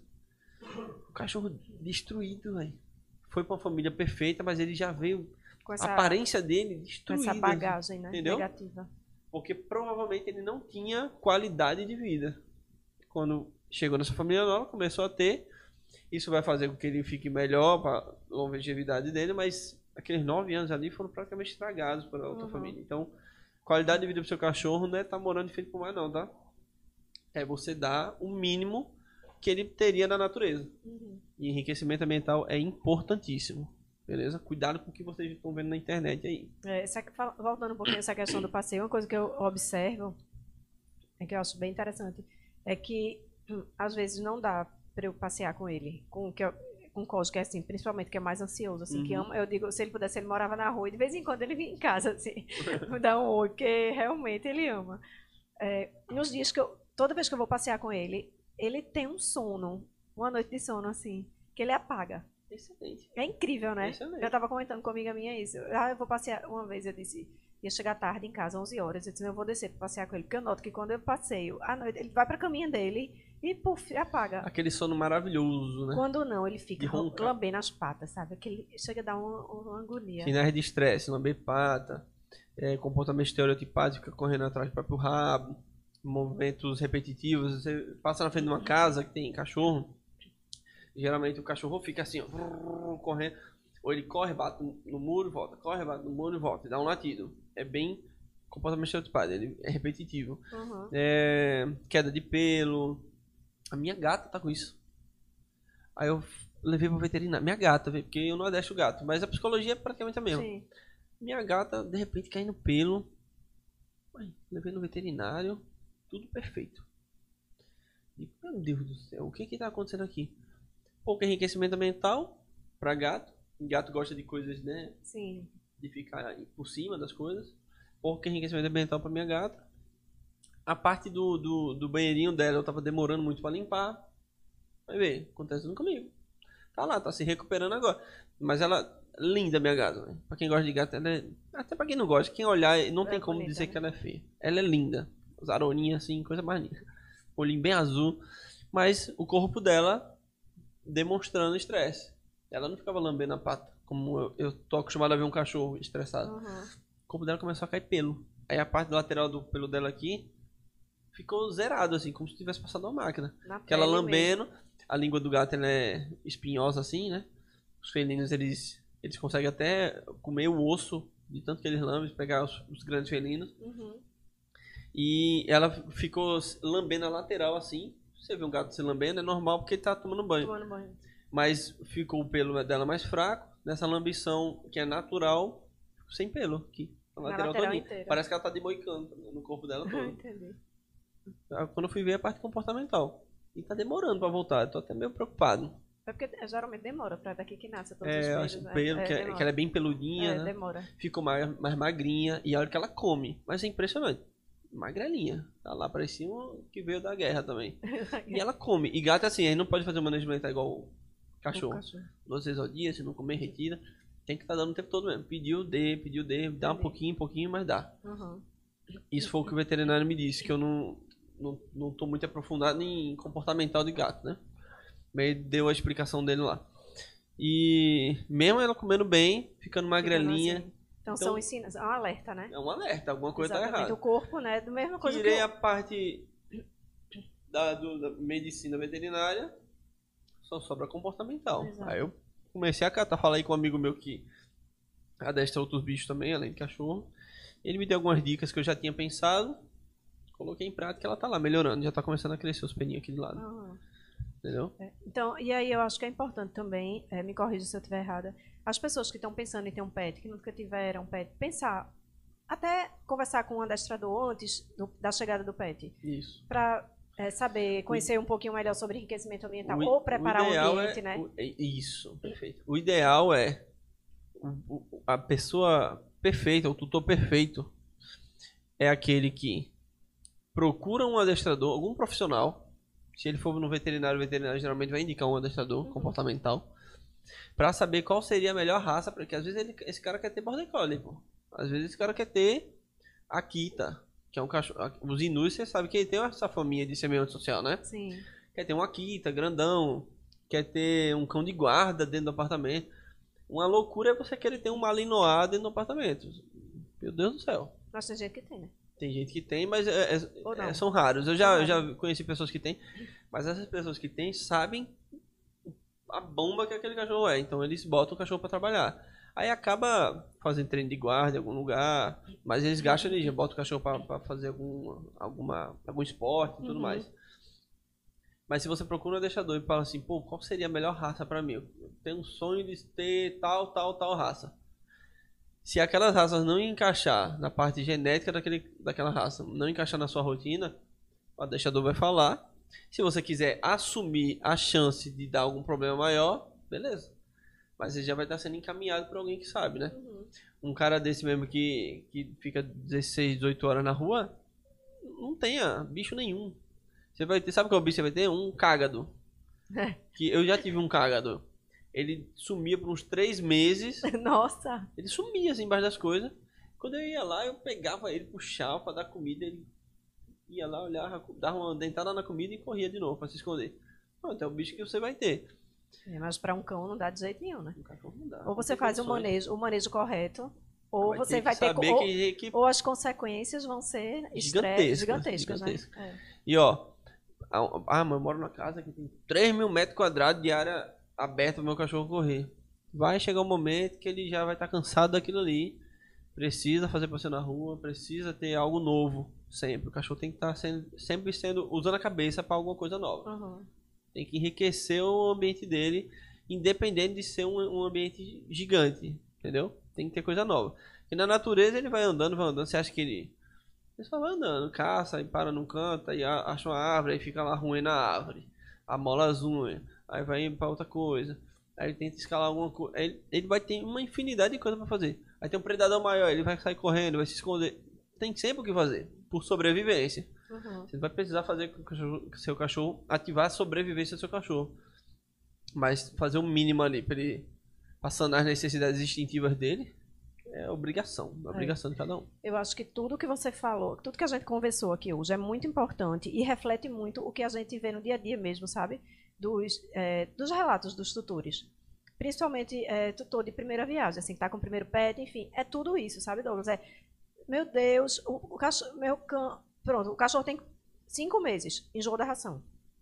Speaker 2: O cachorro destruído, velho. Foi pra uma família perfeita, mas ele já veio, com essa, a aparência dele destruída.
Speaker 1: Com essa bagagem, né?
Speaker 2: Entendeu?
Speaker 1: Negativa.
Speaker 2: Porque provavelmente ele não tinha qualidade de vida. Quando chegou nessa família nova, começou a ter. Isso vai fazer com que ele fique melhor para a longevidade dele, mas aqueles nove anos ali foram praticamente estragados pela outra uhum. família. Então, qualidade de vida pro seu cachorro não é estar tá morando de frente pro mar, não, tá? É você dar o mínimo que ele teria na natureza. Uhum. E enriquecimento ambiental é importantíssimo. Beleza? Cuidado com o que vocês estão vendo na internet aí.
Speaker 1: É, voltando um pouquinho essa questão do passeio, uma coisa que eu observo, é que eu acho bem interessante, é que às vezes não dá para eu passear com ele, com que eu, com o cônjuge que é assim, principalmente que é mais ansioso, assim, uhum. que ama. Eu digo, se ele pudesse, ele morava na rua e de vez em quando ele vinha em casa, assim, me dar um oi, porque realmente ele ama. É, nos dias que eu, toda vez que eu vou passear com ele, ele tem um sono, uma noite de sono, assim, que ele apaga.
Speaker 2: Excelente.
Speaker 1: É incrível, né?
Speaker 2: Excelente.
Speaker 1: Eu estava comentando com uma amiga minha isso. Ah, eu vou passear. Uma vez eu disse, ia chegar tarde em casa, onze horas. Eu disse, eu vou descer para passear com ele. Porque eu noto que quando eu passeio à noite, ele vai para a caminha dele e, puf, apaga.
Speaker 2: Aquele sono maravilhoso, né?
Speaker 1: Quando não, ele fica lambendo as patas, sabe? Aquele, chega a dar uma, uma agonia.
Speaker 2: Sinais de estresse, lamber pata, é, comportamento estereotipado, fica correndo atrás do próprio rabo, movimentos repetitivos. Você passa na frente de uma casa que tem cachorro. Geralmente o cachorro fica assim, ó, correndo. Ou ele corre, bate no muro e volta. Corre, bate no muro e volta. E dá um latido. É bem comportamento estereotipado. Ele é repetitivo. Uhum. É, queda de pelo. A minha gata tá com isso. Aí eu levei pro veterinário. Minha gata, porque eu não adesto o gato. Mas a psicologia é praticamente a mesma. Sim. Minha gata, de repente, cai no pelo. Ué, levei no veterinário. tudo perfeito. E, meu Deus do céu, o que que tá acontecendo aqui? Pouco enriquecimento mental para gato. Gato gosta de coisas, né?
Speaker 1: Sim.
Speaker 2: De ficar por cima das coisas. Pouco enriquecimento mental para minha gata. A parte do, do, do banheirinho dela eu tava demorando muito para limpar. Vai ver, acontecendo comigo. Tá lá, tá se recuperando agora. Mas ela, linda minha gata. Né? Pra quem gosta de gato, ela é... Até pra quem não gosta, quem olhar, não é tem como bonita, dizer né? que ela é feia. Ela é linda. Os aroninhas assim, coisa mais linda. Olhinho bem azul. Mas o corpo dela demonstrando estresse. Ela não ficava lambendo a pata, como eu, eu tô acostumado a ver um cachorro estressado. Uhum. O corpo dela começou a cair pelo. Aí a parte lateral do pelo dela aqui ficou zerado, assim, como se tivesse passado uma máquina. Que ela lambendo, mesmo. A língua do gato ela é espinhosa assim, né? Os felinos, eles, eles conseguem até comer o osso, de tanto que eles lambem, pegar os, os grandes felinos. Uhum. E ela ficou lambendo a lateral assim. Você vê um gato se lambendo, é normal porque ele tá tomando banho. Tomando banho. Mas ficou o pelo dela mais fraco, nessa lambição que é natural, sem pelo aqui. A lateral, lateral inteira. Parece que ela tá de moicano no corpo dela todo.
Speaker 1: Entendi.
Speaker 2: Quando eu fui ver a parte comportamental. E tá demorando pra voltar, eu tô até meio preocupado.
Speaker 1: É porque geralmente demora pra daqui que nasce todos
Speaker 2: é,
Speaker 1: os
Speaker 2: pelos,
Speaker 1: acho
Speaker 2: né? pelo, é, que, é, que ela é bem peludinha,
Speaker 1: é,
Speaker 2: né?
Speaker 1: Demora.
Speaker 2: Ficou mais, mais magrinha e olha que ela come. Mas é impressionante. Magrelinha. Tá lá, parecia uma que veio da guerra também. E ela come. E gato assim, aí não pode fazer o management igual cachorro. cachorro. Duas vezes ao dia, se não comer, retira. Tem que estar tá dando o tempo todo mesmo. Pediu, dê, pediu, dê. Dá um pouquinho, pouquinho, mas dá. Uhum. Isso foi o que o veterinário me disse, que eu não, não, não tô muito aprofundado em comportamental de gato, né? Mas deu a explicação dele lá. E mesmo ela comendo bem, ficando magrelinha. Assim.
Speaker 1: Então, então são ensinos, é um alerta, né?
Speaker 2: É um alerta, alguma coisa
Speaker 1: Exatamente,
Speaker 2: tá errada.
Speaker 1: O corpo, né? Do mesma coisa
Speaker 2: Tirei
Speaker 1: que eu...
Speaker 2: a parte da, do, da medicina veterinária, só sobra comportamental. Exato. Aí eu comecei a catar, falei com um amigo meu que adestra outros bichos também, além de cachorro. Ele me deu algumas dicas que eu já tinha pensado, coloquei em prática e ela tá lá melhorando, já tá começando a crescer os peninhos aqui do lado. Ah. Entendeu?
Speaker 1: É, então, e aí eu acho que é importante também, é, me corrija se eu estiver errada, as pessoas que estão pensando em ter um pet, que nunca tiveram um pet, pensar, até conversar com um adestrador antes do, da chegada do pet.
Speaker 2: Isso.
Speaker 1: Para é, saber, conhecer um pouquinho melhor sobre enriquecimento ambiental,
Speaker 2: o,
Speaker 1: ou preparar o,
Speaker 2: o
Speaker 1: ambiente,
Speaker 2: é,
Speaker 1: né?
Speaker 2: O, isso, perfeito. O ideal é o, a pessoa perfeita, o tutor perfeito, é aquele que procura um adestrador, algum profissional. Se ele for no veterinário, o veterinário geralmente vai indicar um adestrador uhum. comportamental para saber qual seria a melhor raça, porque às vezes ele, esse cara quer ter border collie, pô. Às vezes esse cara quer ter Akita, que é um cachorro. Os Inus, você sabe que ele tem essa família de semelhante social, né?
Speaker 1: Sim.
Speaker 2: Quer ter um Akita grandão, quer ter um cão de guarda dentro do apartamento. Uma loucura é você querer ter um Malinois dentro do apartamento. Meu Deus do céu.
Speaker 1: Mas tem gente que tem, né?
Speaker 2: Tem gente que tem, mas é, é, é, são raros. Eu já, eu já conheci pessoas que têm, mas essas pessoas que têm sabem a bomba que aquele cachorro é. Então eles botam o cachorro para trabalhar. Aí acaba fazendo treino de guarda em algum lugar, mas eles gastam ali, já botam o cachorro para fazer algum, alguma, algum esporte e tudo uhum. mais. Mas se você procura um adestrador e fala assim, pô, qual seria a melhor raça para mim? Eu tenho um sonho de ter tal, tal, tal raça. Se aquelas raças não encaixar na parte genética daquele, daquela raça, não encaixar na sua rotina, o adestrador vai falar. Se você quiser assumir a chance de dar algum problema maior, beleza. Mas ele já vai estar sendo encaminhado por alguém que sabe, né? Uhum. Um cara desse mesmo que, que fica dezesseis, dezoito horas na rua, não tenha bicho nenhum. Você vai ter, sabe qual bicho você vai ter? Um cágado. Que eu já tive um cágado. Ele sumia por uns três meses.
Speaker 1: Nossa!
Speaker 2: Ele sumia assim embaixo das coisas. Quando eu ia lá, eu pegava ele, puxava pra dar comida. Ele ia lá, olhava, dava uma dentada na comida e corria de novo pra se esconder. Pronto, é o bicho que você vai ter.
Speaker 1: É, mas pra um cão não dá de jeito nenhum, né?
Speaker 2: Um cachorro não dá.
Speaker 1: Ou você faz o manejo, o manejo correto, ou
Speaker 2: vai
Speaker 1: você
Speaker 2: ter
Speaker 1: vai ter...
Speaker 2: Saber
Speaker 1: ou,
Speaker 2: que, que...
Speaker 1: ou as consequências vão ser
Speaker 2: gigantescas,
Speaker 1: gigantescas,
Speaker 2: gigantescas.
Speaker 1: Né? É.
Speaker 2: E ó, ah, mas eu moro numa casa que tem três mil metros quadrados de área aberta pro meu cachorro correr. Vai chegar um momento que ele já vai estar tá cansado daquilo ali. Precisa fazer passeio na rua, precisa ter algo novo sempre. O cachorro tem que estar tá sendo, sempre sendo, usando a cabeça para alguma coisa nova. Uhum. Tem que enriquecer o ambiente dele, independente de ser um, um ambiente gigante, entendeu? Tem que ter coisa nova. E na natureza ele vai andando, vai andando. Você acha que ele Ele só vai andando, caça, aí para num canto, aí a- acha uma árvore, aí fica lá roendo a árvore. Amola as unhas, aí vai pra outra coisa. Aí ele tenta escalar alguma coisa. Ele, ele vai ter uma infinidade de coisas pra fazer. Aí tem um predador maior, ele vai sair correndo, vai se esconder. Tem sempre o que fazer, por sobrevivência.
Speaker 1: Uhum.
Speaker 2: Você vai precisar fazer com que o cachorro- que o seu cachorro ativar a sobrevivência do seu cachorro. Mas fazer o mínimo ali pra ele passando as necessidades instintivas dele é obrigação. É obrigação de cada um.
Speaker 1: Eu acho que tudo que você falou, tudo que a gente conversou aqui hoje é muito importante e reflete muito o que a gente vê no dia a dia mesmo, sabe? Dos, é, dos relatos dos tutores. Principalmente é, tutor de primeira viagem, assim, que tá com o primeiro pet, enfim, é tudo isso, sabe, Douglas? É, meu Deus, o, o cachorro, meu cão, pronto, o cachorro tem cinco meses, enjoo da ração.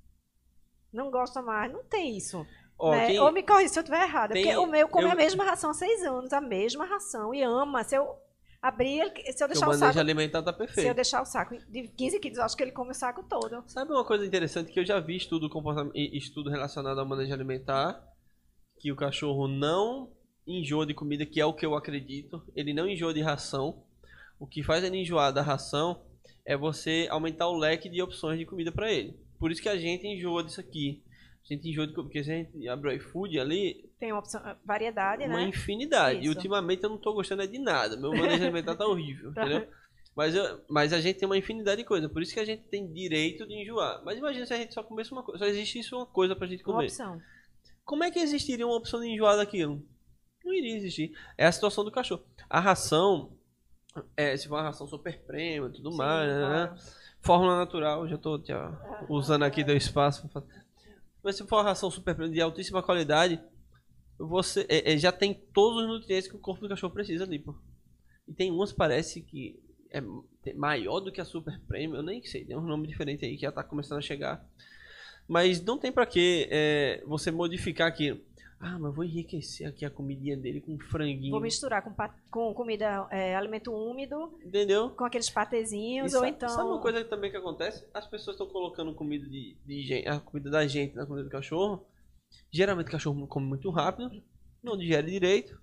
Speaker 1: Não gosta mais, não tem isso.
Speaker 2: Ó,
Speaker 1: Né?
Speaker 2: quem-
Speaker 1: Ou me corrija se eu estiver errada,
Speaker 2: tem-
Speaker 1: porque o meu come
Speaker 2: eu-
Speaker 1: a mesma ração há seis anos, a mesma ração, e ama. Se eu abrir, ele- se eu
Speaker 2: que
Speaker 1: deixar
Speaker 2: o
Speaker 1: o
Speaker 2: manejo
Speaker 1: saco,
Speaker 2: alimentar tá
Speaker 1: se eu
Speaker 2: perfeito.
Speaker 1: deixar o saco de quinze quilos, eu acho que ele come o saco todo.
Speaker 2: Sabe uma coisa interessante que eu já vi estudo, comportamento, estudo relacionado ao manejo alimentar? Que o cachorro não enjoa de comida, que é o que eu acredito. Ele não enjoa de ração. O que faz ele enjoar da ração é você aumentar o leque de opções de comida para ele. Por isso que a gente enjoa disso aqui. A gente enjoa de comida, porque se a gente abre o iFood ali,
Speaker 1: Tem uma opção, variedade,
Speaker 2: uma
Speaker 1: né?
Speaker 2: infinidade. E
Speaker 1: Isso.
Speaker 2: ultimamente eu não tô gostando é de nada. Meu manejo alimentar tá horrível,
Speaker 1: Tá.
Speaker 2: entendeu? Mas, eu, mas a gente tem uma infinidade de coisas. Por isso que a gente tem direito de enjoar. Mas imagina se a gente só comesse uma coisa. Só existisse uma coisa pra gente
Speaker 1: Uma
Speaker 2: comer.
Speaker 1: opção.
Speaker 2: Como é que existiria uma opção de enjoar daquilo? Não iria existir. É a situação do cachorro. A ração, é, se for uma ração super premium e tudo
Speaker 1: Sim,
Speaker 2: mais, né?
Speaker 1: claro.
Speaker 2: Fórmula natural, já tô já, usando aqui teu espaço. pra fazer. Mas se for uma ração super premium de altíssima qualidade, você é, é, já tem todos os nutrientes que o corpo do cachorro precisa ali, pô. E tem umas parece que é maior do que a super premium, eu nem sei, tem um nome diferente aí que já tá começando a chegar. Mas não tem pra que é, você modificar aquilo. Ah, mas vou enriquecer aqui a comidinha dele com franguinho.
Speaker 1: Vou misturar com, pa- com comida, é, alimento úmido,
Speaker 2: Entendeu?
Speaker 1: com aqueles patezinhos,
Speaker 2: E
Speaker 1: ou
Speaker 2: sabe,
Speaker 1: então...
Speaker 2: sabe uma coisa também que acontece? As pessoas estão colocando comida de, de gente, a comida da gente na comida do cachorro. Geralmente o cachorro come muito rápido, não digere direito,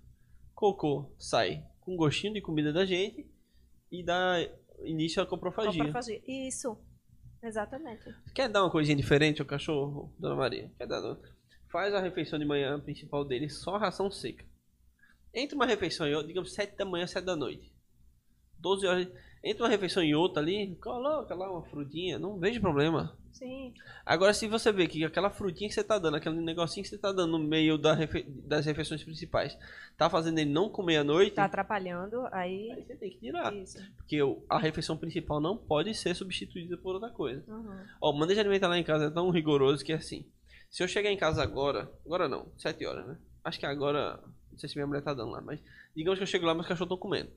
Speaker 2: cocô sai com gostinho de comida da gente e dá início à coprofagia.
Speaker 1: Coprofagia. Isso, exatamente.
Speaker 2: Quer dar uma coisinha diferente ao cachorro, dona Maria? Quer dar? Faz a refeição de manhã principal dele só ração seca. Entre uma refeição e outra, digamos sete da manhã, sete da noite. doze horas. Entre uma refeição e outra ali, coloca lá uma frutinha, não vejo problema.
Speaker 1: Sim,
Speaker 2: Agora, se você vê que aquela frutinha que você tá dando, aquele negocinho que você tá dando no meio da refe... das refeições principais, tá fazendo ele não comer à noite,
Speaker 1: tá atrapalhando, aí...
Speaker 2: aí você tem que tirar.
Speaker 1: Isso.
Speaker 2: Porque o- a refeição principal não pode ser substituída por outra coisa.
Speaker 1: Uhum.
Speaker 2: Ó, o manejo alimentar lá em casa é tão rigoroso que é assim. Se eu chegar em casa agora, agora não, sete horas, né? Acho que agora, não sei se minha mulher tá dando lá, mas digamos que eu chego lá e meus cachorros estão comendo.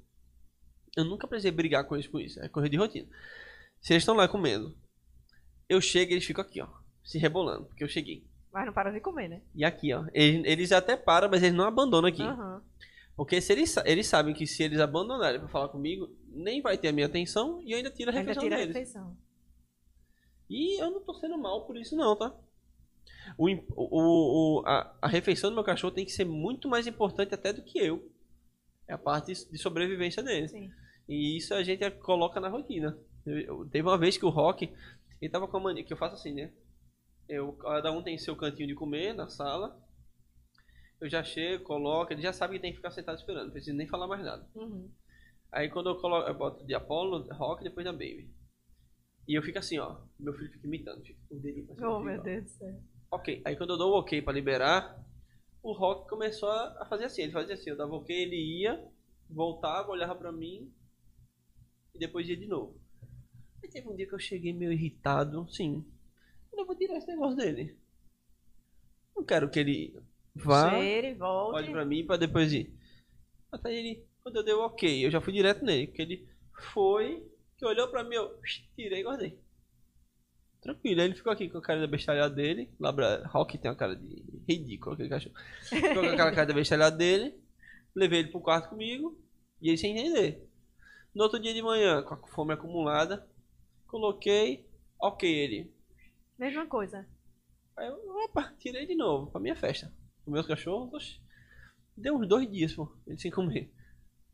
Speaker 2: Eu nunca precisei brigar com eles por isso, é correr de rotina. Se eles estão lá comendo, eu chego e eles ficam aqui, ó, se rebolando, porque eu cheguei.
Speaker 1: Mas não para de comer, né?
Speaker 2: E aqui, ó, eles, eles até param, mas eles não abandonam aqui.
Speaker 1: Uhum.
Speaker 2: Porque se eles, sa- eles sabem que se eles abandonarem pra falar comigo, nem vai ter a minha atenção e eu ainda tiro a
Speaker 1: Ainda
Speaker 2: refeição
Speaker 1: tira a
Speaker 2: deles.
Speaker 1: refeição.
Speaker 2: E eu não tô sendo mal por isso não, tá? O, im- o, o- a, a refeição do meu cachorro tem que ser muito mais importante até do que eu. É a parte de sobrevivência dele.
Speaker 1: Sim.
Speaker 2: E isso a gente coloca na rotina. Eu, eu- teve uma vez que o Rock, ele tava com a mania, que eu faço assim, né? Eu, cada um tem seu cantinho de comer na sala. Eu já chego, coloco, ele já sabe que tem que ficar sentado esperando, não preciso nem falar mais nada.
Speaker 1: Uhum.
Speaker 2: Aí quando eu coloco, eu boto de Apollo, Rock, depois da Baby. E eu fico assim, ó. Meu filho fica imitando, fica com o dedinho pra cima,
Speaker 1: Oh,
Speaker 2: fica,
Speaker 1: meu
Speaker 2: ó.
Speaker 1: Deus do céu.
Speaker 2: Ok, aí quando eu dou o ok pra liberar, o Rock começou a a fazer assim. Ele fazia assim, eu dava ok, ele ia, voltava, olhava pra mim e depois ia de novo. Aí teve um dia que eu cheguei meio irritado, sim. Eu vou tirar esse negócio dele. Não quero que ele vá,
Speaker 1: Cheire, volte.
Speaker 2: olhe pra mim pra depois ir. Até ele, quando eu dei o ok, eu já fui direto nele, porque ele foi, que olhou pra mim, eu tirei e guardei. Tranquilo, aí ele ficou aqui com a cara da bestalhada dele. Labra Rock tem uma cara de ridículo, aquele cachorro. Ficou com aquela cara da bestalhada dele. Levei ele pro quarto comigo. E ele sem entender. No outro dia de manhã, com a fome acumulada, coloquei. Ok, ele.
Speaker 1: Mesma coisa.
Speaker 2: Aí eu, opa, tirei de novo pra minha festa. Os meus cachorros, oxe, deu uns dois dias, pô, ele sem comer.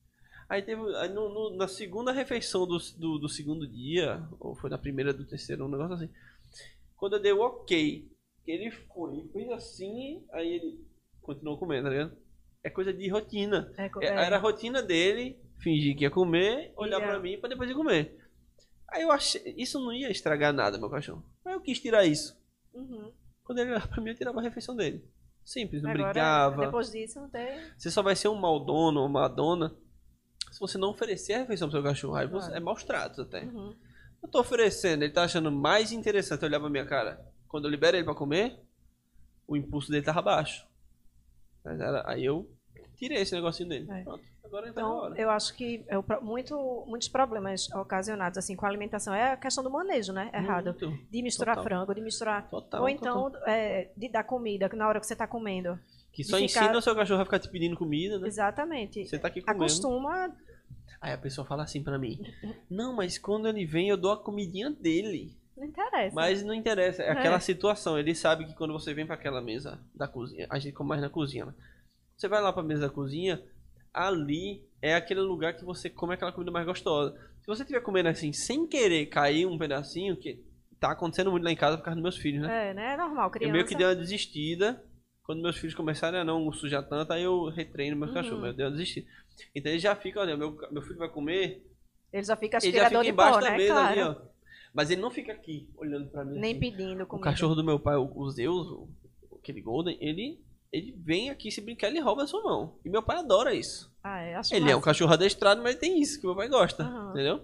Speaker 2: Aí teve. Aí no, no, na segunda refeição do, do, do segundo dia, ou foi na primeira do terceiro, um negócio assim. Quando eu dei o ok, ele foi, fez assim, aí ele continuou comendo, tá ligado? É coisa de rotina. É, é. Era a rotina dele, fingir que ia comer, olhar yeah. pra mim pra depois ir comer. Aí eu achei, isso não ia estragar nada, meu cachorro. Aí eu quis tirar isso. Uhum. Quando ele olhava pra mim, eu tirava a refeição dele. Simples, não Agora, brigava.
Speaker 1: Depois disso, não tem...
Speaker 2: Você só vai ser um mau dono ou uma dona se você não oferecer a refeição pro seu cachorro. Aí você, claro. É maus tratos até. Uhum. Eu tô oferecendo, ele tá achando mais interessante olhar pra minha cara. Quando eu libero ele pra comer, o impulso dele tava baixo. Mas era, aí eu tirei esse negocinho dele. É. Pronto, agora então,
Speaker 1: hora. Eu acho que é o, muito, muitos problemas ocasionados assim, com a alimentação é a questão do manejo, né? Errado. Muito. De misturar total. frango, de misturar... Total, ou então é, de dar comida na hora que você tá comendo.
Speaker 2: Que só ensina ficar... o seu cachorro a ficar te pedindo comida, né?
Speaker 1: Exatamente.
Speaker 2: Você tá aqui comendo.
Speaker 1: Acostuma...
Speaker 2: Aí a pessoa fala assim pra mim, não, mas quando ele vem eu dou a comidinha dele.
Speaker 1: Não interessa.
Speaker 2: Mas não interessa, é aquela é. situação. Ele sabe que quando você vem pra aquela mesa da cozinha, a gente come mais na cozinha, né? Você vai lá pra mesa da cozinha, ali é aquele lugar que você come aquela comida mais gostosa. Se você estiver comendo assim, sem querer cair um pedacinho, que tá acontecendo muito lá em casa por causa dos meus filhos, né?
Speaker 1: É, né? É normal, criança.
Speaker 2: Eu meio que dei uma desistida. Quando meus filhos começarem a não sujar tanto, aí eu retreino meus uhum. cachorros. Eu dei uma desistida. Então ele já fica, olha, meu, meu filho vai comer.
Speaker 1: Ele já fica
Speaker 2: aspirador
Speaker 1: ele já fica
Speaker 2: embaixo
Speaker 1: de pó,
Speaker 2: da
Speaker 1: né?
Speaker 2: mesa
Speaker 1: Claro.
Speaker 2: ali, ó. Mas ele não fica aqui, olhando pra mim.
Speaker 1: Nem
Speaker 2: assim.
Speaker 1: pedindo comida.
Speaker 2: O cachorro do meu pai, o Zeus, o, aquele Golden, ele, ele vem aqui se brincar, ele rouba a sua mão. E meu pai adora isso.
Speaker 1: Ah, é, acho
Speaker 2: ele
Speaker 1: massa.
Speaker 2: é um cachorro adestrado, mas tem isso que meu pai gosta, uhum. entendeu?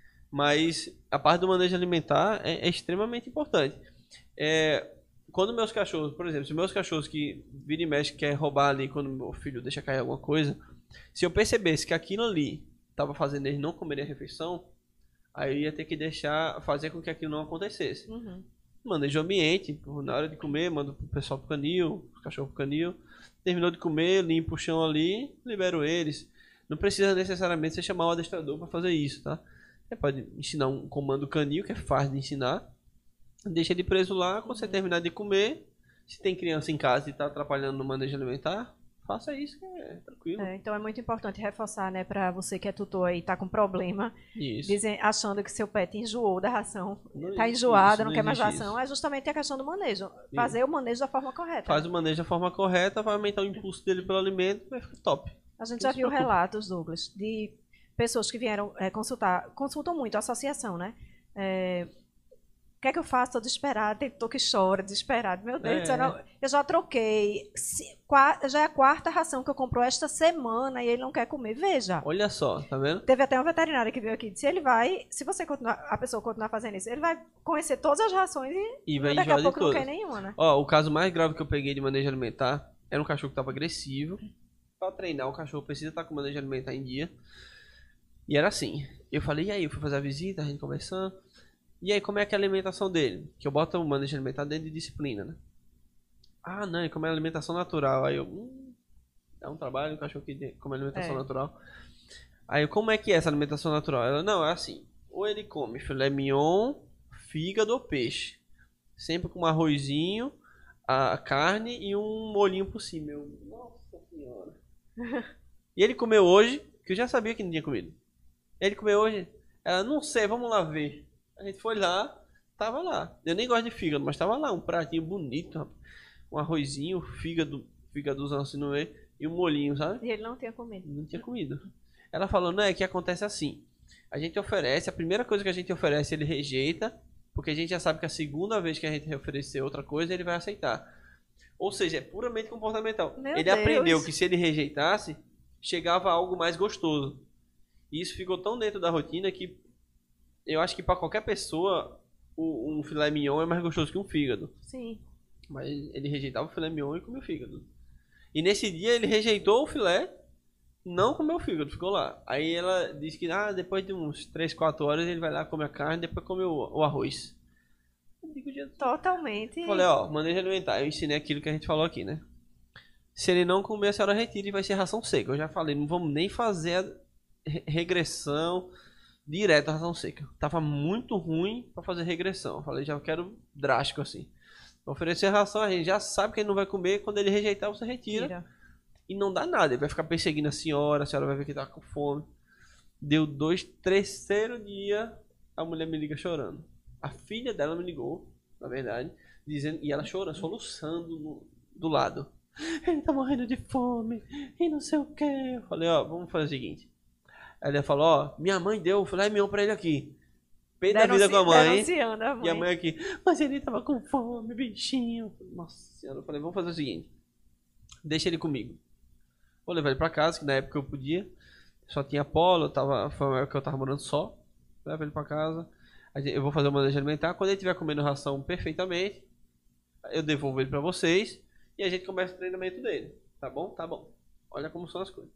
Speaker 2: Mas a parte do manejo alimentar é, é extremamente importante. É... Quando meus cachorros, por exemplo, se meus cachorros que vira e mexe quer roubar ali quando meu filho deixa cair alguma coisa, se eu percebesse que aquilo ali estava fazendo eles não comerem a refeição, aí eu ia ter que deixar, fazer com que aquilo não acontecesse. Uhum. Manejo o ambiente, na hora de comer, mando o pessoal pro canil, o cachorro pro canil, terminou de comer, limpo o chão ali, libero eles. Não precisa necessariamente você chamar o adestrador para fazer isso, tá? Você pode ensinar um comando canil, que é fácil de ensinar. Deixa ele preso lá, quando você terminar de comer, se tem criança em casa e está atrapalhando no manejo alimentar, faça isso, que é tranquilo.
Speaker 1: É, então é muito importante reforçar, né, para você que é tutor aí, tá com problema, dizem, achando que seu pet enjoou da ração, não tá enjoado, não, não quer mais ração, isso. É justamente a questão do manejo, fazer isso. O manejo da forma correta.
Speaker 2: Faz o manejo da forma correta, vai aumentar o impulso dele pelo alimento, vai ficar top.
Speaker 1: A gente já viu relatos, Douglas, de pessoas que vieram é, consultar, consultam muito a associação, né, é, o que é que eu faço? Tô desesperada, tem tô que chora, desesperado. Meu Deus, é. eu, não, eu já troquei. Se, qua, já é a quarta ração que eu compro esta semana e ele não quer comer. Veja.
Speaker 2: Olha só, tá vendo?
Speaker 1: Teve até uma veterinária que veio aqui e disse, ele vai, se você continuar, a pessoa continuar fazendo isso, ele vai conhecer todas as rações e,
Speaker 2: e vai
Speaker 1: daqui a pouco
Speaker 2: não
Speaker 1: quer nenhuma, né?
Speaker 2: Ó, o caso mais grave que eu peguei de manejo alimentar era um cachorro que tava agressivo. Pra treinar, o cachorro precisa estar com o manejo alimentar em dia. E era assim, eu falei, e aí, eu fui fazer a visita, a gente conversando. E aí, como é que é a alimentação dele? Que eu boto o manejo alimentar dentro de disciplina, né? Ah, não, e como é a alimentação natural? Aí eu, hum, dá um trabalho, o cachorro que come alimentação é. natural. Aí, como é que é essa alimentação natural? Ela, não, é assim, ou ele come filé mignon, fígado ou peixe. Sempre com um arrozinho, a carne e um molhinho por cima. Eu, nossa senhora. E ele comeu hoje, que eu já sabia que não tinha comido. Ele comeu hoje, ela, não sei, vamos lá ver. A gente foi lá, tava lá. Eu nem gosto de fígado, mas tava lá, um pratinho bonito, rapaz. Um arrozinho, fígado, fígadozão assim no meio, e um molhinho, sabe?
Speaker 1: E ele não tinha comido.
Speaker 2: Não tinha comido. Ela falou, não, é que acontece assim. A gente oferece, a primeira coisa que a gente oferece, ele rejeita, porque a gente já sabe que a segunda vez que a gente oferecer outra coisa, ele vai aceitar. Ou seja, é puramente comportamental.
Speaker 1: Meu
Speaker 2: ele
Speaker 1: Deus.
Speaker 2: aprendeu que se ele rejeitasse, chegava algo mais gostoso. E isso ficou tão dentro da rotina que eu acho que para qualquer pessoa, um filé mignon é mais gostoso que um fígado.
Speaker 1: Sim.
Speaker 2: Mas ele rejeitava o filé mignon e comia o fígado. E nesse dia ele rejeitou o filé, não comeu o fígado, ficou lá. Aí ela disse que ah, depois de uns três, quatro horas ele vai lá comer a carne, depois comer o, o arroz. Eu digo,
Speaker 1: totalmente.
Speaker 2: Falei, ó, manejo alimentar. Eu ensinei aquilo que a gente falou aqui, né? Se ele não comer, a senhora retira e vai ser ração seca. Eu já falei, não vamos nem fazer a regressão direto à ração seca. Tava muito ruim pra fazer regressão. Eu falei, já quero drástico assim. Oferecer ração, a gente já sabe que ele não vai comer. Quando ele rejeitar, você retira. Tira. E não dá nada. Ele vai ficar perseguindo a senhora. A senhora vai ver que tá com fome. Deu dois, terceiro dia, a mulher me liga chorando. A filha dela me ligou, na verdade, dizendo, e ela chorando, soluçando no, do lado. Ele tá morrendo de fome, e não sei o que. Eu falei, ó, vamos fazer o seguinte. Aí ela falou, ó, minha mãe deu filé mignon pra ele aqui. Pé da vida com a mãe,
Speaker 1: a mãe.
Speaker 2: e a mãe aqui, mas ele tava com fome, bichinho. Nossa senhora, eu falei, vamos fazer o seguinte. Deixa ele comigo. Vou levar ele pra casa, que na época eu podia. Só tinha polo, eu tava, foi uma época que eu tava morando só. Leva ele pra casa. Eu vou fazer o manejo alimentar. Quando ele estiver comendo ração perfeitamente, eu devolvo ele pra vocês. E a gente começa o treinamento dele. Tá bom? Tá bom. Olha como são as coisas.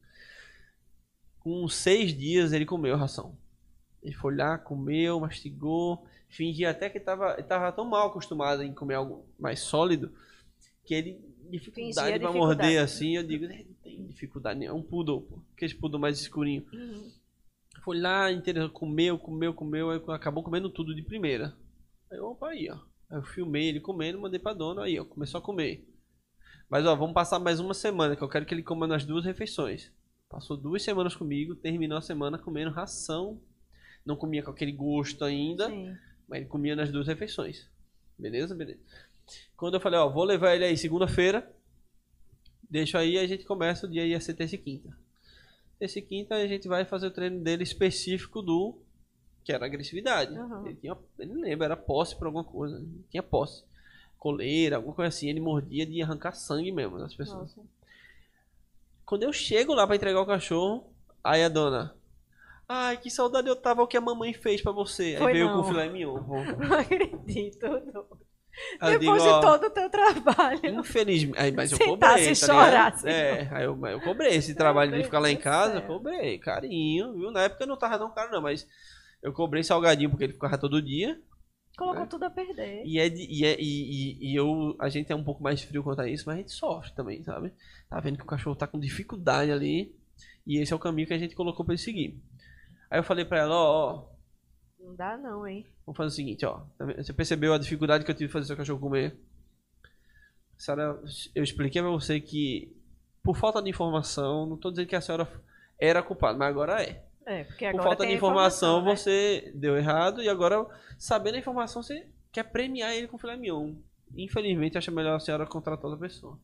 Speaker 2: Com seis dias ele comeu a ração. Ele foi lá, comeu, mastigou. Fingia até que tava, ele tava tão mal acostumado em comer algo mais sólido que ele... Dificuldade pra morder assim, eu digo, não tem dificuldade nenhuma. É um poodle, pô. Aquele poodle mais escurinho. Uhum. Foi lá, inteiro, comeu, comeu, comeu, aí acabou comendo tudo de primeira. Aí, opa, aí, ó. Aí eu filmei ele comendo, mandei pra dona, aí, ó, começou a comer. Mas, ó, vamos passar mais uma semana, que eu quero que ele coma nas duas refeições. Passou duas semanas comigo, terminou a semana comendo ração. Não comia com aquele gosto ainda, sim, mas ele comia nas duas refeições. Beleza? Beleza. Quando eu falei, ó, vou levar ele aí segunda-feira, deixo aí, a gente começa o dia, ia ser terça e quinta. Terça e quinta a gente vai fazer o treino dele específico do, que era agressividade. Uhum. Ele tinha, ele não lembra, era posse por alguma coisa, tinha posse. Coleira, alguma coisa assim, ele mordia de arrancar sangue mesmo das pessoas. Nossa. Quando eu chego lá pra entregar o cachorro, aí a dona, ai, que saudade eu tava, o que a mamãe fez pra você.
Speaker 1: Foi
Speaker 2: aí veio
Speaker 1: não.
Speaker 2: com o filé mignon.
Speaker 1: Não acredito, não.
Speaker 2: Aí
Speaker 1: Depois
Speaker 2: digo,
Speaker 1: de todo o teu trabalho.
Speaker 2: Infelizmente. Aí, mas eu
Speaker 1: Sentar
Speaker 2: cobrei.
Speaker 1: se
Speaker 2: Tá
Speaker 1: chorar,
Speaker 2: assim, é, aí eu, eu cobrei esse trabalho de ficar lá em casa. Eu cobrei, carinho, viu? Na época não tava tão caro, não, mas eu cobrei salgadinho porque ele ficava todo dia.
Speaker 1: Colocou
Speaker 2: né?
Speaker 1: tudo a perder.
Speaker 2: E, é de, e, é, e, e, e eu, a gente é um pouco mais frio quanto a isso, mas a gente sofre também, sabe? Tá vendo que o cachorro tá com dificuldade ali. E esse é o caminho que a gente colocou pra ele seguir. Aí eu falei pra ela, ó, ó.
Speaker 1: Não dá não, hein?
Speaker 2: Vamos fazer o seguinte, ó. Você percebeu a dificuldade que eu tive de fazer seu cachorro comer? Senhora, eu expliquei pra você que, por falta de informação, não tô dizendo que a senhora era culpada, mas agora é.
Speaker 1: É, porque agora
Speaker 2: por falta
Speaker 1: tem
Speaker 2: de informação,
Speaker 1: informação, né?
Speaker 2: você deu errado e agora, sabendo a informação, você quer premiar ele com filé mignon. Infelizmente, acho melhor a senhora contratar outra pessoa.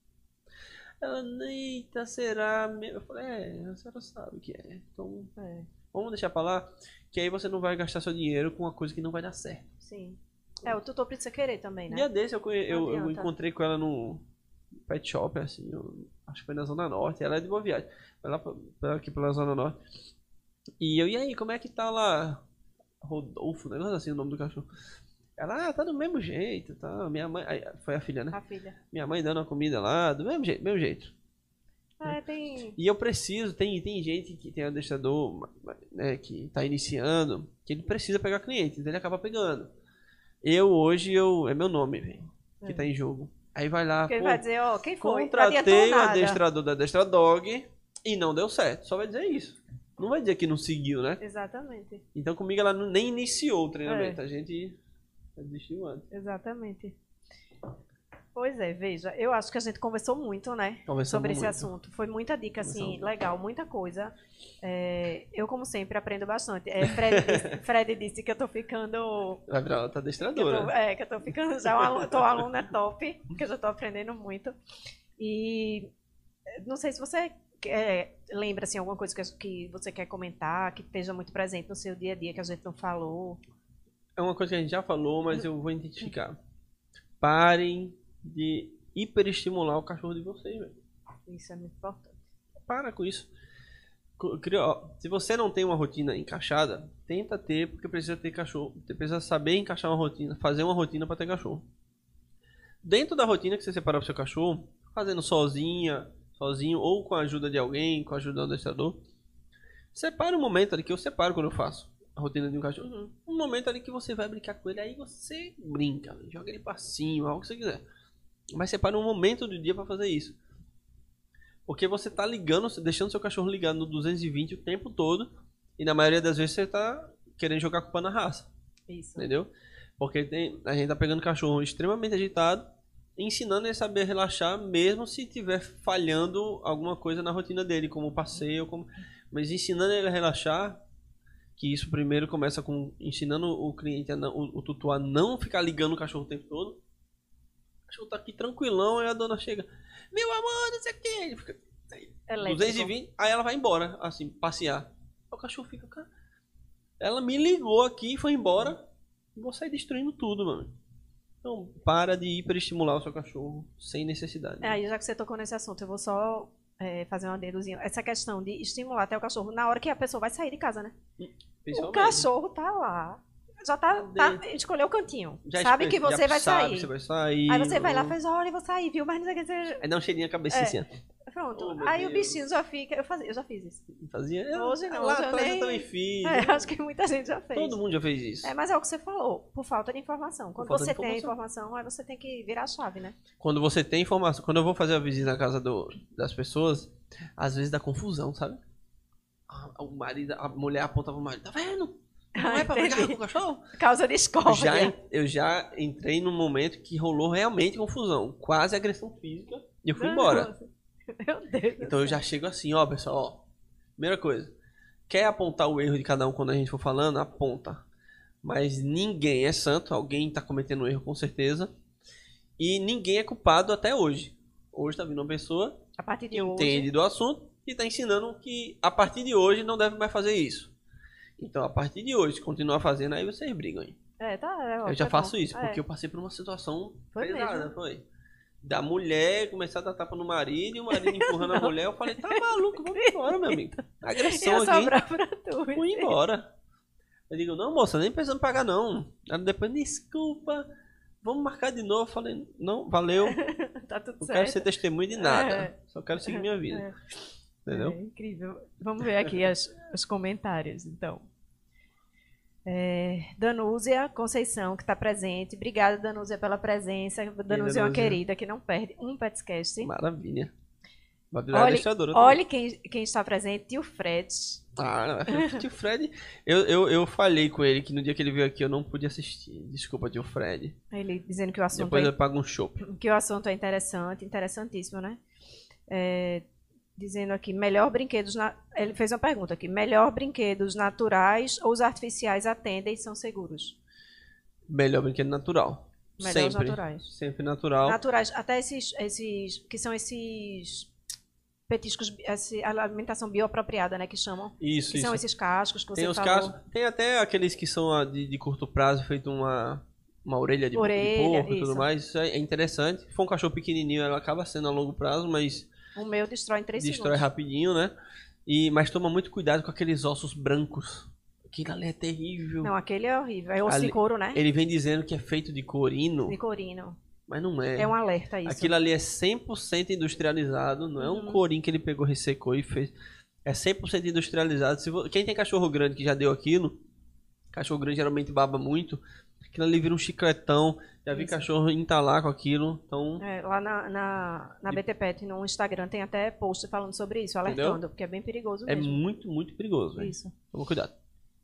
Speaker 2: Ela, eita, será? Eu falei, é, a senhora sabe que é. Então, é. Vamos deixar pra lá, que aí você não vai gastar seu dinheiro com uma coisa que não vai dar certo.
Speaker 1: Sim. É, o tutor precisa querer também, né?
Speaker 2: Dia desse eu, eu, eu encontrei com ela no pet shop, assim, eu, acho que foi na Zona Norte, ela é de Boa Viagem, vai lá pra, pra, aqui pela Zona Norte. E eu, e aí, como é que tá lá? Rodolfo, negócio assim, o nome do cachorro. Ela, ah, tá do mesmo jeito, tá? Minha mãe, aí, foi a filha, né?
Speaker 1: A filha.
Speaker 2: Minha mãe dando a comida lá, do mesmo jeito, mesmo jeito.
Speaker 1: Ah, tem...
Speaker 2: E eu preciso, tem, tem gente que tem adestrador, né, que tá iniciando, que ele precisa pegar cliente, então ele acaba pegando. Eu hoje, eu, é meu nome, velho, que é. tá em jogo. Aí vai lá,
Speaker 1: porque
Speaker 2: pô,
Speaker 1: ele vai dizer, ó, quem foi?
Speaker 2: Contratei o adestrador da Adestradog e não deu certo, só vai dizer isso. Não vai dizer que não seguiu, né?
Speaker 1: Exatamente.
Speaker 2: Então comigo ela nem iniciou o treinamento, é. a gente desistiu antes.
Speaker 1: Exatamente. Pois é, veja, eu acho que a gente conversou muito, né, Conversamos sobre esse muito. assunto. Foi muita dica, assim, legal, muita coisa. É, eu, como sempre, aprendo bastante. É, Fred, disse, Fred disse que eu tô ficando...
Speaker 2: Vai virar outra adestradora.
Speaker 1: Que tô, é, que eu tô ficando já uma aluna, tô aluna top, que eu já tô aprendendo muito. E não sei se você é, lembra, assim, alguma coisa que, que você quer comentar, que esteja muito presente no seu dia a dia, que a gente não falou.
Speaker 2: É uma coisa que a gente já falou, mas eu vou identificar. Parem de hiperestimular o cachorro de vocês, velho.
Speaker 1: Isso é muito importante.
Speaker 2: Para com isso. Se você não tem uma rotina encaixada, tenta ter, porque precisa ter cachorro. Você precisa saber encaixar uma rotina, fazer uma rotina para ter cachorro. Dentro da rotina que você separar para o seu cachorro, fazendo sozinha, sozinho, ou com a ajuda de alguém, com a ajuda do adestrador, separa um momento ali, que eu separo quando eu faço a rotina de um cachorro. Uhum. Um momento ali que você vai brincar com ele, aí você brinca, joga ele para cima, algo que você quiser. Mas separa um momento do dia para fazer isso. Porque você tá ligando, deixando seu cachorro ligado no duzentos e vinte o tempo todo. E na maioria das vezes você tá querendo jogar culpa na raça.
Speaker 1: Isso.
Speaker 2: Entendeu? Porque tem, a gente tá pegando cachorro extremamente agitado, ensinando ele a saber relaxar, mesmo se tiver falhando alguma coisa na rotina dele, como passeio, como... Mas ensinando ele a relaxar, que isso primeiro começa com ensinando o cliente, a não, o, o tutor a não ficar ligando o cachorro o tempo todo. O cachorro tá aqui tranquilão, aí a dona chega, meu amor, não sei o que, ele fica
Speaker 1: Elétrico.
Speaker 2: duzentos e vinte, aí ela vai embora, assim, passear. O cachorro fica, cara, ela me ligou aqui e foi embora, vou sair destruindo tudo, mano. Então, para de hiperestimular o seu cachorro sem necessidade.
Speaker 1: É, aí já que você tocou nesse assunto, eu vou só é, fazer um adendozinho. Essa questão de estimular até o cachorro na hora que a pessoa vai sair de casa, né? O cachorro tá lá. Já tá, tá escolheu o cantinho.
Speaker 2: Já
Speaker 1: sabe que você vai
Speaker 2: sabe
Speaker 1: sair.
Speaker 2: Você vai sair.
Speaker 1: Aí você vai lá e faz, olha, eu vou sair, viu? Mas não sei o que você...
Speaker 2: Aí dá um cheirinho a cabeça assim.
Speaker 1: Pronto.
Speaker 2: Oh,
Speaker 1: aí
Speaker 2: Deus.
Speaker 1: o bichinho já fica... Eu, fazia, eu já fiz isso.
Speaker 2: Fazia?
Speaker 1: Hoje não.
Speaker 2: Lá
Speaker 1: hoje
Speaker 2: atrás
Speaker 1: nem...
Speaker 2: eu também fiz.
Speaker 1: É, acho que muita gente já fez.
Speaker 2: Todo mundo já fez isso.
Speaker 1: É, mas é o que você falou. Por falta de informação. Quando
Speaker 2: falta
Speaker 1: você
Speaker 2: de informação.
Speaker 1: tem informação, aí você tem que virar a chave, né?
Speaker 2: Quando você tem informação... Quando eu vou fazer a visita na casa do, das pessoas, às vezes dá confusão, sabe? O marido, a mulher aponta pro marido. Tá vendo? Não é pra brigar com o cachorro?
Speaker 1: Causa discórdia.
Speaker 2: Já, eu já entrei num momento que rolou realmente confusão. Quase agressão física. E eu fui embora.
Speaker 1: Meu Deus.
Speaker 2: Então eu já chego assim, ó, pessoal, ó. Primeira coisa. Quer apontar o erro de cada um quando a gente for falando? Aponta. Mas ninguém é santo. Alguém tá cometendo um erro com certeza. E ninguém é culpado até hoje. Hoje tá vindo uma pessoa
Speaker 1: a partir de
Speaker 2: que
Speaker 1: hoje...
Speaker 2: entende do assunto e tá ensinando que a partir de hoje não deve mais fazer isso. Então, a partir de hoje, se continuar fazendo, aí vocês brigam aí.
Speaker 1: É, tá. É,
Speaker 2: eu já
Speaker 1: é
Speaker 2: faço
Speaker 1: bom.
Speaker 2: isso, porque
Speaker 1: é.
Speaker 2: eu passei por uma situação
Speaker 1: foi
Speaker 2: pesada,
Speaker 1: mesmo.
Speaker 2: foi. Da mulher começar a dar tapa no marido, e o marido empurrando a mulher, eu falei, tá maluco, vamos embora, meu amigo. Agressão
Speaker 1: Ia
Speaker 2: aqui.
Speaker 1: sobrar pra tu.
Speaker 2: Fui embora. Eu digo, não, moça, nem precisando pagar, não. Ela depois, desculpa, vamos marcar de novo. Eu falei, não, valeu.
Speaker 1: Tá tudo
Speaker 2: Não
Speaker 1: certo.
Speaker 2: quero ser testemunho de nada.
Speaker 1: É.
Speaker 2: Só quero seguir minha vida.
Speaker 1: É.
Speaker 2: Entendeu?
Speaker 1: É incrível. Vamos ver aqui as, os comentários, então. É, Danúzia Conceição, que está presente. Obrigada, Danúzia, pela presença. Danúzia é uma querida que não perde um Petscast.
Speaker 2: Maravilha. Vai virar
Speaker 1: Olhe,
Speaker 2: adestradora
Speaker 1: olhe quem, quem está presente, tio Fred.
Speaker 2: Ah, não, tio Fred. Eu, eu, eu falei com ele que no dia que ele veio aqui eu não pude assistir. Desculpa, tio Fred.
Speaker 1: Ele dizendo que o assunto,
Speaker 2: Depois
Speaker 1: é,
Speaker 2: eu pago um chopp.
Speaker 1: que o assunto é interessante, interessantíssimo, né? É, dizendo aqui, melhor brinquedos... Na... Ele fez uma pergunta aqui. Melhor brinquedos naturais ou os artificiais atendem e são seguros?
Speaker 2: Melhor brinquedo natural.
Speaker 1: Melhor os
Speaker 2: Sempre.
Speaker 1: naturais.
Speaker 2: Sempre natural.
Speaker 1: Naturais. Até esses, esses... Que são esses... petiscos, essa alimentação bioapropriada, né, que chamam.
Speaker 2: Isso,
Speaker 1: que
Speaker 2: isso.
Speaker 1: são esses cascos que você
Speaker 2: tem os
Speaker 1: falou.
Speaker 2: cascos, tem até aqueles que são de, de curto prazo, feito uma, uma orelha de,
Speaker 1: Orelha,
Speaker 2: de porco e
Speaker 1: isso.
Speaker 2: tudo mais. Isso é interessante. Se for um cachorro pequenininho, ela acaba sendo a longo prazo, mas
Speaker 1: O meu destrói em três
Speaker 2: destrói
Speaker 1: segundos.
Speaker 2: rapidinho, né? E, mas toma muito cuidado com aqueles ossos brancos. Aquilo ali é terrível.
Speaker 1: Não, aquele é horrível. É osso
Speaker 2: Ali-
Speaker 1: de couro, né?
Speaker 2: Ele vem dizendo que é feito de corino,
Speaker 1: De corino.
Speaker 2: mas não é.
Speaker 1: É um alerta isso.
Speaker 2: Aquilo ali é cem por cento industrializado, não é um
Speaker 1: Uhum.
Speaker 2: corinho que ele pegou, ressecou e fez. É cem por cento industrializado. Se vo... Quem tem cachorro grande que já deu aquilo, cachorro grande geralmente baba muito, aquilo ali vira um chicletão. Já vi
Speaker 1: Isso.
Speaker 2: cachorro entalar com aquilo, então...
Speaker 1: É, lá na, na, na B T Pet, no Instagram, tem até post falando sobre isso, alertando,
Speaker 2: Entendeu?
Speaker 1: porque é bem perigoso
Speaker 2: É
Speaker 1: mesmo.
Speaker 2: muito, muito perigoso, velho.
Speaker 1: Isso.
Speaker 2: Toma cuidado.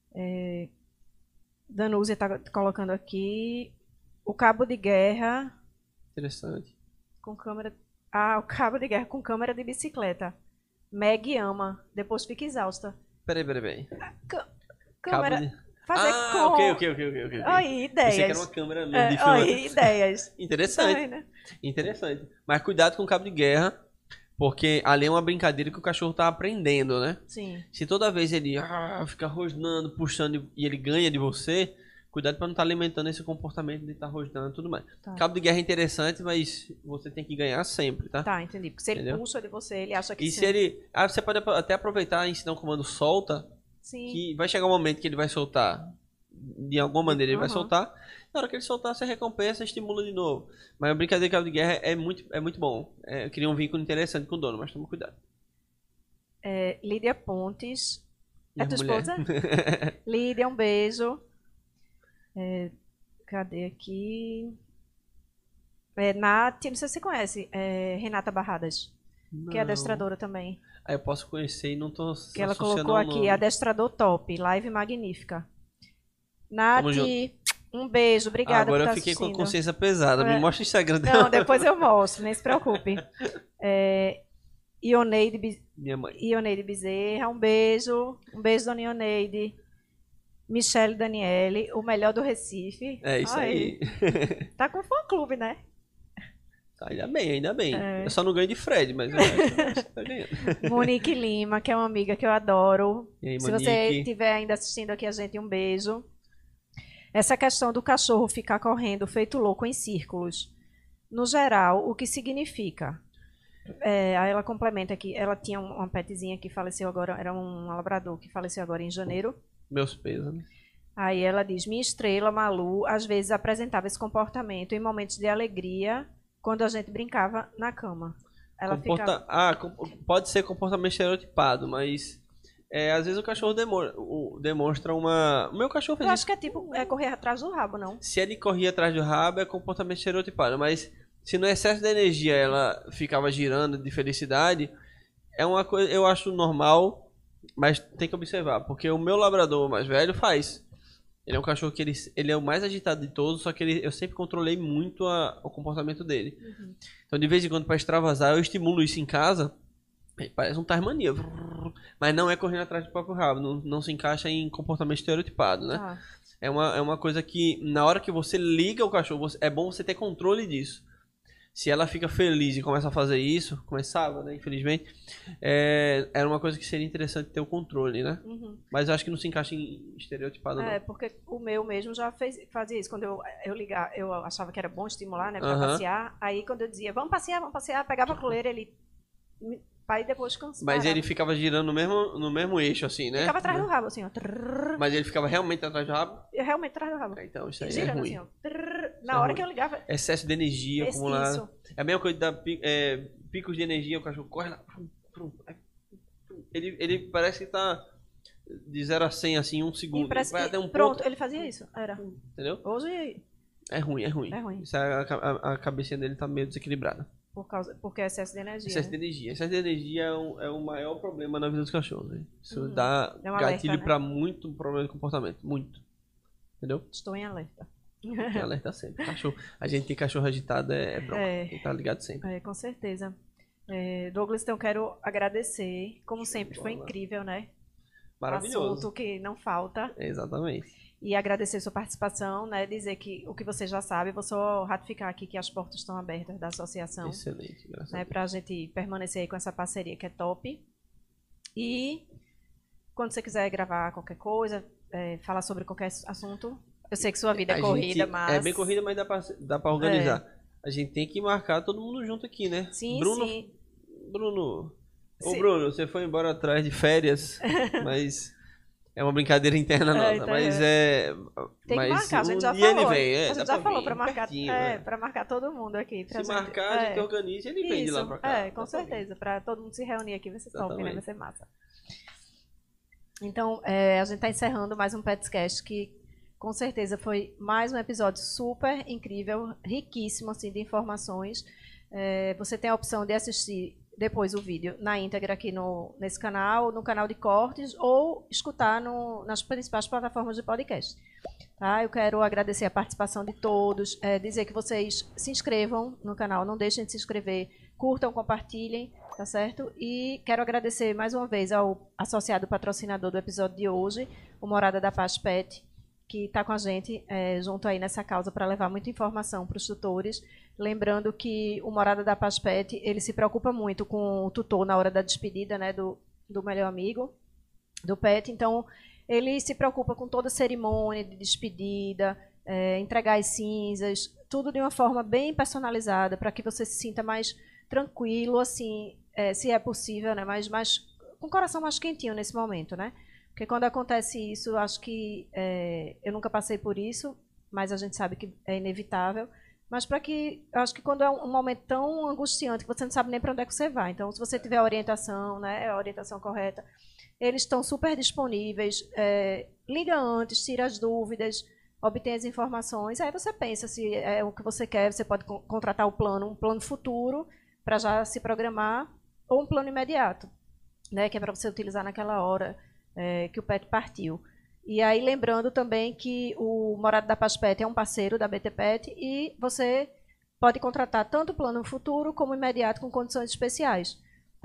Speaker 1: Danúzia está colocando aqui o cabo de guerra
Speaker 2: Interessante.
Speaker 1: com câmera... Ah, o cabo de guerra com câmera de bicicleta. Meg ama, depois fica exausta.
Speaker 2: Peraí, peraí, peraí.
Speaker 1: Câmera...
Speaker 2: Cabo de...
Speaker 1: Fazer
Speaker 2: ah,
Speaker 1: com...
Speaker 2: ok, ok, ok, ok, ok.
Speaker 1: Aí,
Speaker 2: Pensei que era
Speaker 1: ideias.
Speaker 2: uma câmera mesmo
Speaker 1: É,
Speaker 2: de filmar.
Speaker 1: aí, ideias.
Speaker 2: Interessante.
Speaker 1: Também, né?
Speaker 2: Interessante. Mas cuidado com o cabo de guerra, porque ali é uma brincadeira que o cachorro tá aprendendo, né?
Speaker 1: Sim.
Speaker 2: Se toda vez ele ah, fica rosnando, puxando e ele ganha de você, cuidado para não estar alimentando esse comportamento de estar rosnando e tudo mais.
Speaker 1: Tá.
Speaker 2: Cabo de guerra é interessante, mas você tem que ganhar sempre, tá?
Speaker 1: Tá, entendi. Porque se ele
Speaker 2: Entendeu?
Speaker 1: puxa de você, ele acha que
Speaker 2: E
Speaker 1: sim.
Speaker 2: se ele... Ah, você pode até aproveitar e ensinar um comando solta,
Speaker 1: Sim.
Speaker 2: que vai chegar um momento que ele vai soltar. De alguma maneira ele vai
Speaker 1: Aham.
Speaker 2: soltar. Na hora que ele soltar, você recompensa e estimula de novo. Mas a brincadeira de cabo de guerra é muito, é muito bom. É, cria um vínculo interessante com o dono, mas toma cuidado.
Speaker 1: É, Lídia Pontes. É
Speaker 2: Minha
Speaker 1: tua
Speaker 2: mulher.
Speaker 1: esposa? Lídia, um beijo. É, cadê aqui? É, Nath, não sei se você conhece, é, Renata Barradas, que é
Speaker 2: Não.
Speaker 1: adestradora também.
Speaker 2: Aí eu posso conhecer e não tô
Speaker 1: Que ela
Speaker 2: associando
Speaker 1: colocou
Speaker 2: ao
Speaker 1: aqui,
Speaker 2: nome.
Speaker 1: adestrador top, live magnífica. Nath,
Speaker 2: Tamo junto.
Speaker 1: um beijo, obrigada
Speaker 2: Agora
Speaker 1: por
Speaker 2: eu
Speaker 1: estar
Speaker 2: fiquei com a
Speaker 1: assistindo.
Speaker 2: consciência pesada.
Speaker 1: É.
Speaker 2: Me mostra o Instagram dela.
Speaker 1: Não, depois eu mostro, nem se preocupe. É, Ioneide, Be-
Speaker 2: Minha mãe.
Speaker 1: Ioneide Bezerra, um beijo. Um beijo, dona Ioneide. Michele Daniele, o melhor do Recife.
Speaker 2: É isso aí.
Speaker 1: Tá com fã-clube, né?
Speaker 2: Tá, ainda bem, ainda bem.
Speaker 1: É.
Speaker 2: Eu só não ganho de Fred, mas eu acho, eu acho que tá ganhando.
Speaker 1: Monique Lima, que é uma amiga que eu adoro.
Speaker 2: E aí,
Speaker 1: Se
Speaker 2: Monique?
Speaker 1: você estiver ainda assistindo aqui a gente, um beijo. Essa questão do cachorro ficar correndo feito louco em círculos. No geral, o que significa? É, aí ela complementa aqui. Ela tinha uma petzinha que faleceu agora, era um labrador que faleceu agora em janeiro.
Speaker 2: Meus pesos.
Speaker 1: Aí ela diz, minha estrela, Malu, às vezes apresentava esse comportamento em momentos de alegria, quando a gente brincava na cama. Ela
Speaker 2: Comporta...
Speaker 1: ficava...
Speaker 2: Ah, com- pode ser comportamento estereotipado, mas é, às vezes o cachorro demora, o- demonstra uma... O meu cachorro fez
Speaker 1: Eu
Speaker 2: isso.
Speaker 1: acho que é tipo, é correr atrás do rabo, não?
Speaker 2: Se ele corria atrás do rabo, é comportamento estereotipado. Mas se no excesso de energia ela ficava girando de felicidade, é uma coisa, eu acho normal, mas tem que observar. Porque o meu labrador mais velho faz. Ele é um cachorro que ele, ele é o mais agitado de todos, só que ele, eu sempre controlei muito a- o comportamento dele.
Speaker 1: Uhum.
Speaker 2: Então, de vez em quando, para extravasar, eu estimulo isso em casa. Ele parece um Tasmania. Mas não é correndo atrás do próprio rabo. Não, não se encaixa em comportamento estereotipado, né?
Speaker 1: Ah,
Speaker 2: É uma, é uma coisa que, na hora que você liga o cachorro, você- é bom você ter controle disso. Se ela fica feliz e começa a fazer isso, começava, né, infelizmente, é, era uma coisa que seria interessante ter o controle, né?
Speaker 1: uhum.
Speaker 2: Mas eu acho que não se encaixa em estereotipado,
Speaker 1: É,
Speaker 2: não.
Speaker 1: porque o meu mesmo já fez, fazia isso. Quando eu, eu ligar, eu achava que era bom estimular, né, pra
Speaker 2: Aham.
Speaker 1: passear. Aí quando eu dizia, vamos passear, vamos passear, pegava a coleira, ele... me- Aí depois cansava.
Speaker 2: Mas ele ficava girando no mesmo, no mesmo eixo, assim, né?
Speaker 1: Ficava atrás do rabo, assim, ó. Trrr,
Speaker 2: Mas ele ficava realmente atrás do rabo?
Speaker 1: eu realmente atrás do rabo.
Speaker 2: É, então, isso aí é
Speaker 1: Girando
Speaker 2: ruim.
Speaker 1: assim, ó. Trrr,
Speaker 2: Isso
Speaker 1: na
Speaker 2: é
Speaker 1: hora
Speaker 2: ruim.
Speaker 1: que eu ligava...
Speaker 2: Excesso de energia
Speaker 1: Esse-
Speaker 2: acumulada.
Speaker 1: isso.
Speaker 2: É a mesma coisa da pi- é, picos de energia, o cachorro corre lá. prum, prum, é, prum. Ele, ele parece que tá de zero a cem, assim, um segundo.
Speaker 1: E parece
Speaker 2: Vai
Speaker 1: que-
Speaker 2: até um
Speaker 1: pronto,
Speaker 2: ponto.
Speaker 1: ele fazia isso. Era.
Speaker 2: Entendeu?
Speaker 1: Hoje,
Speaker 2: É ruim, é ruim.
Speaker 1: É ruim.
Speaker 2: Isso é a, a, a cabecinha dele tá meio desequilibrada.
Speaker 1: por causa, porque é excesso de energia.
Speaker 2: Excesso de
Speaker 1: né?
Speaker 2: energia. Excesso de energia é, um, é o maior problema na vida dos cachorros. Né? Isso
Speaker 1: Uhum.
Speaker 2: dá
Speaker 1: É um
Speaker 2: gatilho
Speaker 1: alerta, né?
Speaker 2: pra muito problema de comportamento. Muito. Entendeu?
Speaker 1: Estou em alerta.
Speaker 2: Tem alerta sempre. Cachorro. A gente tem cachorro agitado, é, é bronca.
Speaker 1: É.
Speaker 2: Tem que estar ligado sempre.
Speaker 1: É, com certeza. É, Douglas, então quero agradecer. Como sempre, foi
Speaker 2: bola.
Speaker 1: incrível, né?
Speaker 2: Maravilhoso.
Speaker 1: Assunto que não falta.
Speaker 2: Exatamente.
Speaker 1: E agradecer sua participação, né? Dizer que o que você já sabe, vou só ratificar aqui que as portas estão abertas da associação,
Speaker 2: Excelente. Graças a
Speaker 1: né?
Speaker 2: Deus.
Speaker 1: Pra gente permanecer aí com essa parceria que é top. E quando você quiser gravar qualquer coisa, é, falar sobre qualquer assunto, eu sei que sua vida é
Speaker 2: A
Speaker 1: corrida,
Speaker 2: gente-
Speaker 1: mas...
Speaker 2: É bem corrida, mas dá pra, dá pra organizar. A gente tem que marcar todo mundo junto aqui, né?
Speaker 1: Sim,
Speaker 2: Bruno,
Speaker 1: sim.
Speaker 2: Bruno. Ô,
Speaker 1: Sim.
Speaker 2: Bruno, você foi embora atrás de férias, mas é uma brincadeira interna
Speaker 1: É,
Speaker 2: nossa.
Speaker 1: então
Speaker 2: mas
Speaker 1: é.
Speaker 2: é.
Speaker 1: Tem
Speaker 2: mas
Speaker 1: que marcar, a gente
Speaker 2: um
Speaker 1: já
Speaker 2: dia
Speaker 1: falou.
Speaker 2: ele vem, é,
Speaker 1: a
Speaker 2: dá
Speaker 1: gente já falou
Speaker 2: vir,
Speaker 1: para marcar,
Speaker 2: pertinho,
Speaker 1: é,
Speaker 2: é.
Speaker 1: para marcar todo mundo aqui. Pra
Speaker 2: Se
Speaker 1: gente-
Speaker 2: marcar, a gente
Speaker 1: é.
Speaker 2: organiza e ele vem de lá
Speaker 1: Isso,
Speaker 2: pra cá.
Speaker 1: É,
Speaker 2: Dá
Speaker 1: com
Speaker 2: pra vir.
Speaker 1: certeza. Para todo mundo se reunir aqui vai ser top, né?
Speaker 2: Exatamente.
Speaker 1: Vai ser massa. Então, é, a gente está encerrando mais um Petscast que com certeza foi mais um episódio super incrível, riquíssimo assim, de informações. É, você tem a opção de assistir depois o vídeo na íntegra aqui no, nesse canal, no canal de cortes, ou escutar no, nas principais plataformas de podcast. Tá? Eu quero agradecer a participação de todos, é, dizer que vocês se inscrevam no canal, não deixem de se inscrever, curtam, compartilhem, tá certo? E quero agradecer mais uma vez ao associado patrocinador do episódio de hoje, o Morada da Paz Pet, que está com a gente é, junto aí nessa causa para levar muita informação para os tutores. Lembrando que o Morada da Paz Pet, ele se preocupa muito com o tutor na hora da despedida, né, do, do melhor amigo, do pet. Então, ele se preocupa com toda a cerimônia de despedida, é, entregar as cinzas, tudo de uma forma bem personalizada, para que você se sinta mais tranquilo, assim, é, se é possível, né, mas mais, com o coração mais quentinho nesse momento, né? Porque quando acontece isso, eu acho que é, eu nunca passei por isso, mas a gente sabe que é inevitável. Mas para que, eu acho que quando é um, um momento tão angustiante que você não sabe nem para onde é que você vai. Então, se você tiver a orientação, né, a orientação correta, eles estão super disponíveis. É, liga antes, tira as dúvidas, obtém as informações. Aí você pensa se é o que você quer. Você pode co- contratar o plano, um plano futuro para já se programar, ou um plano imediato, né, que é para você utilizar naquela hora. É, que o Pet partiu. E aí, lembrando também que o Morada da Paz Pet é um parceiro da B T Pet e você pode contratar tanto o plano futuro como imediato com condições especiais. Tá?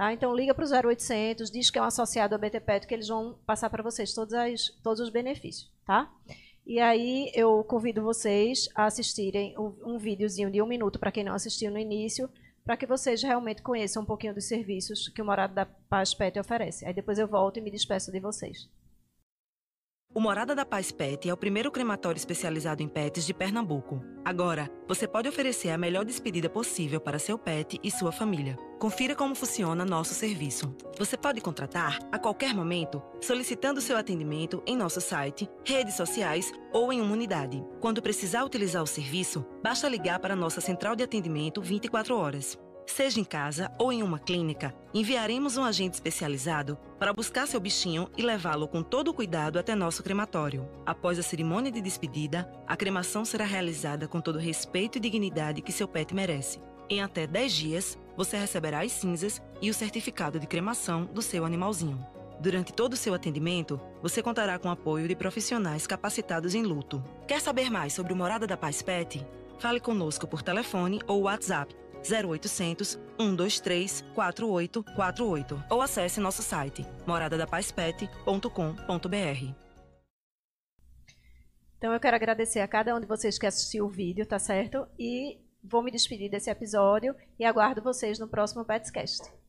Speaker 1: Tá? Então, liga para o zero oitocentos, diz que é um associado ao B T Pet, que eles vão passar para vocês todos, as, todos os benefícios. Tá? E aí, eu convido vocês a assistirem um, um videozinho de um minuto, para quem não assistiu no início, para que vocês realmente conheçam um pouquinho dos serviços que o Morada da Paz Pet oferece. Aí depois eu volto e me despeço de vocês.
Speaker 3: O Morada da Paz Pet é o primeiro crematório especializado em pets de Pernambuco. Agora, você pode oferecer a melhor despedida possível para seu pet e sua família. Confira como funciona nosso serviço. Você pode contratar a qualquer momento, solicitando seu atendimento em nosso site, redes sociais ou em uma unidade. Quando precisar utilizar o serviço, basta ligar para a nossa central de atendimento vinte e quatro horas. Seja em casa ou em uma clínica, enviaremos um agente especializado para buscar seu bichinho e levá-lo com todo o cuidado até nosso crematório. Após a cerimônia de despedida, a cremação será realizada com todo o respeito e dignidade que seu pet merece. Em até dez dias, você receberá as cinzas e o certificado de cremação do seu animalzinho. Durante todo o seu atendimento, você contará com o apoio de profissionais capacitados em luto. Quer saber mais sobre o Morada da Paz Pet? Fale conosco por telefone ou WhatsApp zero oitocentos, um dois três, quatro oito quatro oito ou acesse nosso site morada da paz pet ponto com ponto br.
Speaker 1: Então eu quero agradecer a cada um de vocês que assistiu o vídeo, tá certo? E vou me despedir desse episódio e aguardo vocês no próximo Petscast.